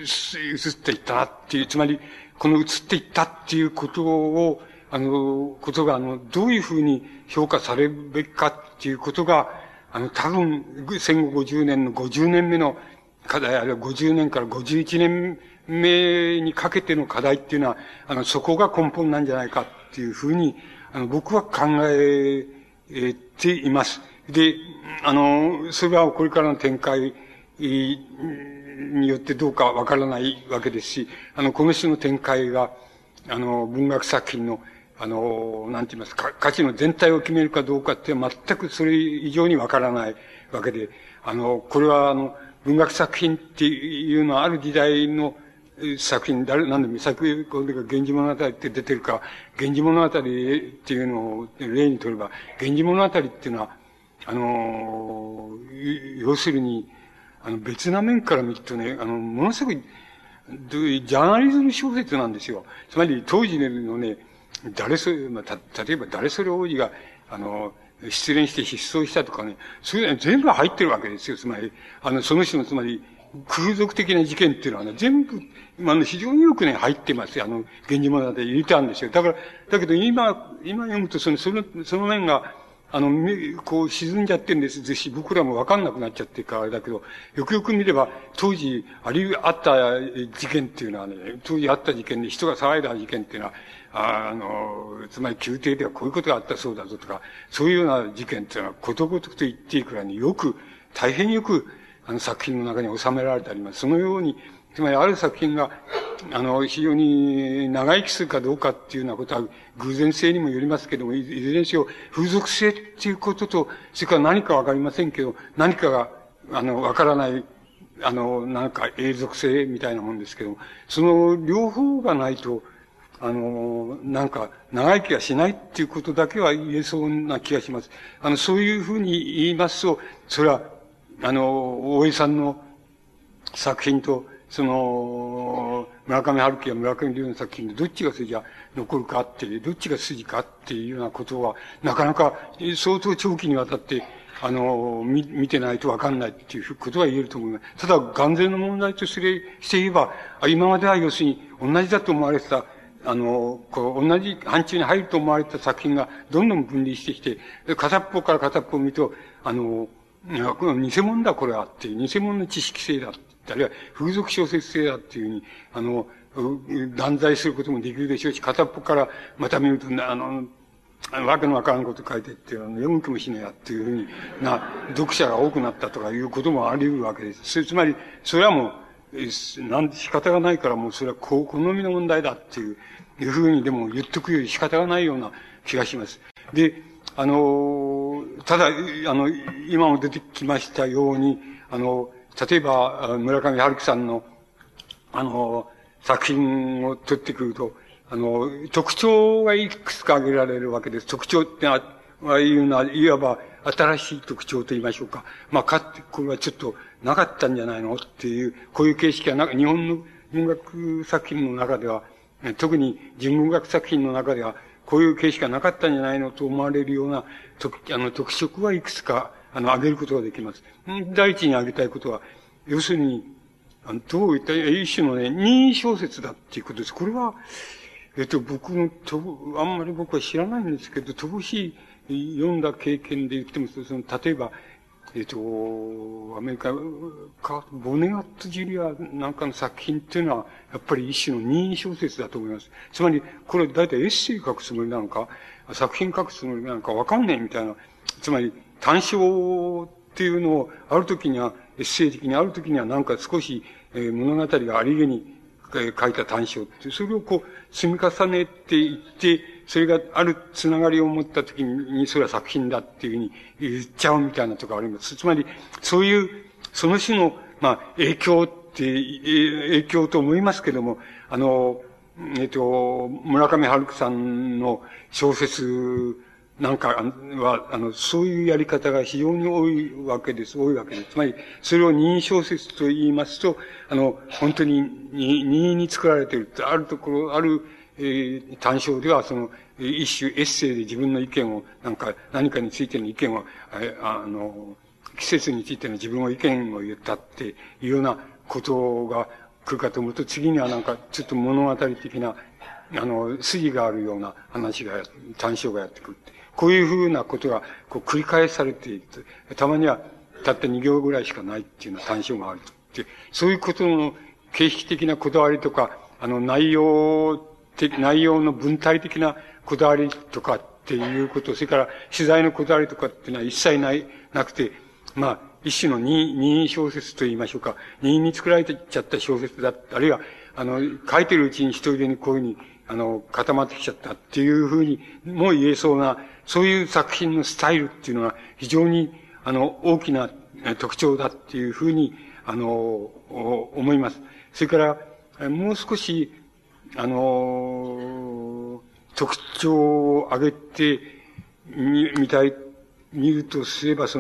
つまり、この移っていったっていうことを、ことが、どういうふうに評価されるべきかっていうことが、多分、戦後50年の50年目の課題、あるいは50年から51年目にかけての課題っていうのは、そこが根本なんじゃないかっていうふうに、僕は考えています。で、それはこれからの展開によってどうかわからないわけですし、この種の展開が、文学作品の、なんて言いますか、価値の全体を決めるかどうかって全くそれ以上にわからないわけで、これは文学作品っていうのはある時代の作品、なんでも、これが源氏物語って出てるか、源氏物語っていうのを例にとれば、源氏物語っていうのは、要するに、別な面から見るとね、ものすごい、ジャーナリズム小説なんですよ。つまり、当時のね、例えば誰それ王子が、失恋して失踪したとかね、そういうの全部入ってるわけですよ。つまり、その人の、つまり、空賊的な事件っていうのはね、全部、非常によくね、入ってますよ。源氏物語で入れてあるんですよ。だけど今読むと、その面が、沈んじゃってるんですし、僕らもわかんなくなっちゃってるからあれだけど、よくよく見れば、当時、あった事件っていうのはね、当時あった事件で人が騒いだ事件っていうのは、つまり宮廷ではこういうことがあったそうだぞとか、そういうような事件っていうのはことごとくと言っていくらに大変よく、作品の中に収められてあります。そのように、つまりある作品が、非常に長生きするかどうかっていうようなことは偶然性にもよりますけども、いずれにしろ風俗性っていうことと、それから何かわかりませんけど、何かが、わからない、なんか永続性みたいなもんですけども、その両方がないと、 なんか、長生きはしないっていうことだけは言えそうな気がします。そういうふうに言いますと、それは、大江さんの作品と、村上春樹や村上龍の作品でどっちが筋が残るかっていう、どっちが筋かっていうようなことは、なかなか相当長期にわたって、見てないとわかんないっていうことは言えると思います。ただ、眼前の問題として言えば、今までは要するに同じだと思われてた、同じ範疇に入ると思われてた作品がどんどん分離してきて、片っぽから片っぽを見ると、この偽物だこれはっていう、偽物の知識性だ。あるいは風俗小説性だっていうふうに、断罪することもできるでしょうし、片っぽからまた見ると、わけのわからんこと書いてって、読む気もしねえやっていうふうに読者が多くなったとかいうこともあり得るわけです。つまり、それはもう、仕方がないからもうそれは好みの問題だっていうふうにでも言っとくより仕方がないような気がします。で、ただ、今も出てきましたように、例えば、村上春樹さんの、作品を取ってくると、特徴がいくつか挙げられるわけです。特徴っていうのは、いわば新しい特徴と言いましょうか。これはちょっとなかったんじゃないのっていう、こういう形式は日本の文学作品の中では、特に人文学作品の中では、こういう形式がなかったんじゃないのと思われるような特色はいくつか、挙げることができます。第一に挙げたいことは、要するに、どういった一種のね、任意小説だっていうことです。これは、あんまり僕は知らないんですけど、乏しい読んだ経験で言っても、例えば、アメリカ、ボネガット・ジュリアなんかの作品っていうのは、やっぱり一種の任意小説だと思います。つまり、これ大体エッセイ書くつもりなのか、作品書くつもりなのかわかんないみたいな。つまり、単章っていうのを、ある時にはエッセイ的に、ある時にはなんか少し、物語がありげに書いた単章って、それを積み重ねていって、それがあるつながりを持った時に、それは作品だっていうふうに言っちゃうみたいなところあります。つまり、そういう、その種の、影響と思いますけども、村上春樹さんの小説なんかは、そういうやり方が非常に多いわけです。つまり、それを任意小説と言いますと、本当に任意に作られている。あるところ、単章では、一種エッセイで自分の意見を、何かについての意見を、季節についての自分の意見を言ったっていうようなことが来るかと思うと、次にはちょっと物語的な、筋があるような単章がやってくる。こういうふうなことが、繰り返されている。たまには、たった2行ぐらいしかないっていうような単章があると。そういうことの形式的なこだわりとか、内容の文体的なこだわりとかっていうこと、それから取材のこだわりとかっていうのは一切なくて、一種の任意小説と言いましょうか。任意に作られてちゃった小説だった。あるいは、書いてるうちに一人でにこういうふうに、固まってきちゃったっていうふうにも言えそうな、そういう作品のスタイルっていうのは非常に、大きな特徴だっていうふうに、思います。それから、もう少し、特徴を挙げて見るとすれば、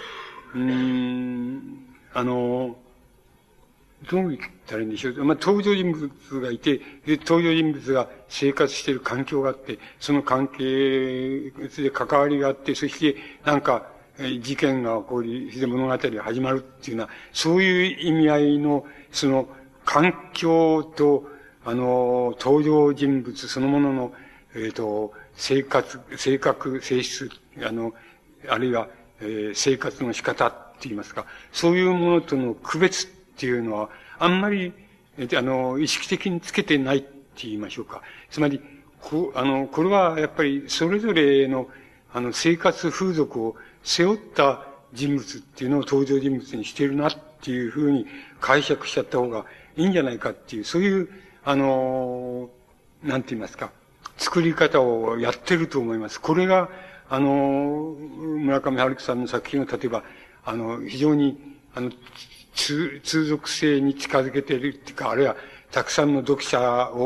どう言ったらいいんでしょう。登場人物がいて、で、登場人物が生活している環境があって、その関係で関わりがあって、そして、事件が起こり、それで物語が始まるっていうような、そういう意味合いの、環境と、登場人物そのものの、性格、性質、あるいは、生活の仕方って言いますか、そういうものとの区別っていうのは、あんまり、意識的につけてないって言いましょうか。つまり、これはやっぱりそれぞれの、生活風俗を背負った人物っていうのを登場人物にしているなっていうふうに解釈しちゃった方がいいんじゃないかっていう、そういう、なんて言いますか、作り方をやってると思います。これが、村上春樹さんの作品を例えば、非常に、通俗性に近づけているっていうか、あるいは、たくさんの読者を、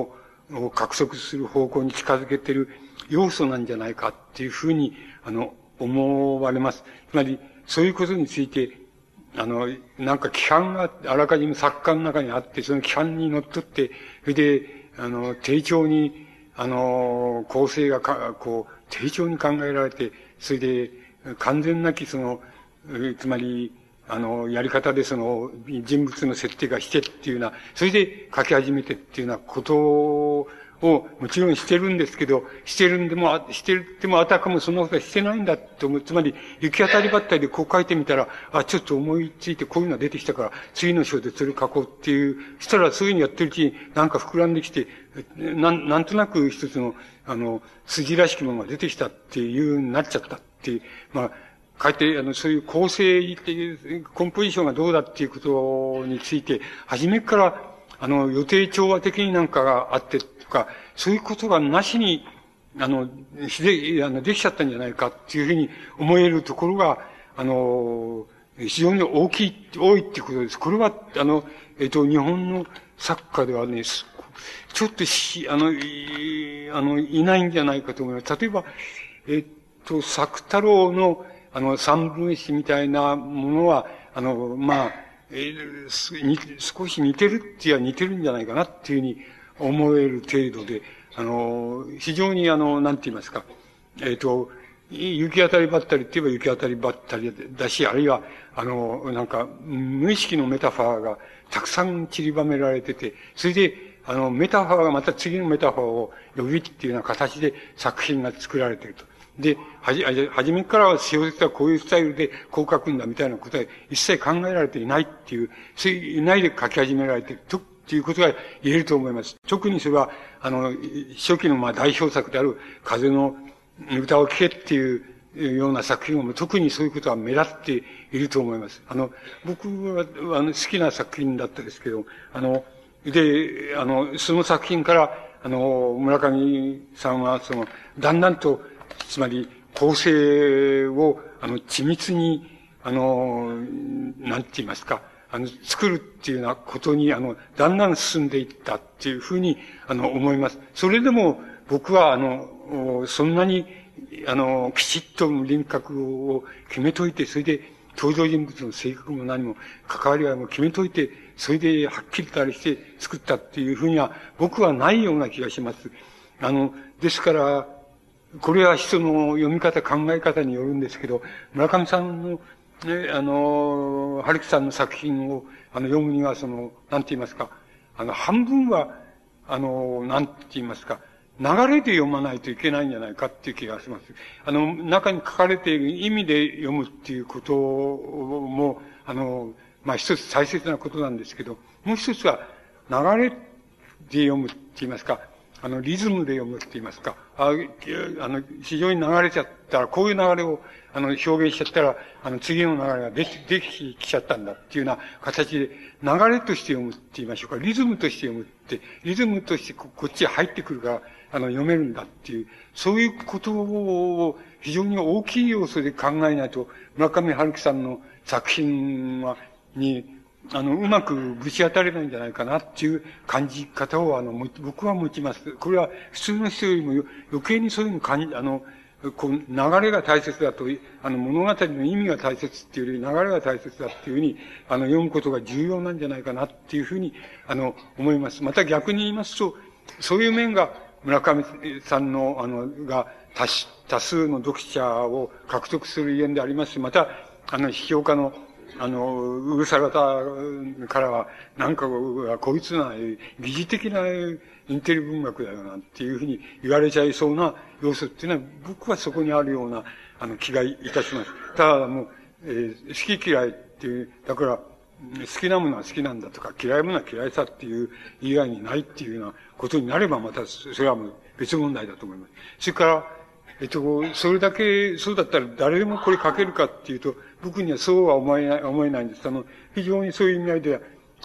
を獲得する方向に近づけている要素なんじゃないかっていうふうに、思われます。つまり、そういうことについて、なんか規範があらかじめ作家の中にあって、その規範にのっとって、それで、丁重に、構成が丁重に考えられて、それで、完全なきつまり、やり方で人物の設定がしてっていうような、それで書き始めてっていうようなことを、もちろんしてるんですけど、してってもあたかもそんなことはしてないんだと思う。つまり、行き当たりばったりでこう書いてみたら、ちょっと思いついてこういうのが出てきたから、次の章でそれ書こうっていう、したらそういうふうにやってるうちになんか膨らんできて、なんとなく一つの、筋らしきものが出てきたっていうになっちゃったっていう、かえってそういう構成っていう、コンポジションがどうだっていうことについて、初めから、予定調和的になんかがあってとか、そういうことがなしに、できちゃったんじゃないかっていうふうに思えるところが、非常に多いっていうことです。これは、日本の作家ではね、ちょっといないんじゃないかと思います。例えば、作太郎の、三分子みたいなものは、少し似てるって言えば似てるんじゃないかなっていうふうに思える程度で、非常になんて言いますか、行き当たりばったりって言えば行き当たりばったりだし、あるいは、なんか、無意識のメタファーがたくさん散りばめられてて、それで、メタファーがまた次のメタファーを呼びっていうような形で作品が作られていると。で、初めから小説はこういうスタイルでこう書くんだみたいなことは一切考えられていないっていう、そういういないで書き始められているっていうことが言えると思います。特にそれは、初期の代表作である風の歌を聴けっていうような作品も特にそういうことは目立っていると思います。僕は、好きな作品だったですけど、で、その作品から、村上さんは、だんだんと、つまり、構成を、緻密に、なんて言いますか、作るっていうようなことに、だんだん進んでいったっていうふうに、思います。それでも、僕は、そんなに、きちっと輪郭を決めといて、それで、登場人物の性格も何も、関わりも決めといて、それで、はっきりとあれして作ったっていうふうには、僕はないような気がします。ですから、これは人の読み方、考え方によるんですけど、村上さんの、ね、春樹さんの作品を、読むには、なんて言いますか、半分は、なんて言いますか、流れで読まないといけないんじゃないかっていう気がします。中に書かれている意味で読むっていうことも、一つ大切なことなんですけど、もう一つは、流れで読むって言いますか、リズムで読むって言いますか、非常に流れちゃったら、こういう流れを、表現しちゃったら、次の流れができちゃったんだっていうような形で、流れとして読むって言いましょうか、リズムとして読むって、リズムとしてこっちへ入ってくるから、読めるんだっていう、そういうことを非常に大きい要素で考えないと、村上春樹さんの作品に、うまくぶち当たれないんじゃないかなっていう感じ方を、僕は持ちます。これは普通の人よりも余計にそういうの流れが大切だと、物語の意味が大切っていうより流れが大切だっていうふうに、読むことが重要なんじゃないかなっていうふうに、思います。また逆に言いますと、そういう面が村上さんの、が多数の読者を獲得するゆえんでありますし、また、批評家のうるさ方からは、なんか、こいつな、疑似的なインテリ文学だよな、っていうふうに言われちゃいそうな要素っていうのは、僕はそこにあるような、気がいたします。ただ、好き嫌いっていう、だから、好きなものは好きなんだとか、嫌いなものは嫌いさっていう以外にないっていうようなことになれば、また、それはもう別問題だと思います。それから、それだけ、そうだったら誰でもこれ書けるかっていうと、僕にはそうは思えないんです。非常にそういう意味合いで、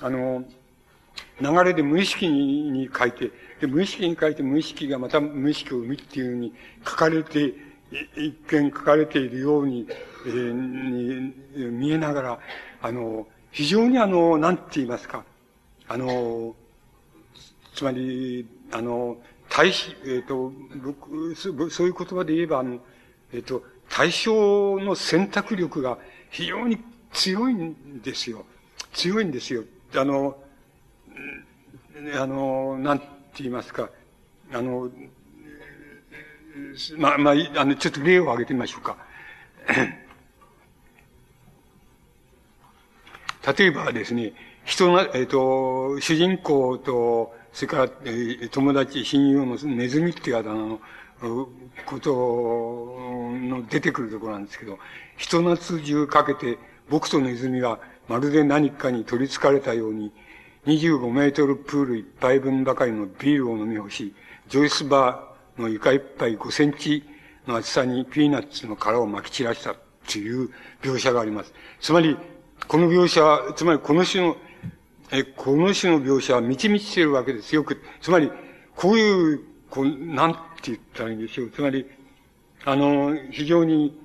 流れで無意識に書いて、で、無意識に書いて無意識がまた無意識を生みっていうふうに書かれて、一見書かれているように、見えながら、非常になんて言いますか、 つまり、対比、そういう言葉で言えば、対象の選択力が非常に強いんですよ。強いんですよ。なんて言いますか、ちょっと例を挙げてみましょうか。例えばですね、主人公と、それから、友達、親友のネズミっていうあだ名の、ことの出てくるところなんですけど、ひと夏中かけて僕とネズミはまるで何かに取り憑かれたように、25メートルプール一杯分ばかりのビールを飲み干し、ジョイスバーの床一杯5センチの厚さにピーナッツの殻を撒き散らしたという描写があります。つまり、この描写、つまりこの種の描写は満ち満ちているわけですよ。つまり、こういう、なんて言ったらいいんでしょう。つまり、非常に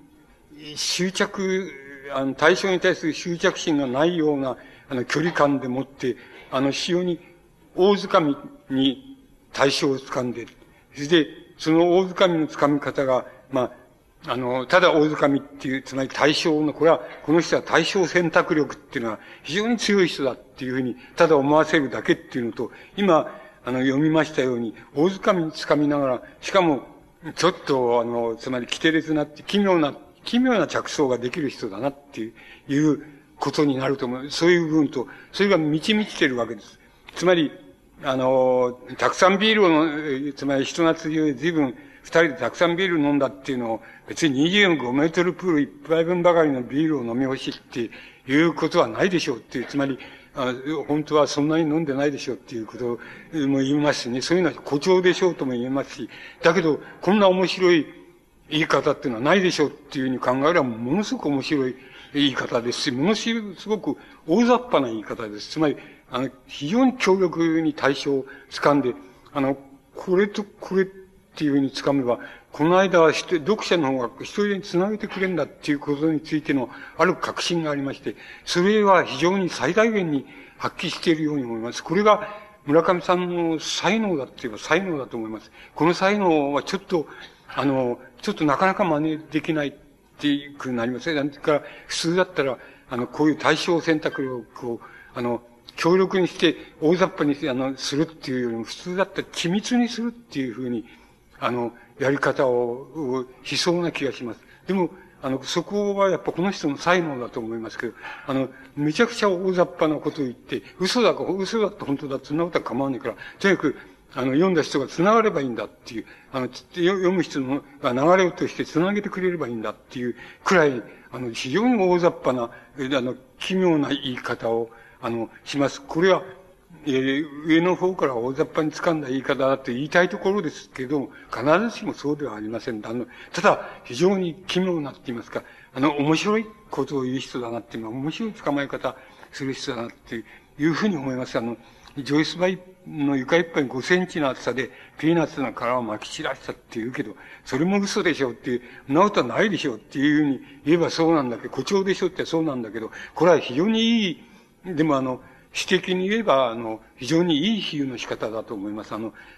対象に対する執着心がないような、距離感でもって、非常に大掴みに対象を掴んで、そして、その大掴みの掴み方が、ただ大掴みっていう、つまり対象の、この人は対象選択力っていうのは非常に強い人だっていうふうに、ただ思わせるだけっていうのと、今、読みましたように、大掴みに掴みながら、しかも、ちょっと、つまり、奇烈なって、奇妙な着想ができる人だなっていうことになると思う。そういう部分と、それが満ち満ちてるわけです。つまり、たくさんビールをつまり、ひと夏中随分、二人でたくさんビール飲んだっていうのを、別に25メートルプール一杯分ばかりのビールを飲み干しっていうことはないでしょうっていう、つまり、本当はそんなに飲んでないでしょうっていうことも言いますしね、そういうのは誇張でしょうとも言えますし、だけど、こんな面白い言い方っていうのはないでしょうっていうふうに考えれば、ものすごく面白い言い方ですし、ものすごく大雑把な言い方です。つまり、非常に強力に対象を掴んで、これとこれっていうふうに掴めば、この間は読者の方が一人に繋げてくれんだっていうことについてのある確信がありまして、それは非常に最大限に発揮しているように思います。これが村上さんの才能だって言えば才能だと思います。この才能はちょっとなかなか真似できないっていうふうになりますね。だから普通だったら、こういう対象選択力を、強力にして、大雑把にして、するっていうよりも、普通だったら緻密にするっていうふうに、やり方をしそうな気がします。でも、そこはやっぱこの人の才能だと思いますけど、めちゃくちゃ大雑把なことを言って、嘘だって本当だ、そんなことは構わないから、とにかく、読んだ人が繋がればいいんだっていう、読む人が流れをとして繋げてくれればいいんだっていうくらい、非常に大雑把な、奇妙な言い方を、します。これは、上の方から大雑把に掴んだ言い方だって言いたいところですけど、必ずしもそうではありません。ただ、非常に奇妙なって言いますか、面白いことを言う人だなっていうのは、面白い捕まえ方する人だなっていうふうに思います。ジョイスバイの床一杯5センチの厚さで、ピーナッツの殻を撒き散らしたって言うけど、それも嘘でしょっていう、そんなことはないでしょっていうふうに言えばそうなんだけど、誇張でしょってそうなんだけど、これは非常にいい、でも詩的に言えば、非常にいい比喩の仕方だと思います。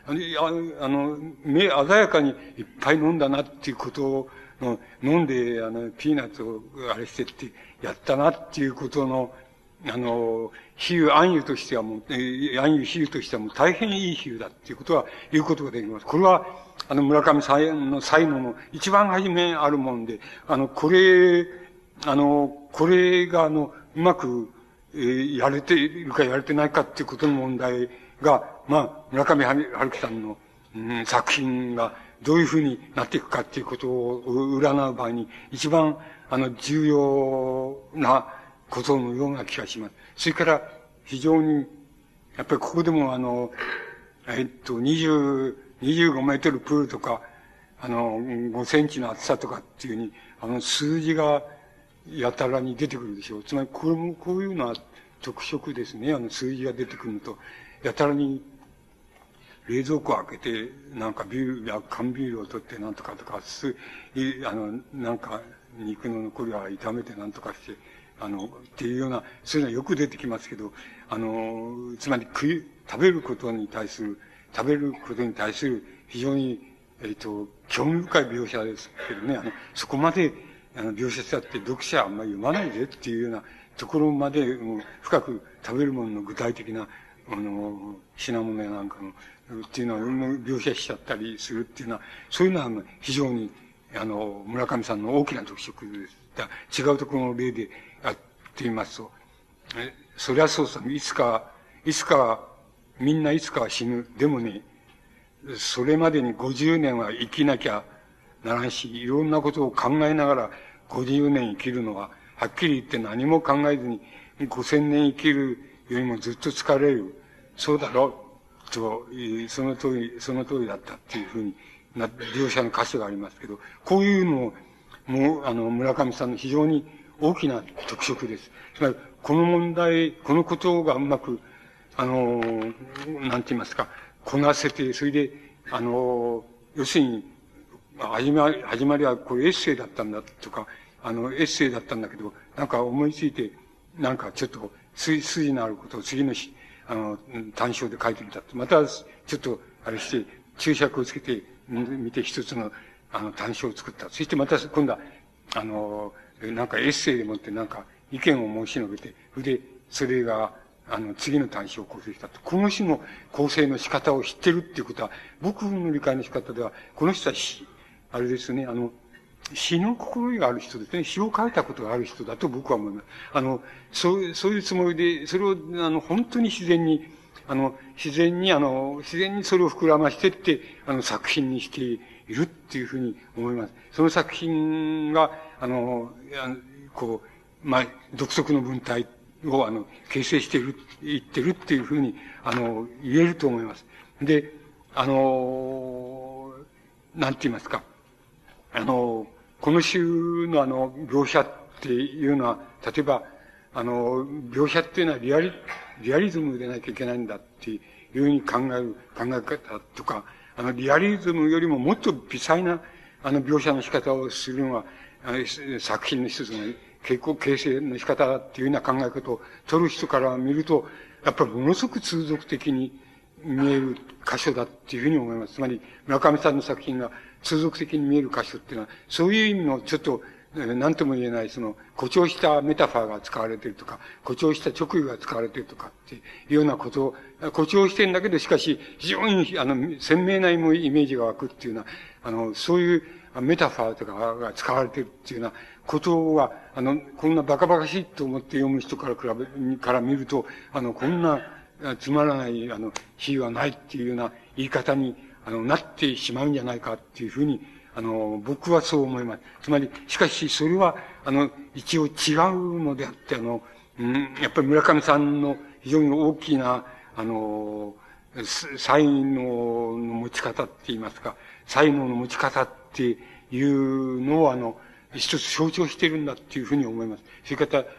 鮮やかにいっぱい飲んだなっていうことを、飲んで、ピーナッツをあれしてってやったなっていうことの、比喩、暗喩としてはもう、暗喩比喩としてはもう大変いい比喩だっていうことは言うことができます。これは、村上さんの才能の一番初めあるもんで、これがうまく、やれているかやれてないかっていうことの問題が、村上春樹さんの、作品がどういうふうになっていくかっていうことを占う場合に一番、重要なことのような気がします。それから、非常に、やっぱりここでも25メートルプールとか、5センチの厚さとかっていうふうに、数字が、やたらに出てくるでしょう。つまり、こういうのは特色ですね。数字が出てくるのと、やたらに、冷蔵庫を開けて、なんか缶ビールを取ってなんとかとか、なんか、肉の残りは炒めてなんとかして、っていうような、そういうのはよく出てきますけど、つまり食べることに対する非常に、興味深い描写ですけどね、そこまで、描写したって読者はあんまり読まないぜっていうようなところまで、深く食べるものの具体的な、品物やなんかの、っていうのは、描写しちゃったりするっていうのは、そういうのは非常に、村上さんの大きな特色です。違うところの例でやってみますと、そりゃそうさ、いつか、みんないつかは死ぬ。でもね、それまでに50年は生きなきゃならんし、いろんなことを考えながら50年生きるのは、はっきり言って何も考えずに5000年生きるよりもずっと疲れる。そうだろうと、その通りだったっていうふうに描写の箇所がありますけど、こういうのも、村上さんの非常に大きな特色です。つまり、この問題、このことがうまく、なんて言いますか、こなせて、それで、要するに、始まりはこれエッセイだったんだとか、エッセイだったんだけど、なんか思いついて、なんかちょっと筋のあることを次の短章で書いてみたって、またちょっとあれして、注釈をつけてみて一つの短章を作った。そしてまた今度は、なんかエッセイでもってなんか意見を申し述べて、それが、次の短章を構成したと。この種の構成の仕方を知ってるっていうことは、僕の理解の仕方では、この人はあれですね、詩の心がある人ですね。詩を書いたことがある人だと僕は思います。そういうつもりで、それを、本当に自然にそれを膨らましてって、作品にしているっていうふうに思います。その作品が、独特の文体を、形成していってるっていうふうに、言えると思います。で、なんて言いますか。この詩の描写っていうのは、例えば、描写っていうのはリアリズムでなきゃいけないんだっていうふうに考え方とか、リアリズムよりももっと微細な、描写の仕方をするのは、作品の一つの形成の仕方っていうような考え方を取る人から見ると、やっぱりものすごく通俗的に見える箇所だっていうふうに思います。つまり、村上さんの作品が通俗的に見える箇所っていうのは、そういう意味のちょっと、何とも言えない、誇張したメタファーが使われているとか、誇張した直語が使われているとかっていうようなことを、誇張してるんだけど、しかし、非常に、鮮明なイメージが湧くっていうような、そういうメタファーとかが使われているっていうようなことは、こんなバカバカしいと思って読む人から見ると、こんな、つまらない、比喩はないっていうような言い方に、なってしまうんじゃないかっていうふうに、僕はそう思います。つまり、しかし、それは、一応違うのであって、やっぱり村上さんの非常に大きな、才能の持ち方って言いますか、才能の持ち方っていうのを、一つ象徴しているんだっていうふうに思います。それから、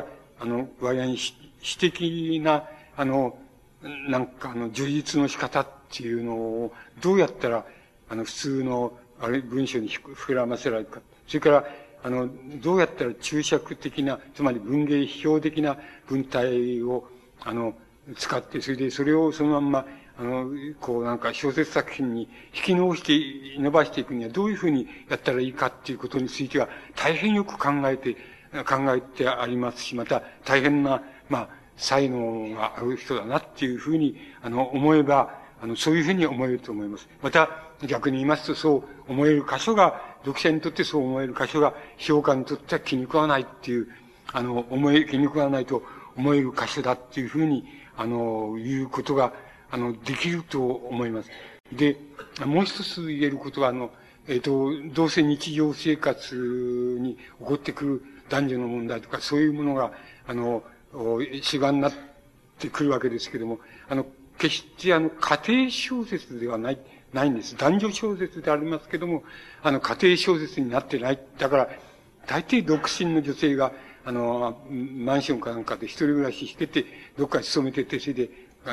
割合に詩的な、なんか叙述の仕方っていうのを、どうやったら、普通の、文章に膨らませられるか。それから、どうやったら注釈的な、つまり文芸批評的な文体を、使って、それをそのまんま、なんか小説作品に引き伸ばしていくにはどういうふうにやったらいいかっていうことについては、大変よく考えてありますし、また大変な、才能がある人だなっていうふうに、思えば、そういうふうに思えると思います。また、逆に言いますと、そう思える箇所が、読者にとってそう思える箇所が、評価にとっては気に食わないっていう、気に食わないと思える箇所だっていうふうに、いうことが、できると思います。で、もう一つ言えることは、どうせ日常生活に起こってくる男女の問題とか、そういうものが、主眼になってくるわけですけども、決して家庭小説ではないんです。男女小説でありますけども、家庭小説になってない。だから、大抵独身の女性が、マンションかなんかで一人暮らししてて、どっかに勤めてて、それで、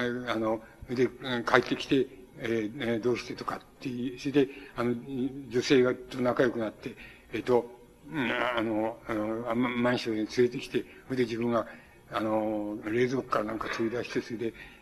帰ってきて、どうしてとかっていう、それで、女性がと仲良くなって、マンションに連れてきて、それで自分が、冷蔵庫からなんか取り出して、それで、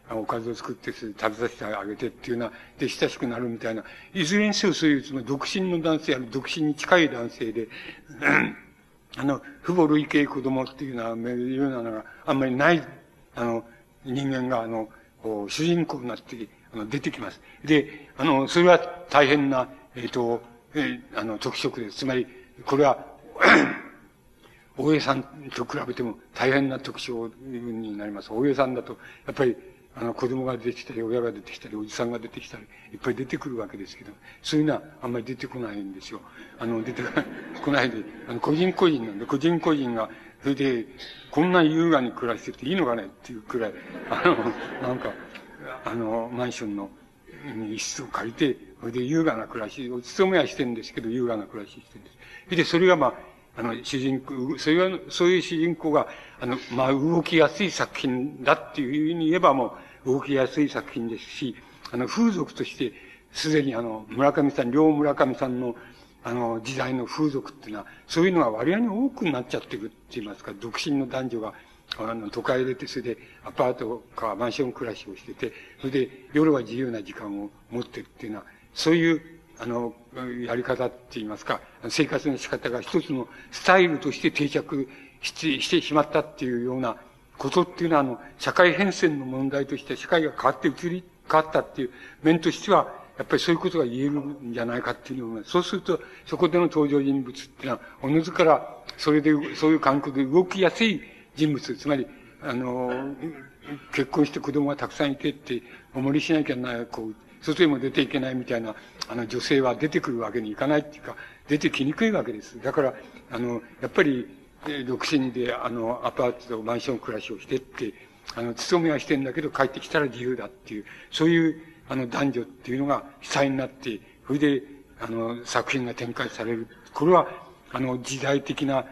おかずを作って食べさせてあげてっていうような、で、親しくなるみたいな、いずれにせよそういう、つまり独身の男性、独身に近い男性で、父母類系子供っていうようなのがあんまりない、人間が、主人公になって、出てきます。で、それは大変な、特色です。つまり、これは、大江さんと比べても大変な特徴になります。大江さんだと、やっぱり、子供が出てきたり、親が出てきたり、おじさんが出てきたり、いっぱい出てくるわけですけど、そういうのはあんまり出てこないんですよ。出てこないで、個人個人なんで、個人個人が、それで、こんな優雅に暮らしてていいのかねっていうくらい、なんか、マンションの一室を借りて、それで優雅な暮らし、お勤めはしてるんですけど、優雅な暮らししてるんです。で、それがまあ、主人公、そういう主人公が、まあ、動きやすい作品だっていうふうに言えばもう、動きやすい作品ですし、風俗として、すでに村上さん、両村上さんの、時代の風俗っていうのは、そういうのが割合に多くなっちゃってるって言いますか、独身の男女が、都会へ出て、それでアパートかマンション暮らしをしてて、それで夜は自由な時間を持ってるっていうのは、そういう、やり方って言いますか、生活の仕方が一つのスタイルとして定着してしまったっていうようなことっていうのは、社会変遷の問題として、社会が変わったっていう面としては、やっぱりそういうことが言えるんじゃないかっていうのを、そうすると、そこでの登場人物っていうのは、おのずから、そういう環境で動きやすい人物、つまり、結婚して子供がたくさんいてって、お守りしなきゃならない、外へも出ていけないみたいな、女性は出てくるわけにいかないっていうか、出てきにくいわけです。だから、やっぱり、独身で、アパートとマンション暮らしをしてって、勤めはしてんだけど、帰ってきたら自由だっていう、そういう、男女っていうのが主体になって、それで、作品が展開される。これは、時代的な、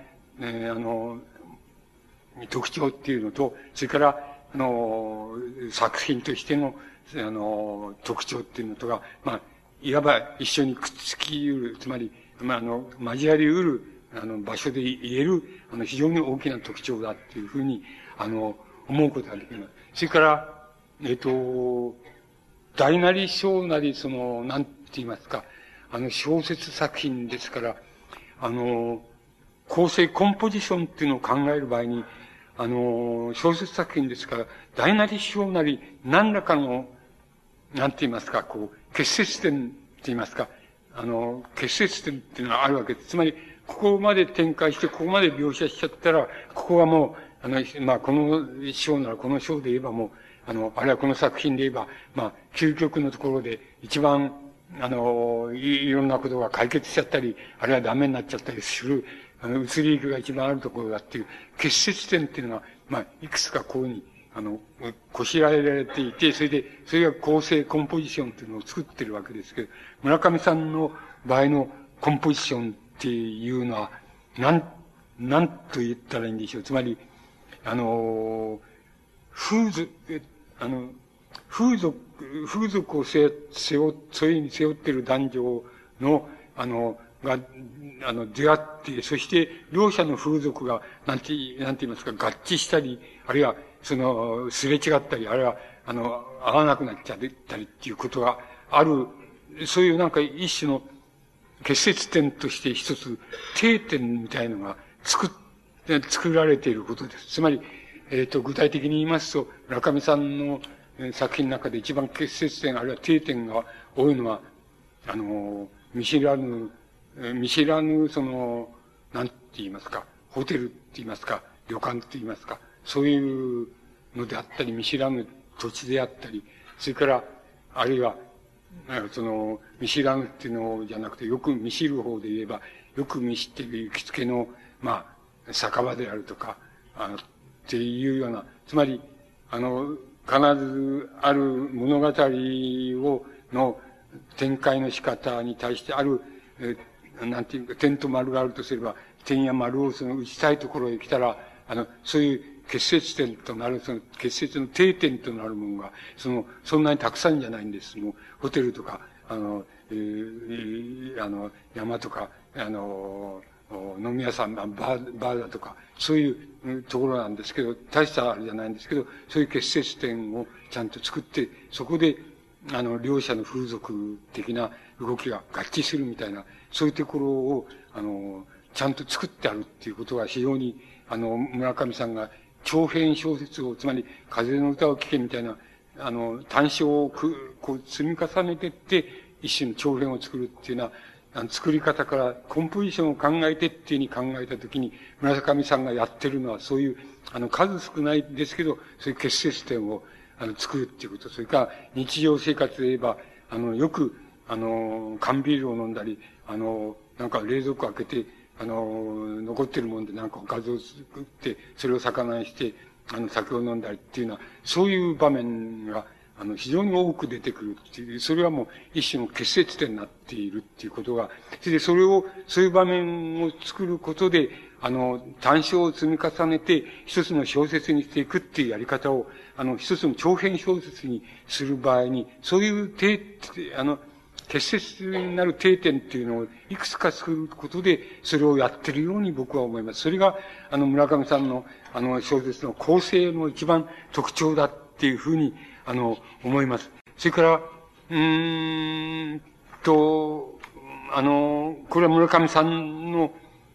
特徴っていうのと、それから、作品としての、特徴っていうのとが、まあ、いわば一緒にくっつきうる、つまり、まあ、交わりうる、場所で言える、非常に大きな特徴だっていうふうに、思うことができます。それから、大なり小なり、なんて言いますか、小説作品ですから、構成、コンポジションっていうのを考える場合に、小説作品ですから、大なり小なり、何らかの、なんて言いますか、結節点って言いますか、結節点っていうのがあるわけです。つまり、ここまで展開して、ここまで描写しちゃったら、ここはもう、まあ、この章ならこの章で言えばもう、あるいはこの作品で言えば、まあ、究極のところで一番、いろんなことが解決しちゃったり、あるいはダメになっちゃったりする、移り行きが一番あるところだっていう、結節点っていうのが、まあ、いくつかこういうふうに、こしらえられていて、それが構成、コンポジションっていうのを作ってるわけですけど、村上さんの場合のコンポジションっていうのは、なんと言ったらいいんでしょう。つまり、風俗を背負っている男女の、が、出会って、そして、両者の風俗が、なんて言いますか、合致したり、あるいは、すれ違ったり、あるいは、合わなくなっちゃったりっていうことがある、そういうなんか一種の結節点として一つ、定点みたいのが作られていることです。つまり、具体的に言いますと、村上さんの作品の中で一番結節点、あるいは定点が多いのは、見知らぬ、なんて言いますか、ホテルって言いますか、旅館って言いますか、そういうのであったり、見知らぬ土地であったり、それから、あるいは、見知らぬっていうのじゃなくて、よく見知る方で言えば、よく見知っている行きつけの、まあ、酒場であるとか、っていうような、つまり、必ずある物語の展開の仕方に対してある、なんていうか、点と丸があるとすれば、点や丸を打ちたいところへ来たら、そういう結節点となる、結節の定点となるものが、そんなにたくさんじゃないんです。もう、ホテルとか、山とか、 飲み屋さん、バーだとか、そういうところなんですけど、大したあれじゃないんですけど、そういう結節点をちゃんと作って、そこで、両者の風俗的な動きが合致するみたいな、そういうところを、ちゃんと作ってあるっていうことが非常に、村上さんが長編小説を、つまり、風の歌を聴けみたいな、短小をこう積み重ねてって、一種の長編を作るっていうのは、作り方からコンポジションを考えてっていうふうに考えたときに、村上さんがやってるのは、そういう、数少ないですけど、そういう結節点を、作るっていうこと。それから、日常生活で言えば、よく、缶ビールを飲んだり、なんか冷蔵庫開けて、残ってるもんでなんかおかずを作って、それを魚にして、酒を飲んだりっていうのは、そういう場面が、非常に多く出てくるっていう、それはもう一種の結節点になっているっていうことが、それでそれを、そういう場面を作ることで、短小を積み重ねて、一つの小説にしていくっていうやり方を、一つの長編小説にする場合に、そういう結節になる定点っていうのをいくつか作ることで、それをやってるように僕は思います。それが、村上さんの、小説の構成の一番特徴だっていうふうに、思います。それから、これは村上さんの、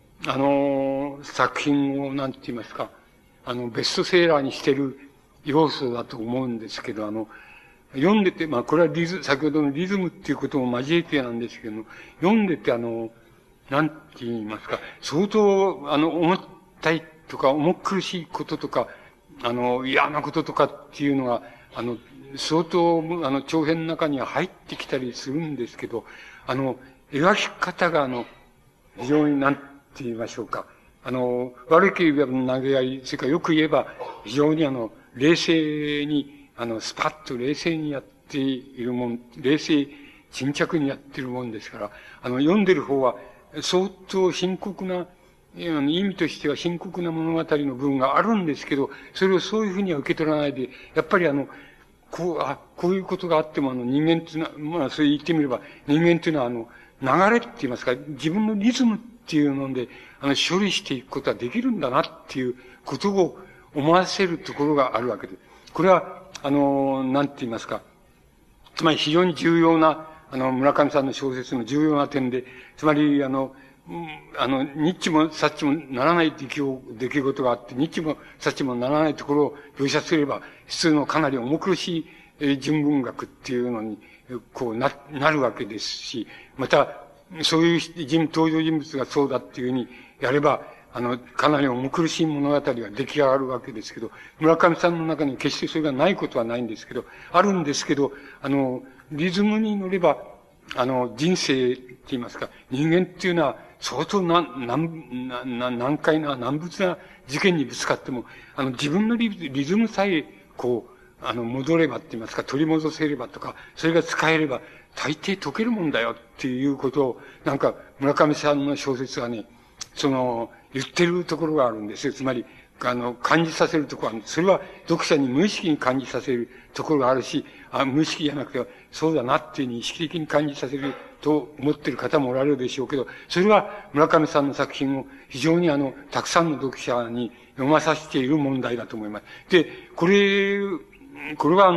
作品を、なんて言いますか、ベストセーラーにしてる要素だと思うんですけど、読んでて、これは先ほどのリズムっていうことも交えてなんですけども、読んでてなんて言いますか、相当、重たいとか、重苦しいこととか、嫌なこととかっていうのが、相当、長編の中には入ってきたりするんですけど、描き方が、非常になんて言いましょうか。悪く言えば投げ合い、それからよく言えば、非常に冷静に、スパッと冷静にやっているもん、冷静、沈着にやっているもんですから、読んでる方は、相当深刻な、意味としては深刻な物語の部分があるんですけど、それをそういうふうには受け取らないで、やっぱりこういうことがあっても人間っていうのは、そう言ってみれば、人間っていうのは流れって言いますか、自分のリズムっていうので、処理していくことはできるんだなっていうことを思わせるところがあるわけです。これは、なんて言いますか、つまり非常に重要な、村上さんの小説の重要な点で、つまり、ニッチもサッチもならない出来事があって、ニッチもサッチもならないところを描写すれば、普通のかなり重苦しい純文学っていうのに、なるわけですし、また、そういう登場人物がそうだっていうふうにやれば、かなり重苦しい物語が出来上がるわけですけど、村上さんの中に決してそれがないことはないんですけど、あるんですけど、リズムに乗れば、人生って言いますか、人間っていうのは相当難解な、難物な事件にぶつかっても、自分のリズムさえ、戻ればって言いますか、取り戻せればとか、それが使えれば、大抵解けるもんだよっていうことを、なんか、村上さんの小説はね、言ってるところがあるんですよ。つまり、感じさせるところがあるんです。それは読者に無意識に感じさせるところがあるし、無意識じゃなくて、そうだなっていうふうに意識的に感じさせると思っている方もおられるでしょうけど、それは村上さんの作品を非常にたくさんの読者に読まさせている問題だと思います。で、これは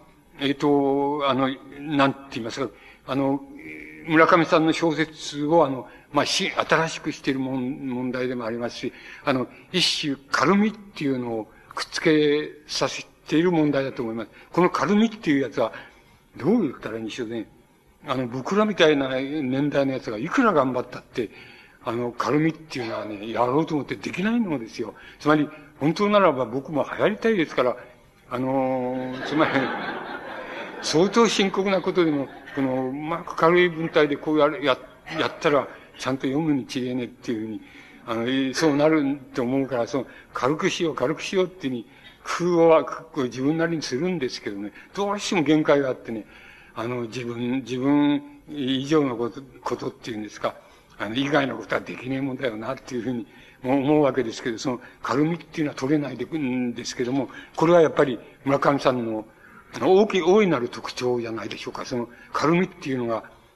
なんて言いますか、村上さんの小説を新しくしている問題でもありますし、一種軽みっていうのをくっつけさせている問題だと思います。この軽みっていうやつは、どう言ったらいいんでしょうね。僕らみたいな年代のやつがいくら頑張ったって、軽みっていうのはね、やろうと思ってできないのですよ。つまり、本当ならば僕も流行りたいですから、つまり、相当深刻なことでも、うまく軽い文体でこうやったら、ちゃんと読むに違えねえっていうふうに、そうなると思うから、軽くしようっていうふうに、工夫は自分なりにするんですけどね、どうしても限界があってね、自分以上のことっていうんですか、以外のことはできねえもんだよなっていうふうに思うわけですけど、軽みっていうのは取れないんですけども、これはやっぱり村上さんの大いなる特徴じゃないでしょうか。軽みっていうのが、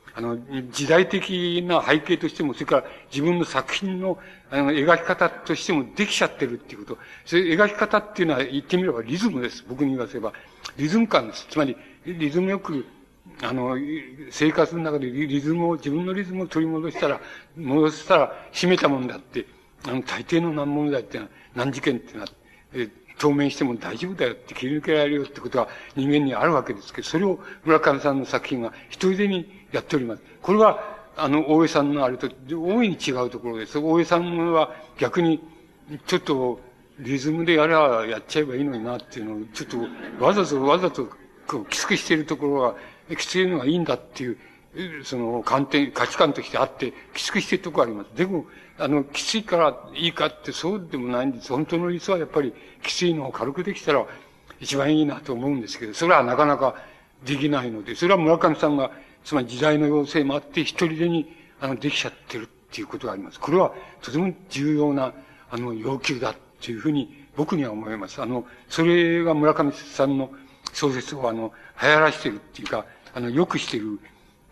時代的な背景としても、それから自分の作品の、描き方としてもできちゃってるっていうこと。そういう描き方っていうのは言ってみればリズムです。僕に言わせれば。リズム感です。つまり、リズムよく、生活の中で自分のリズムを取り戻したら、締めたもんだって、大抵の難問題っていうのは、難事件っていうのは、当面しても大丈夫だよって切り抜けられるよってことは人間にあるわけですけど、それを村上さんの作品は一人でにやっております。これは、大江さんのあれと大いに違うところです。大江さんは逆に、ちょっと、リズムでやっちゃえばいいのになっていうのを、ちょっと、わざと、きつくしているところは、きついのがいいんだっていう、価値観としてあって、きつくしているところがあります。でも、きついからいいかってそうでもないんです。本当の理想はやっぱり、きついのを軽くできたら一番いいなと思うんですけど、それはなかなかできないので、それは村上さんが、つまり時代の要請もあって、一人でに、できちゃってるっていうことがあります。これはとても重要な、要求だっていうふうに僕には思います。それが村上さんの小説を流行らしてるっていうか、良くしてる、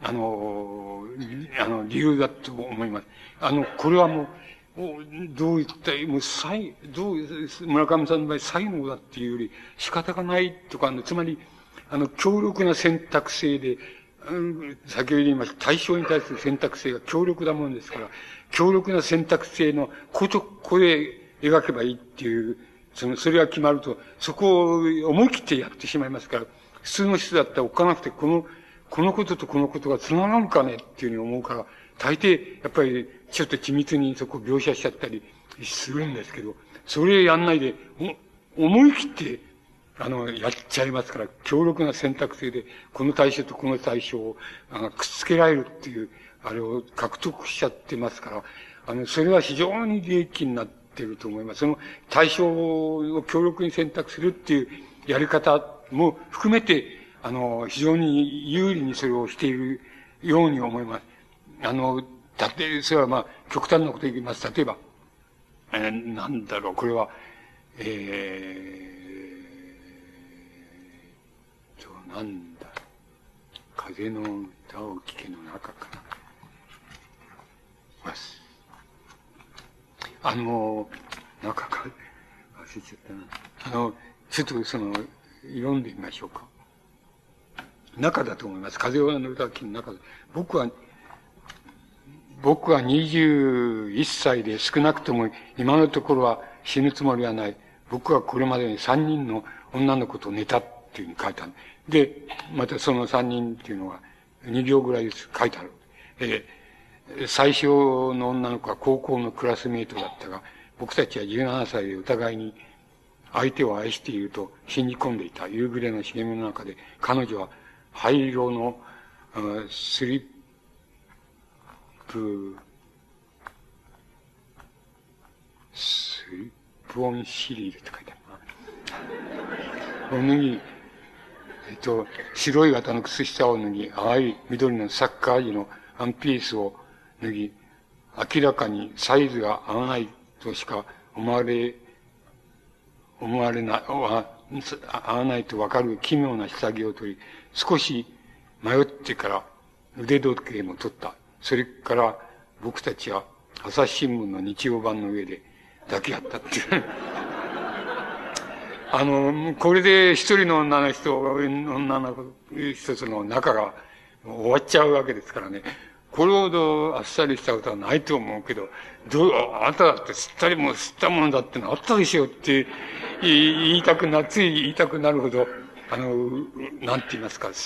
理由だと思います。これはもう、どういった、村上さんの場合、才能だっていうより仕方がないとか、つまり、強力な選択性で、先ほど言いました、対象に対する選択性が強力なものですから、強力な選択性のこれ描けばいいっていう、それが決まると、そこを思い切ってやってしまいますから、普通の人だったらおっかなくて、このこととこのことが繋がるかねっていうふうに思うから、大抵、やっぱり、ちょっと緻密にそこを描写しちゃったりするんですけど、それやんないで、思い切って、やっちゃいますから、強力な選択性で、この対象とこの対象を、くっつけられるっていう、あれを獲得しちゃってますから、それは非常に利益になっていると思います。その対象を強力に選択するっていうやり方も含めて、非常に有利にそれをしているように思います。それは極端なことを言います。例えば、なんだろう、これは、なんだ、風の歌を聴けの中かな。中か、忘れちゃったな。ちょっと読んでみましょうか。中だと思います。風の歌を聴けの中で。僕は21歳で少なくとも今のところは死ぬつもりはない。僕はこれまでに3人の女の子と寝たっていうふうに書いてある。で、またその3人っていうのは2行ぐらいです。書いてある。最初の女の子は高校のクラスメイトだったが、僕たちは17歳でお互いに相手を愛していると信じ込んでいた。夕暮れの茂みの中で彼女は灰色のスリップオンシリールって書いてあるな。脱ぎ、白い型の靴下を脱ぎ、淡い緑のサッカー地のワンピースを脱ぎ、明らかにサイズが合わないとしか思わないとわかる奇妙な下着を取り、少し迷ってから腕時計も取った。それから僕たちは朝日新聞の日曜版の上で抱き合ったっていう。これで一人の女の人との仲が終わっちゃうわけですからね。これほどあっさりしたことはないと思うけど、あなただって吸ったものだってのあったでしょって言いたくなるほど、なんて言いますか、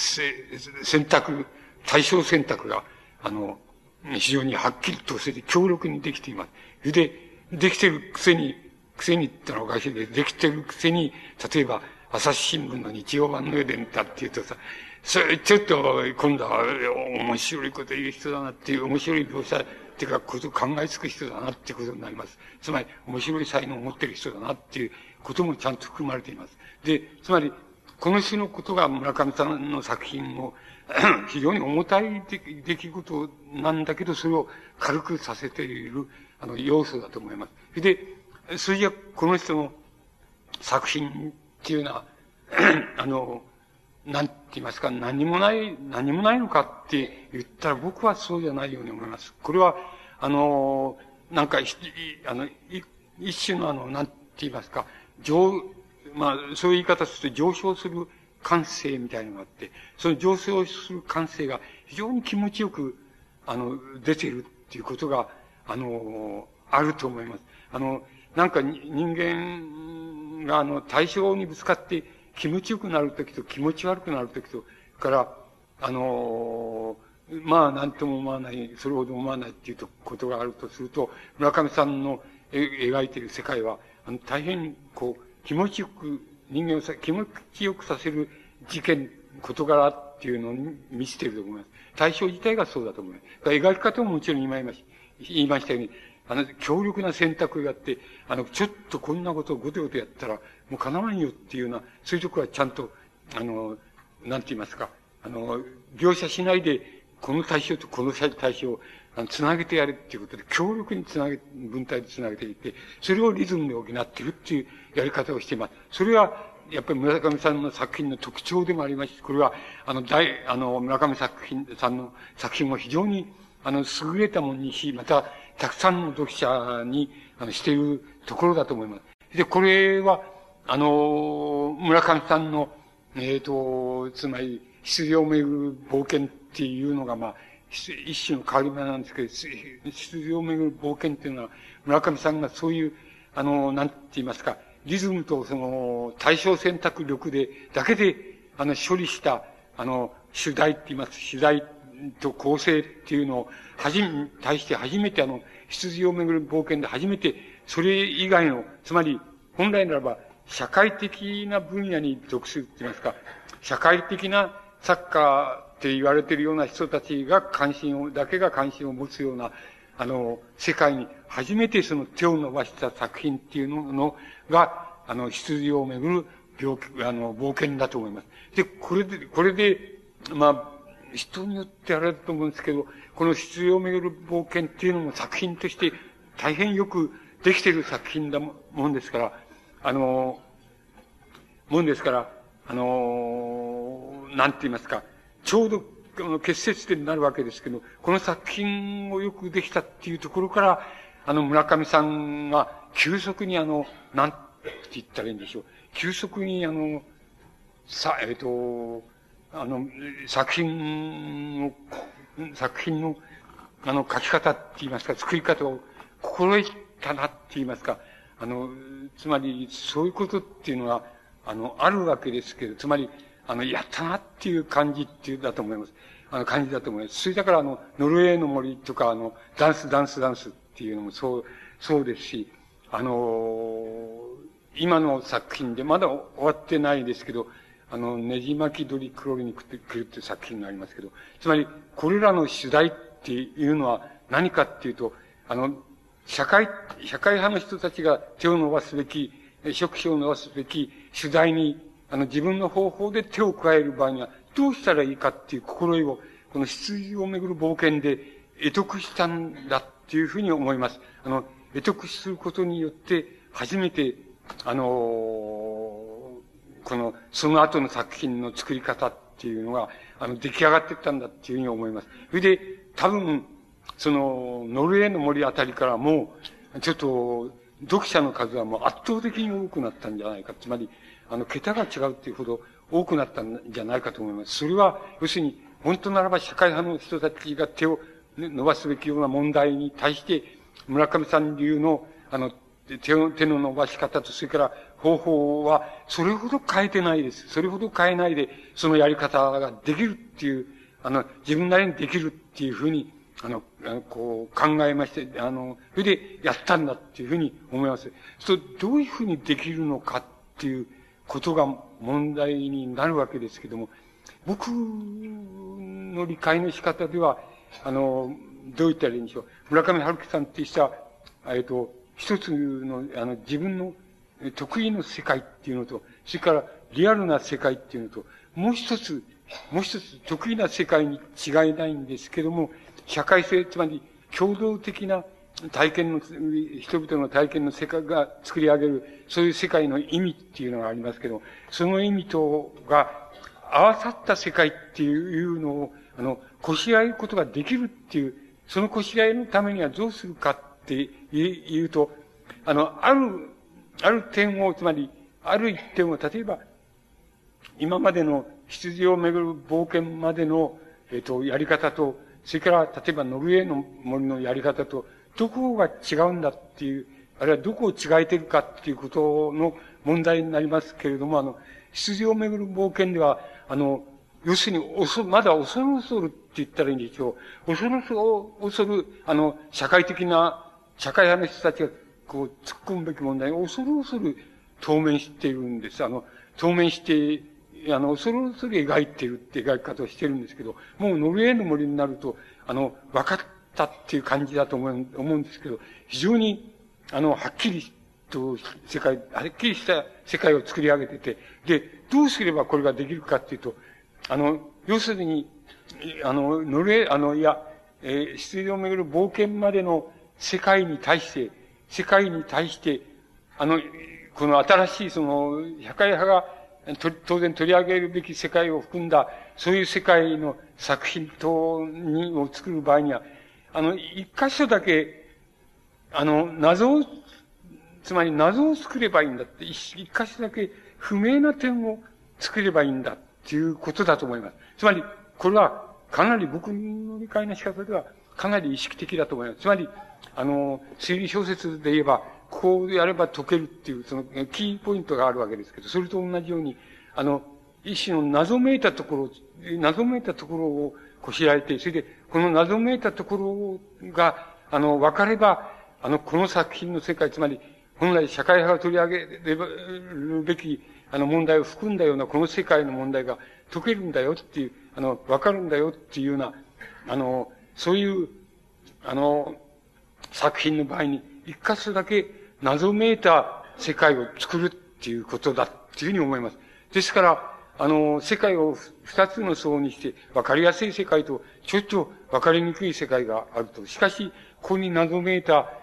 対象選択が、非常にはっきりとそれで強力にできています。で、できてるくせにってのはおかしいで、できてるくせに、例えば、朝日新聞の日曜版の上で見たって言うとさ、それちょっと今度は面白いこと言う人だなっていう、面白い描写っていうかことを考えつく人だなっていうことになります。つまり、面白い才能を持ってる人だなっていうこともちゃんと含まれています。で、つまり、この種のことが村上さんの作品を非常に重たい出来事なんだけど、それを軽くさせている要素だと思います。で、それじゃこの人の作品っていうのはなんて言いますか、何もないのかって言ったら僕はそうじゃないように思います。これは、なんか、一種のなんて言いますか、まあ、そういう言い方すると上昇する感性みたいなのがあって、その上昇する感性が非常に気持ちよく、出ているっていうことが、あると思います。なんか人間が対象にぶつかって気持ちよくなるときと気持ち悪くなるときと、から、まあ、なんとも思わない、それほど思わないっていうことがあるとすると、村上さんの描いている世界は、大変、こう、気持ちよく、人間を気持ちよくさせる事件、事柄っていうのを見せていると思います。対象自体がそうだと思います。描き方ももちろん言いましたように、強力な選択をやって、ちょっとこんなことをごとごとやったら、もう叶わんよっていうような、そういうところはちゃんと、なんて言いますか、描写しないで、この対象とこの対象を、つなげてやるっていうことで、強力に文体でつなげていって、それをリズムで補っているっていうやり方をしています。それは、やっぱり村上さんの作品の特徴でもありますし、これは、村上さんの作品を非常に、優れたものにし、また、たくさんの読者に、しているところだと思います。で、これは、村上さんの、つまり、羊をめぐる冒険っていうのが、まあ、一種の変わり目なんですけど、羊をめぐる冒険っていうのは、村上さんがそういう、なんて言いますか、リズムとその、対象選択力だけで、処理した、主題って言います。主題と構成っていうのを、対して初めて羊をめぐる冒険で初めて、それ以外の、つまり、本来ならば、社会的な分野に属するって言いますか、社会的な作家って言われているような人たちが関心を持つような、世界に初めてその手を伸ばした作品っていうのが、羊をめぐる冒険だと思います。で、これで、まあ、人によってあれだと思うんですけど、この羊をめぐる冒険っていうのも作品として大変よくできている作品だもんですから、なんて言いますか、ちょうど、結節点になるわけですけど、この作品をよくできたっていうところから、村上さんが急速になんて言ったらいいんでしょう。急速に作品の、書き方って言いますか、作り方を心得たなって言いますか、つまり、そういうことっていうのは、あるわけですけど、つまり、やったなっていう感じっていうだと思います。感じだと思います。それだからノルウェーの森とかダンスっていうのもそうですし、今の作品で、まだ終わってないですけど、ねじ巻き鳥クロリに来るっていう作品がありますけど、つまり、これらの主題っていうのは何かっていうと、社会派の人たちが手を伸ばすべき、触手を伸ばすべき主題に、自分の方法で手を加える場合には、どうしたらいいかっていう心得を、この羊をめぐる冒険で得得したんだっていうふうに思います。得得することによって、初めて、その後の作品の作り方っていうのが、出来上がっていったんだっていうふうに思います。それで、多分、ノルウェーの森あたりからもう、ちょっと、読者の数はもう圧倒的に多くなったんじゃないか。つまり、桁が違うっていうほど多くなったんじゃないかと思います。それは、要するに、本当ならば社会派の人たちが手を伸ばすべきような問題に対して、村上さん流の、手の伸ばし方と、それから方法は、それほど変えてないです。それほど変えないで、そのやり方ができるっていう、自分なりにできるっていうふうに、こう考えまして、それでやったんだっていうふうに思います。そう、どういうふうにできるのかっていうことが問題になるわけですけども、僕の理解の仕方では、どう言ったらいいんでしょう。村上春樹さんってした、一つの、自分の得意の世界っていうのと、それからリアルな世界っていうのと、もう一つ得意な世界に違いないんですけども、社会性、つまり共同的な体験の、人々の体験の世界が作り上げる、そういう世界の意味っていうのがありますけど、その意味とが、 合わさった世界っていうのを、こしらえることができるっていう、そのこしらえのためにはどうするかっていうと、ある点を、つまり、ある一点を、例えば、今までの羊をめぐる冒険までの、やり方と、それから、例えば、ノルウェーの森のやり方と、どこが違うんだっていう、あるいはどこを違えてるかっていうことの問題になりますけれども、羊をめぐる冒険では、要するに、まだ恐る恐るって言ったらいいんでしょう。恐る恐る、社会派の人たちが、こう、突っ込むべき問題を恐る恐る当面しているんです。当面して、恐る恐る描いているって描き方をしてるんですけど、もうノルウェーの森になると、分かったっていう感じだと思うんですけど、非常に、はっきりした世界を作り上げてて、で、どうすればこれができるかっていうと、要するに、ノルウェー、羊をめぐる冒険までの世界に対して、この新しい社会派が当然取り上げるべき世界を含んだ、そういう世界の作品を作る場合には、一箇所だけ、つまり謎を作ればいいんだって、一箇所だけ不明な点を作ればいいんだっていうことだと思います。つまり、これはかなり僕の理解の仕方ではかなり意識的だと思います。つまり、推理小説で言えば、こうやれば解けるっていう、そのキーポイントがあるわけですけど、それと同じように、一種の謎めいたところをこしらえて、それで、この謎めいたところが、分かれば、この作品の世界、つまり、本来社会派が取り上げるべき、問題を含んだような、この世界の問題が解けるんだよっていう、分かるんだよっていうような、そういう、作品の場合に、一箇所だけ謎めいた世界を作るっていうことだっていうふうに思います。ですから、世界を二つの層にして、分かりやすい世界と、ちょっと分かりにくい世界があると。しかし、ここに謎めいた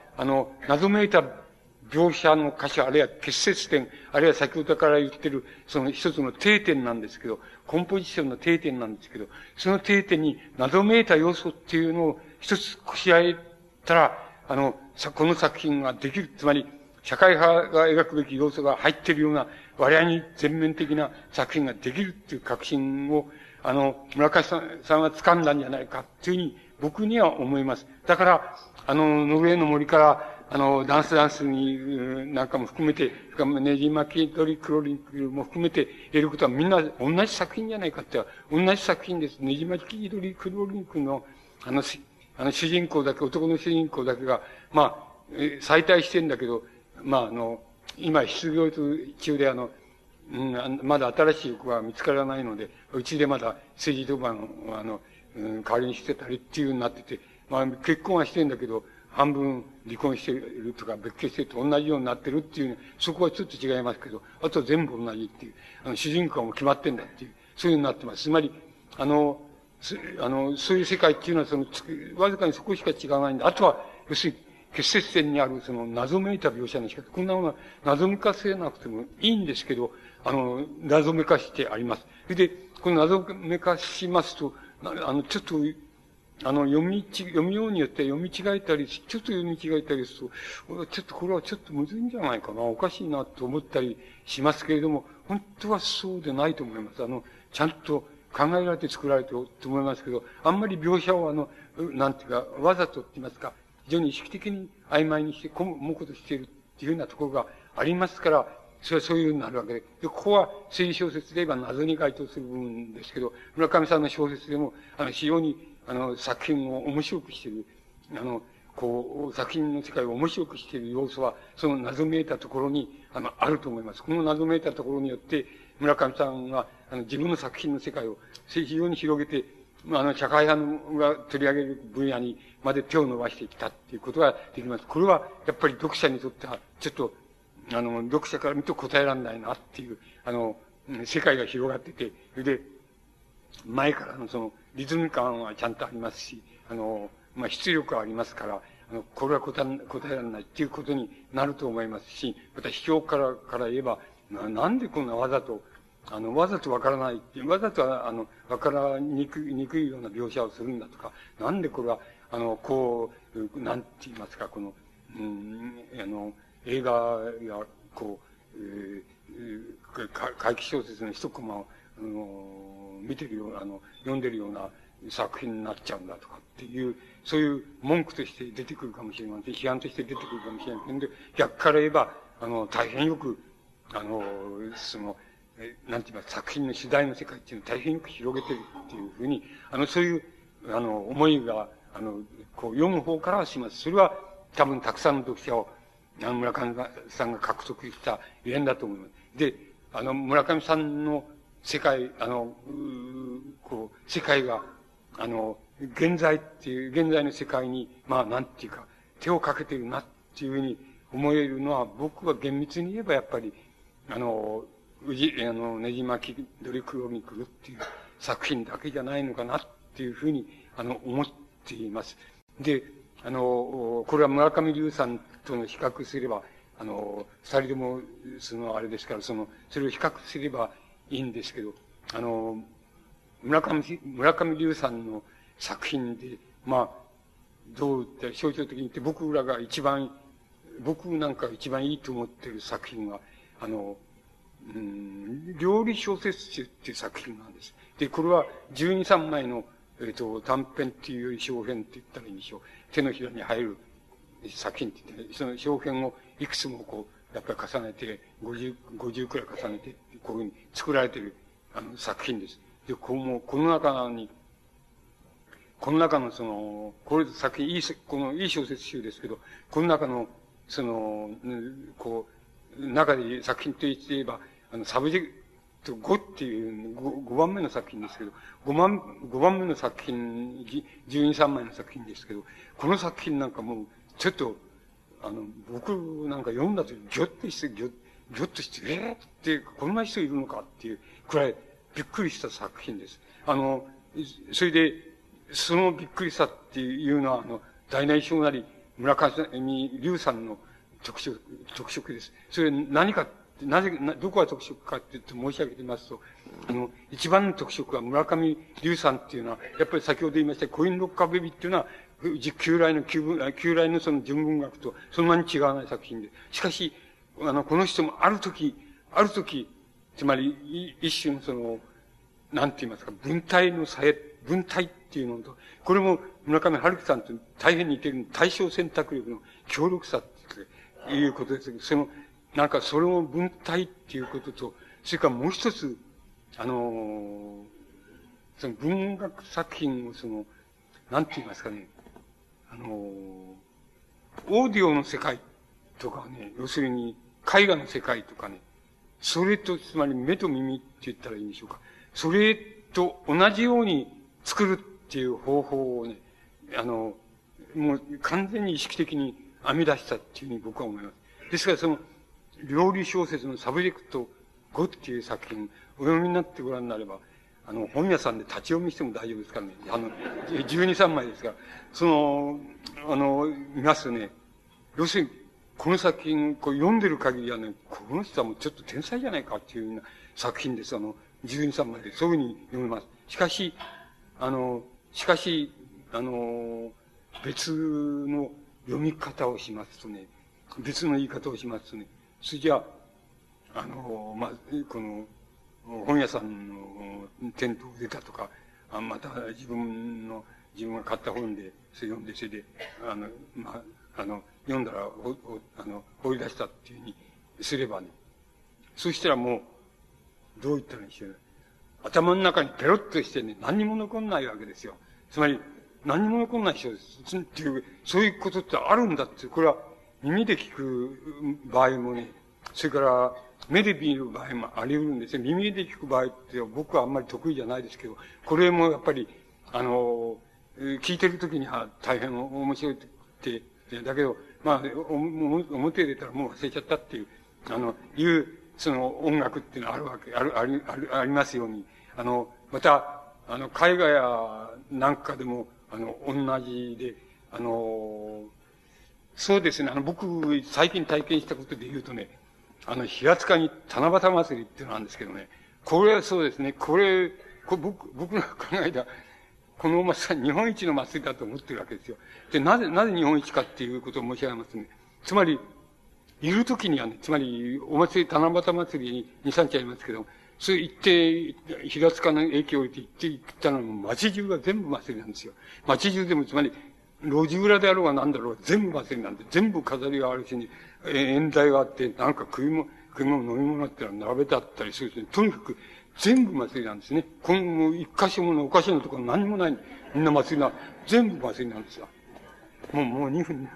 描写の箇所、あるいは結節点、あるいは先ほどから言ってる、その一つの定点なんですけど、コンポジションの定点なんですけど、その定点に謎めいた要素っていうのを一つこしらえたら、この作品ができる。つまり、社会派が描くべき要素が入っているような、割合に全面的な作品ができるっていう確信を、村上さんは掴んだんじゃないかっていうふうに、僕には思います。だから、ノルウェーの森から、ダンスに、なんかも含めて、ネジ巻き鳥クロリンクも含めて得ることはみんな同じ作品じゃないかって、同じ作品です。ネジ巻き鳥クロリンクの、主人公だけ、男の主人公だけが、再退してんだけど、今失業中でまだ新しい子が見つからないので、うちでまだ政治当番を、代わりにしてたりっていうようになってて、結婚はしてんだけど、半分離婚してるとか別居してると同じようになってるっていう、そこはちょっと違いますけど、あと全部同じっていう、主人公も決まってんだっていう、そういうようになってます。つまり、そういう世界っていうのはわずかにそこしか違わないんだ。あとは、要するに、結節点にある謎めいた描写の仕方。こんなものは謎めかせなくてもいいんですけど、謎めかしてあります。それで、この謎めかしますと、ちょっと、読みようによって読み違えたり、ちょっと読み違えたりすると、ちょっとこれはちょっとむずいんじゃないかな、おかしいなと思ったりしますけれども、本当はそうでないと思います。ちゃんと考えられて作られてると思いますけど、あんまり描写をなんていうか、わざとって言いますか、非常に意識的に曖昧にして、もことしているっていうようなところがありますから、それはそういうようになるわけで。で、ここは推理小説で言えば謎に該当する部分ですけど、村上さんの小説でも、非常に、作品を面白くしている、作品の世界を面白くしている要素は、その謎めいたところに、あると思います。この謎めいたところによって、村上さんが、自分の作品の世界を非常に広げて、社会派が取り上げる分野にまで手を伸ばしてきたっていうことができます。これは、やっぱり読者にとっては、ちょっと、読者から見ると答えられないなっていう、世界が広がってて、それで、前からのリズム感はちゃんとありますし、出力はありますから、これは答えられないっていうことになると思いますし、また批評から言えば、なんでこんなわざと、 わざとわからないっていう、わざとわからにくいような描写をするんだとか、なんでこれは、こう、なんて言いますか、この、映画や、こう、怪奇小説の一コマを、見てるような、読んでるような作品になっちゃうんだとかっていう、そういう文句として出てくるかもしれません。批判として出てくるかもしれません。で、逆から言えば、大変よく、なんて言いますか、作品の主題の世界っていうのを大変よく広げてるっていうふうに、そういう、思いが、こう、読む方からはします。それは、多分、たくさんの読者を、村上さんが獲得したゆえんだと思います。で、村上さんの世界、こう、世界が、現在の世界に、まあ、なんていうか、手をかけてるなっていうふうに思えるのは、僕は厳密に言えばやっぱり、ねじ巻き鳥黒に来るっていう作品だけじゃないのかなっていうふうに、思っています。で、これは村上龍さんとの比較すれば、二人とも、あれですから、それを比較すればいいんですけど、村上龍さんの作品で、まあ、どうって象徴的に言って、僕なんか一番いいと思っている作品は、料理小説集っていう作品なんです。で、これは12、3枚の、短編っていうより小編って言ったらいいんでしょう。手のひらに入る作品って言って、その小編をいくつもこう、やっぱり重ねて、50くらい重ねて、こういうふうに作られている、作品です。で、この中のこれ作品、このいい小説集ですけど、この中の、こう、中で作品と言えば、サブジェクト5っていう5番目の作品ですけど、5番目の作品、12、3枚の作品ですけど、この作品なんかもう、ちょっと、僕なんか読んだとき、ぎょっとして、ってこんな人いるのかっていうくらいびっくりした作品です。それで、そのびっくりしたっていうのは、大内省なり、村上龍さんの特色です。それ何か、どこが特色かって言って申し上げてみますと、一番の特色は村上龍さんっていうのは、やっぱり先ほど言いましたコインロッカーベビーっていうのは、旧来のその純文学とそんなに違わない作品で。しかし、この人もある時、つまり、一種のなんて言いますか、文体っていうのと、これも村上春樹さんと大変似てる対象選択力の強力さっていうことですけど、なんかそれも文体っていうことと、それからもう一つ、その文学作品をなんて言いますかね、オーディオの世界とかね、要するに絵画の世界とかね、それと、つまり目と耳って言ったらいいんでしょうか。それと同じように作るっていう方法をね、もう完全に意識的に編み出したっていうふうに僕は思います。ですから料理小説のサブジェクト5っていう作品、お読みになってご覧になれば、本屋さんで立ち読みしても大丈夫ですからね。12、3枚ですから、見ますとね、要するに、この作品、こう読んでる限りはね、この人はもうちょっと天才じゃないかっていうような作品です。12、3枚でそういうふうに読めます。しかし、別の読み方をしますとね、別の言い方をしますとね、それじゃあ、この、本屋さんの店頭出たとか、また自分が買った本で、それ読んで、それで、読んだら、放り出したっていうふうにすればね、そしたらもう、どう言ったらいいんでしょうね。頭の中にペロッとしてね、何にも残んないわけですよ。つまり、何にも残んない人です。っていう、そういうことってあるんだって、これは耳で聞く場合もね、それから目で見る場合もあり得るんですね。耳で聞く場合って僕はあんまり得意じゃないですけど、これもやっぱり、聞いてるときには大変面白いって、だけど、表へ出たらもう忘れちゃったっていう、音楽っていうのはありますように、また、絵画やなんかでも、同じで、そうですね、僕、最近体験したことで言うとね、平塚に七夕祭りっていうのがあるんですけどね、 これはそうですね。僕の考えた、このまさに日本一の祭りだと思ってるわけですよ。で、なぜ日本一かっていうことを申し上げますね。つまり、いるときにはね、つまり、お祭り、七夕祭りに2、3日ありますけど、そう行って、平塚の駅を降りて行ったのは街中が全部祭りなんですよ。街中でも、つまり、路地裏であろうが何だろうが全部祭りなんで、全部飾りがあるしに、縁台があって、なんか食い物飲み物ってのは並べてあったりするし、とにかく全部祭りなんですね。もう一箇所ものおかしなところ何もない。みんな祭り全部祭りなんですよ。もう2分。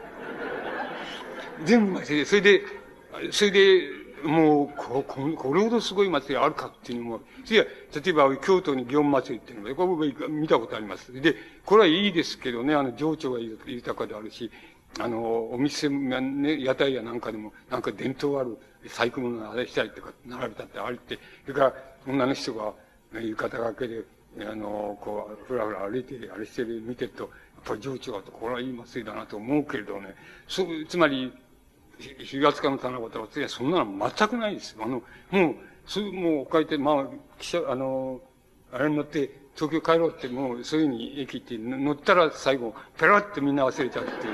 全部祭りで、それで、もう、これほどすごい祭りあるかっていうのも、例えば、京都に祇園祭りっていうのが、これ僕見たことあります。で、これはいいですけどね、情緒が豊かであるし、お店ね、屋台やなんかでも、なんか伝統ある細工物をあれしたりとか、並べたってあるって、それから、女の人が、浴衣掛けで、ふらふら歩いて、あれしてる、見てると、やっぱり情緒があって、これはいい祭りだなと思うけれどね、つまり、平塚の七夕祭りはそんなの全くないです。もう書いて、あれに乗って、東京帰ろうって、もうそういうふうに駅行って、乗ったら最後、ペラってみんな忘れちゃうっていう。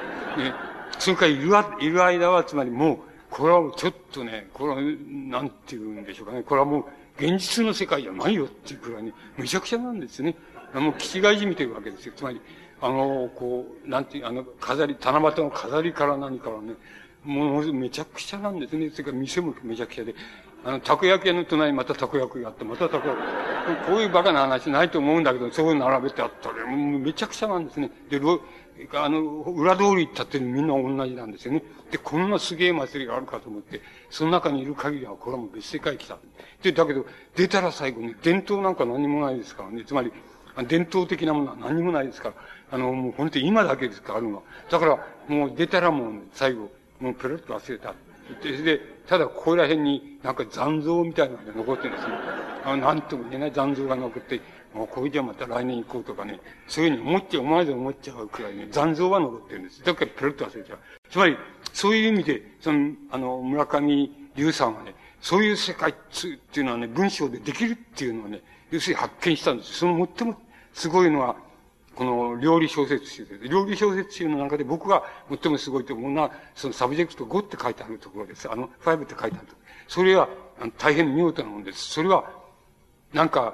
ね。それからいる間は、つまりもう、これはちょっとね、これは、なんて言うんでしょうかね。これはもう、現実の世界じゃないよっていうくらいね、めちゃくちゃなんですね。もう、気違いじみてるわけですよ。つまり、なんていう、七夕の飾りから何からね、もうめちゃくちゃなんですね。それから店もめちゃくちゃで。たこ焼き屋の隣にまたたこ焼きがあって、またたこ焼き。こういうバカな話ないと思うんだけど、そういうの並べてあったら、もうめちゃくちゃなんですね。で、裏通り行ったってみんな同じなんですよね。で、こんなすげえ祭りがあるかと思って、その中にいる限りは、これはもう別世界来た。で、だけど、出たら最後ね、伝統なんか何もないですからね。つまり、伝統的なものは何もないですから。もう本当に今だけですから、あるのは。だから、もう出たらもう、最後、もうペロッと忘れた。で、ただここら辺になんか残像みたいなのが残ってるんですね。なんとも言えない残像が残って、もうこれじゃまた来年行こうとかね、そういうふうに思わず思っちゃうくらいね、残像は残ってるんです。だからペロッと忘れちゃう。つまり、そういう意味で、村上龍さんはね、そういう世界っていうのはね、文章でできるっていうのをね、要するに発見したんです。その最もすごいのは、この料理小説集です。料理小説集の中で僕が最もすごいと思うのは、そのサブジェクト5って書いてあるところです。5って書いてあると。それは、大変見事なものです。それは、なんか、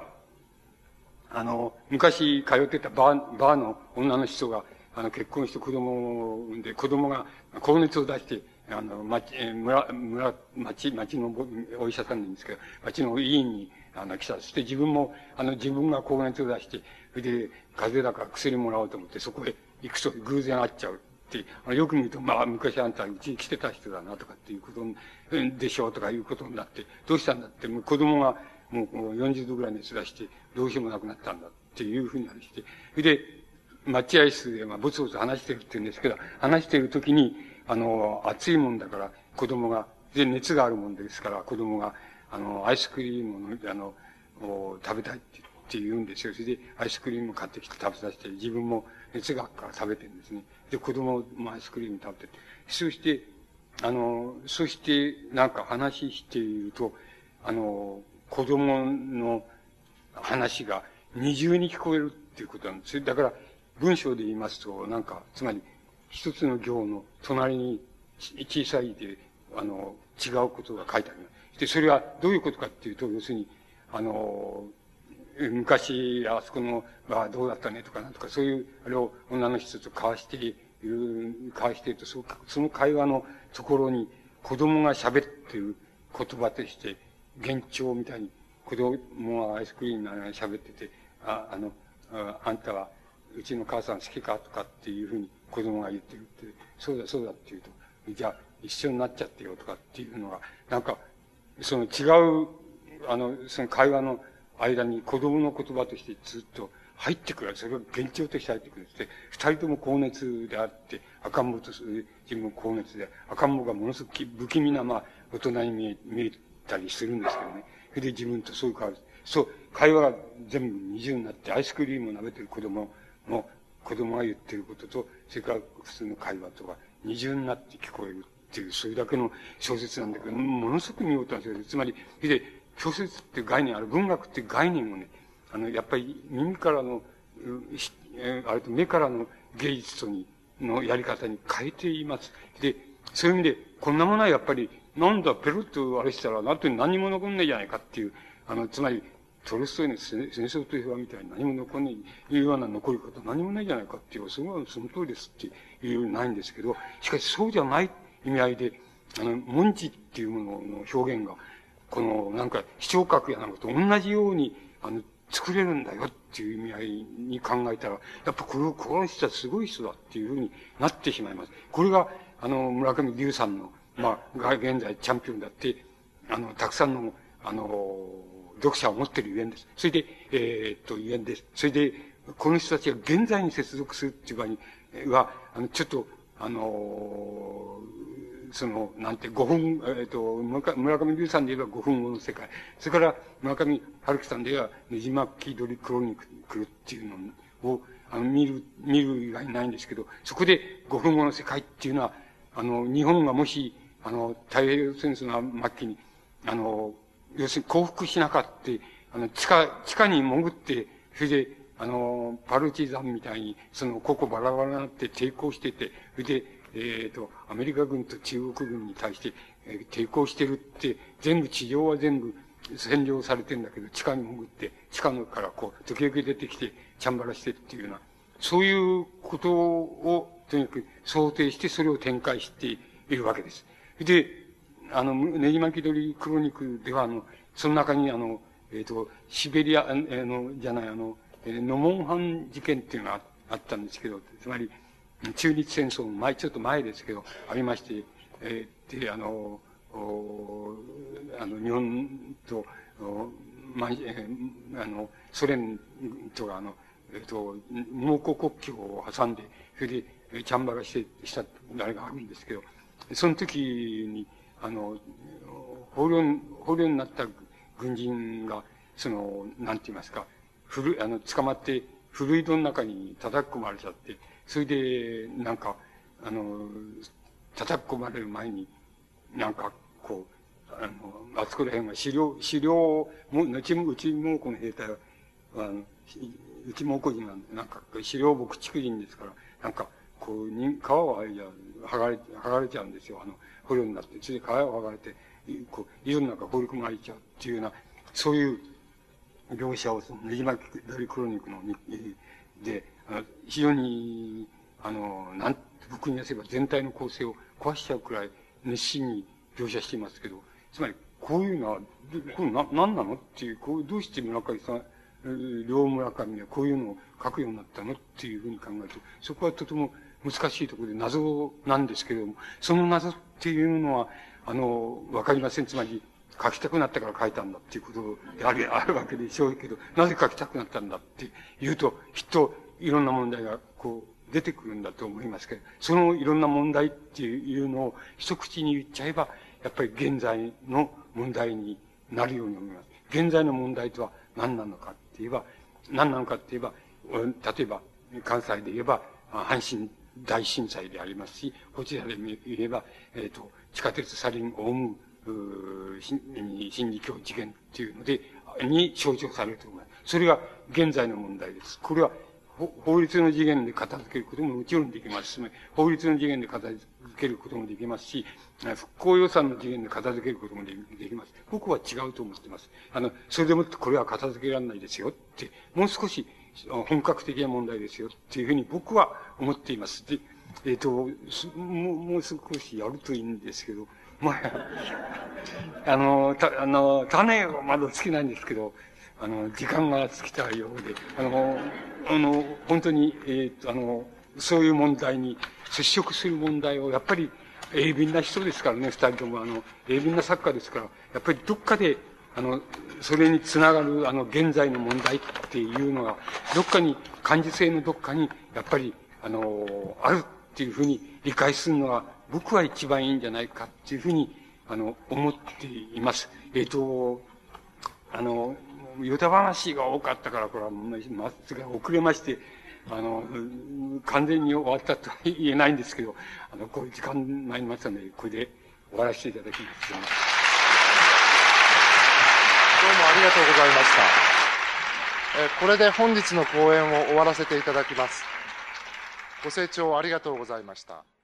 昔通ってたバーの女の人が、結婚して子供を産んで、子供が高熱を出して、町のお医者さんなんですけど、町の医院に、来た。そして自分が高熱を出して、それで、風邪だから薬もらおうと思って、そこへ行くと偶然会っちゃうって、よく見ると、昔あんたうちに来てた人だなとかっていうことでしょうとかいうことになって、どうしたんだって、もう子供がもう40度ぐらい熱出して、どうしようもなくなったんだっていうふうに話して、それで、待合室で、ぼつぼつ話してるって言うんですけど、話してる時に、暑いもんだから、子供が、で、熱があるもんですから、子供が、アイスクリームを食べたいって言うんですよ。それで、アイスクリームを買ってきて食べさせて、自分も熱があるから食べてるんですね。で、子供もアイスクリーム食べて、そして、なんか話していると、子供の話が二重に聞こえるっていうことなんです。だから、文章で言いますと、なんか、つまり、一つの行の隣に小さいで、違うことが書いてあります。で、それはどういうことかっていうと、要するに、昔、あそこのはどうだったねとかなんとか、そういう、あれを女の人と交わしていると、その会話のところに子供が喋っている言葉として、幻聴みたいに子供がアイスクリームの喋ってて、あんたはうちの母さん好きかとかっていうふうに子供が言ってるって、そうだって言うと、じゃあ一緒になっちゃってよとかっていうのが、なんか、その違う、その会話の間に子供の言葉としてずっと入ってくる。それが幻聴として入ってくる。で、二人とも高熱であって、赤ん坊と自分も高熱で、赤ん坊がものすごく不気味な、大人に見えたりするんですけどね。それで自分とそういう会話、会話が全部二重になって、アイスクリームを舐めてる子供が言ってることと、それから普通の会話とか二重になって聞こえるっていう、それだけの小説なんだけど、ものすごく見事な小説。つまり、で、 小説って概念、文学って概念をね、やっぱり耳からの、目からの芸術のやり方に変えています。で、そういう意味で、こんなものはやっぱり、なんだ、ペロッとあれしたら、後に何にも残んないじゃないかっていう、つまり、トルストイの戦争と平和みたいに何も残んない、いうような残り方何もないじゃないかっていう、その通りですっていうないんですけど、しかしそうじゃない意味合いで、文字っていうものの表現が、なんか、視聴覚やなんかと同じように、作れるんだよっていう意味合いに考えたら、やっぱこの人はすごい人だっていうふうになってしまいます。これが、村上龍さんの、現在チャンピオンだって、たくさんの、読者を持っているゆえんです。それで、ゆえんです。それで、この人たちが現在に接続するっていう場合には、ちょっと、なんて、5分、村上龍さんで言えば5分後の世界。それから、村上春樹さんで言えば、ねじ巻き鳥クロニクルっていうのを、見る以外ないんですけど、そこで5分後の世界っていうのは、日本がもし、太平洋戦争の末期に、要するに降伏しなかった、地下に潜って、それで、パルチザンみたいに、ここバラバラになって抵抗してて、それで、アメリカ軍と中国軍に対して、抵抗してるって、地上は全部占領されてんだけど、地下に潜って、地下のから時々出てきて、チャンバラしてっていうような、そういうことを、とにかく想定してそれを展開しているわけです。で、ねじ巻き鳥クロニクルでは、その中にシベリア、ノモンハン事件っていうのがあったんですけど、つまり、中日戦争のちょっと前ですけど、ありまして、で、日本と、ソ連とか、蒙古国境を挟んで、それで、チャンバラしたあれがあるんですけど、その時に、捕虜になった軍人が、なんて言いますか、捕まって、古井戸の中に叩き込まれちゃって、それで、なんか、叩き込まれる前に、なんか、あそこら辺は狩猟、内蒙古の兵隊は、内蒙古人は、なんか、狩猟牧畜人ですから、なんか、皮を剥がれちゃうんですよ。捕虜になって、それで皮を剥がれて、井戸の中放り込まれちゃうっていうような、そういう描写を、ねじ巻き鳥クロニクルので、非常に、僕に言わせれば全体の構成を壊しちゃうくらい熱心に描写していますけど、つまり、こういうのは、何なのっていう、どうして村上さん、両村上はこういうのを書くようになったのっていうふうに考えると、そこはとても難しいところで謎なんですけれども、その謎っていうのは、わかりません。つまり、書きたくなったから書いたんだっていうことであるわけでしょうけど、なぜ書きたくなったんだって言うと、きっといろんな問題が出てくるんだと思いますけど、そのいろんな問題っていうのを一口に言っちゃえば、やっぱり現在の問題になるように思います。現在の問題とは何なのかって言えば、例えば、関西で言えば、阪神大震災でありますし、こちらで言えば、地下鉄サリンオウム、新事教事件っていうので、に象徴されると思います。それが現在の問題です。これは、法律の次元で片付けることももちろんできますし、法律の次元で片付けることもできますし、復興予算の次元で片付けることもできます。僕は違うと思っています。それでもってこれは片付けられないですよって、もう少し本格的な問題ですよっていうふうに僕は思っています。で、もう少しやるといいんですけど、種はまだ尽きないんですけど、時間が尽きたようで、本当に、そういう問題に接触する問題を、やっぱり、鋭敏な人ですからね、二人とも、鋭敏な作家ですから、やっぱりどっかで、それにつながる、現在の問題っていうのが、どっかに、感受性のどっかに、やっぱり、あるっていうふうに理解するのが、僕は一番いいんじゃないかっていうふうに、思っています。ヨタ話が多かったから、これは、遅れまして、完全に終わったとは言えないんですけど、こういう時間になりましたので、これで終わらせていただきます。
りがとうございました。これで本日の講演を終わらせていただきます。ご清聴ありがとうございました。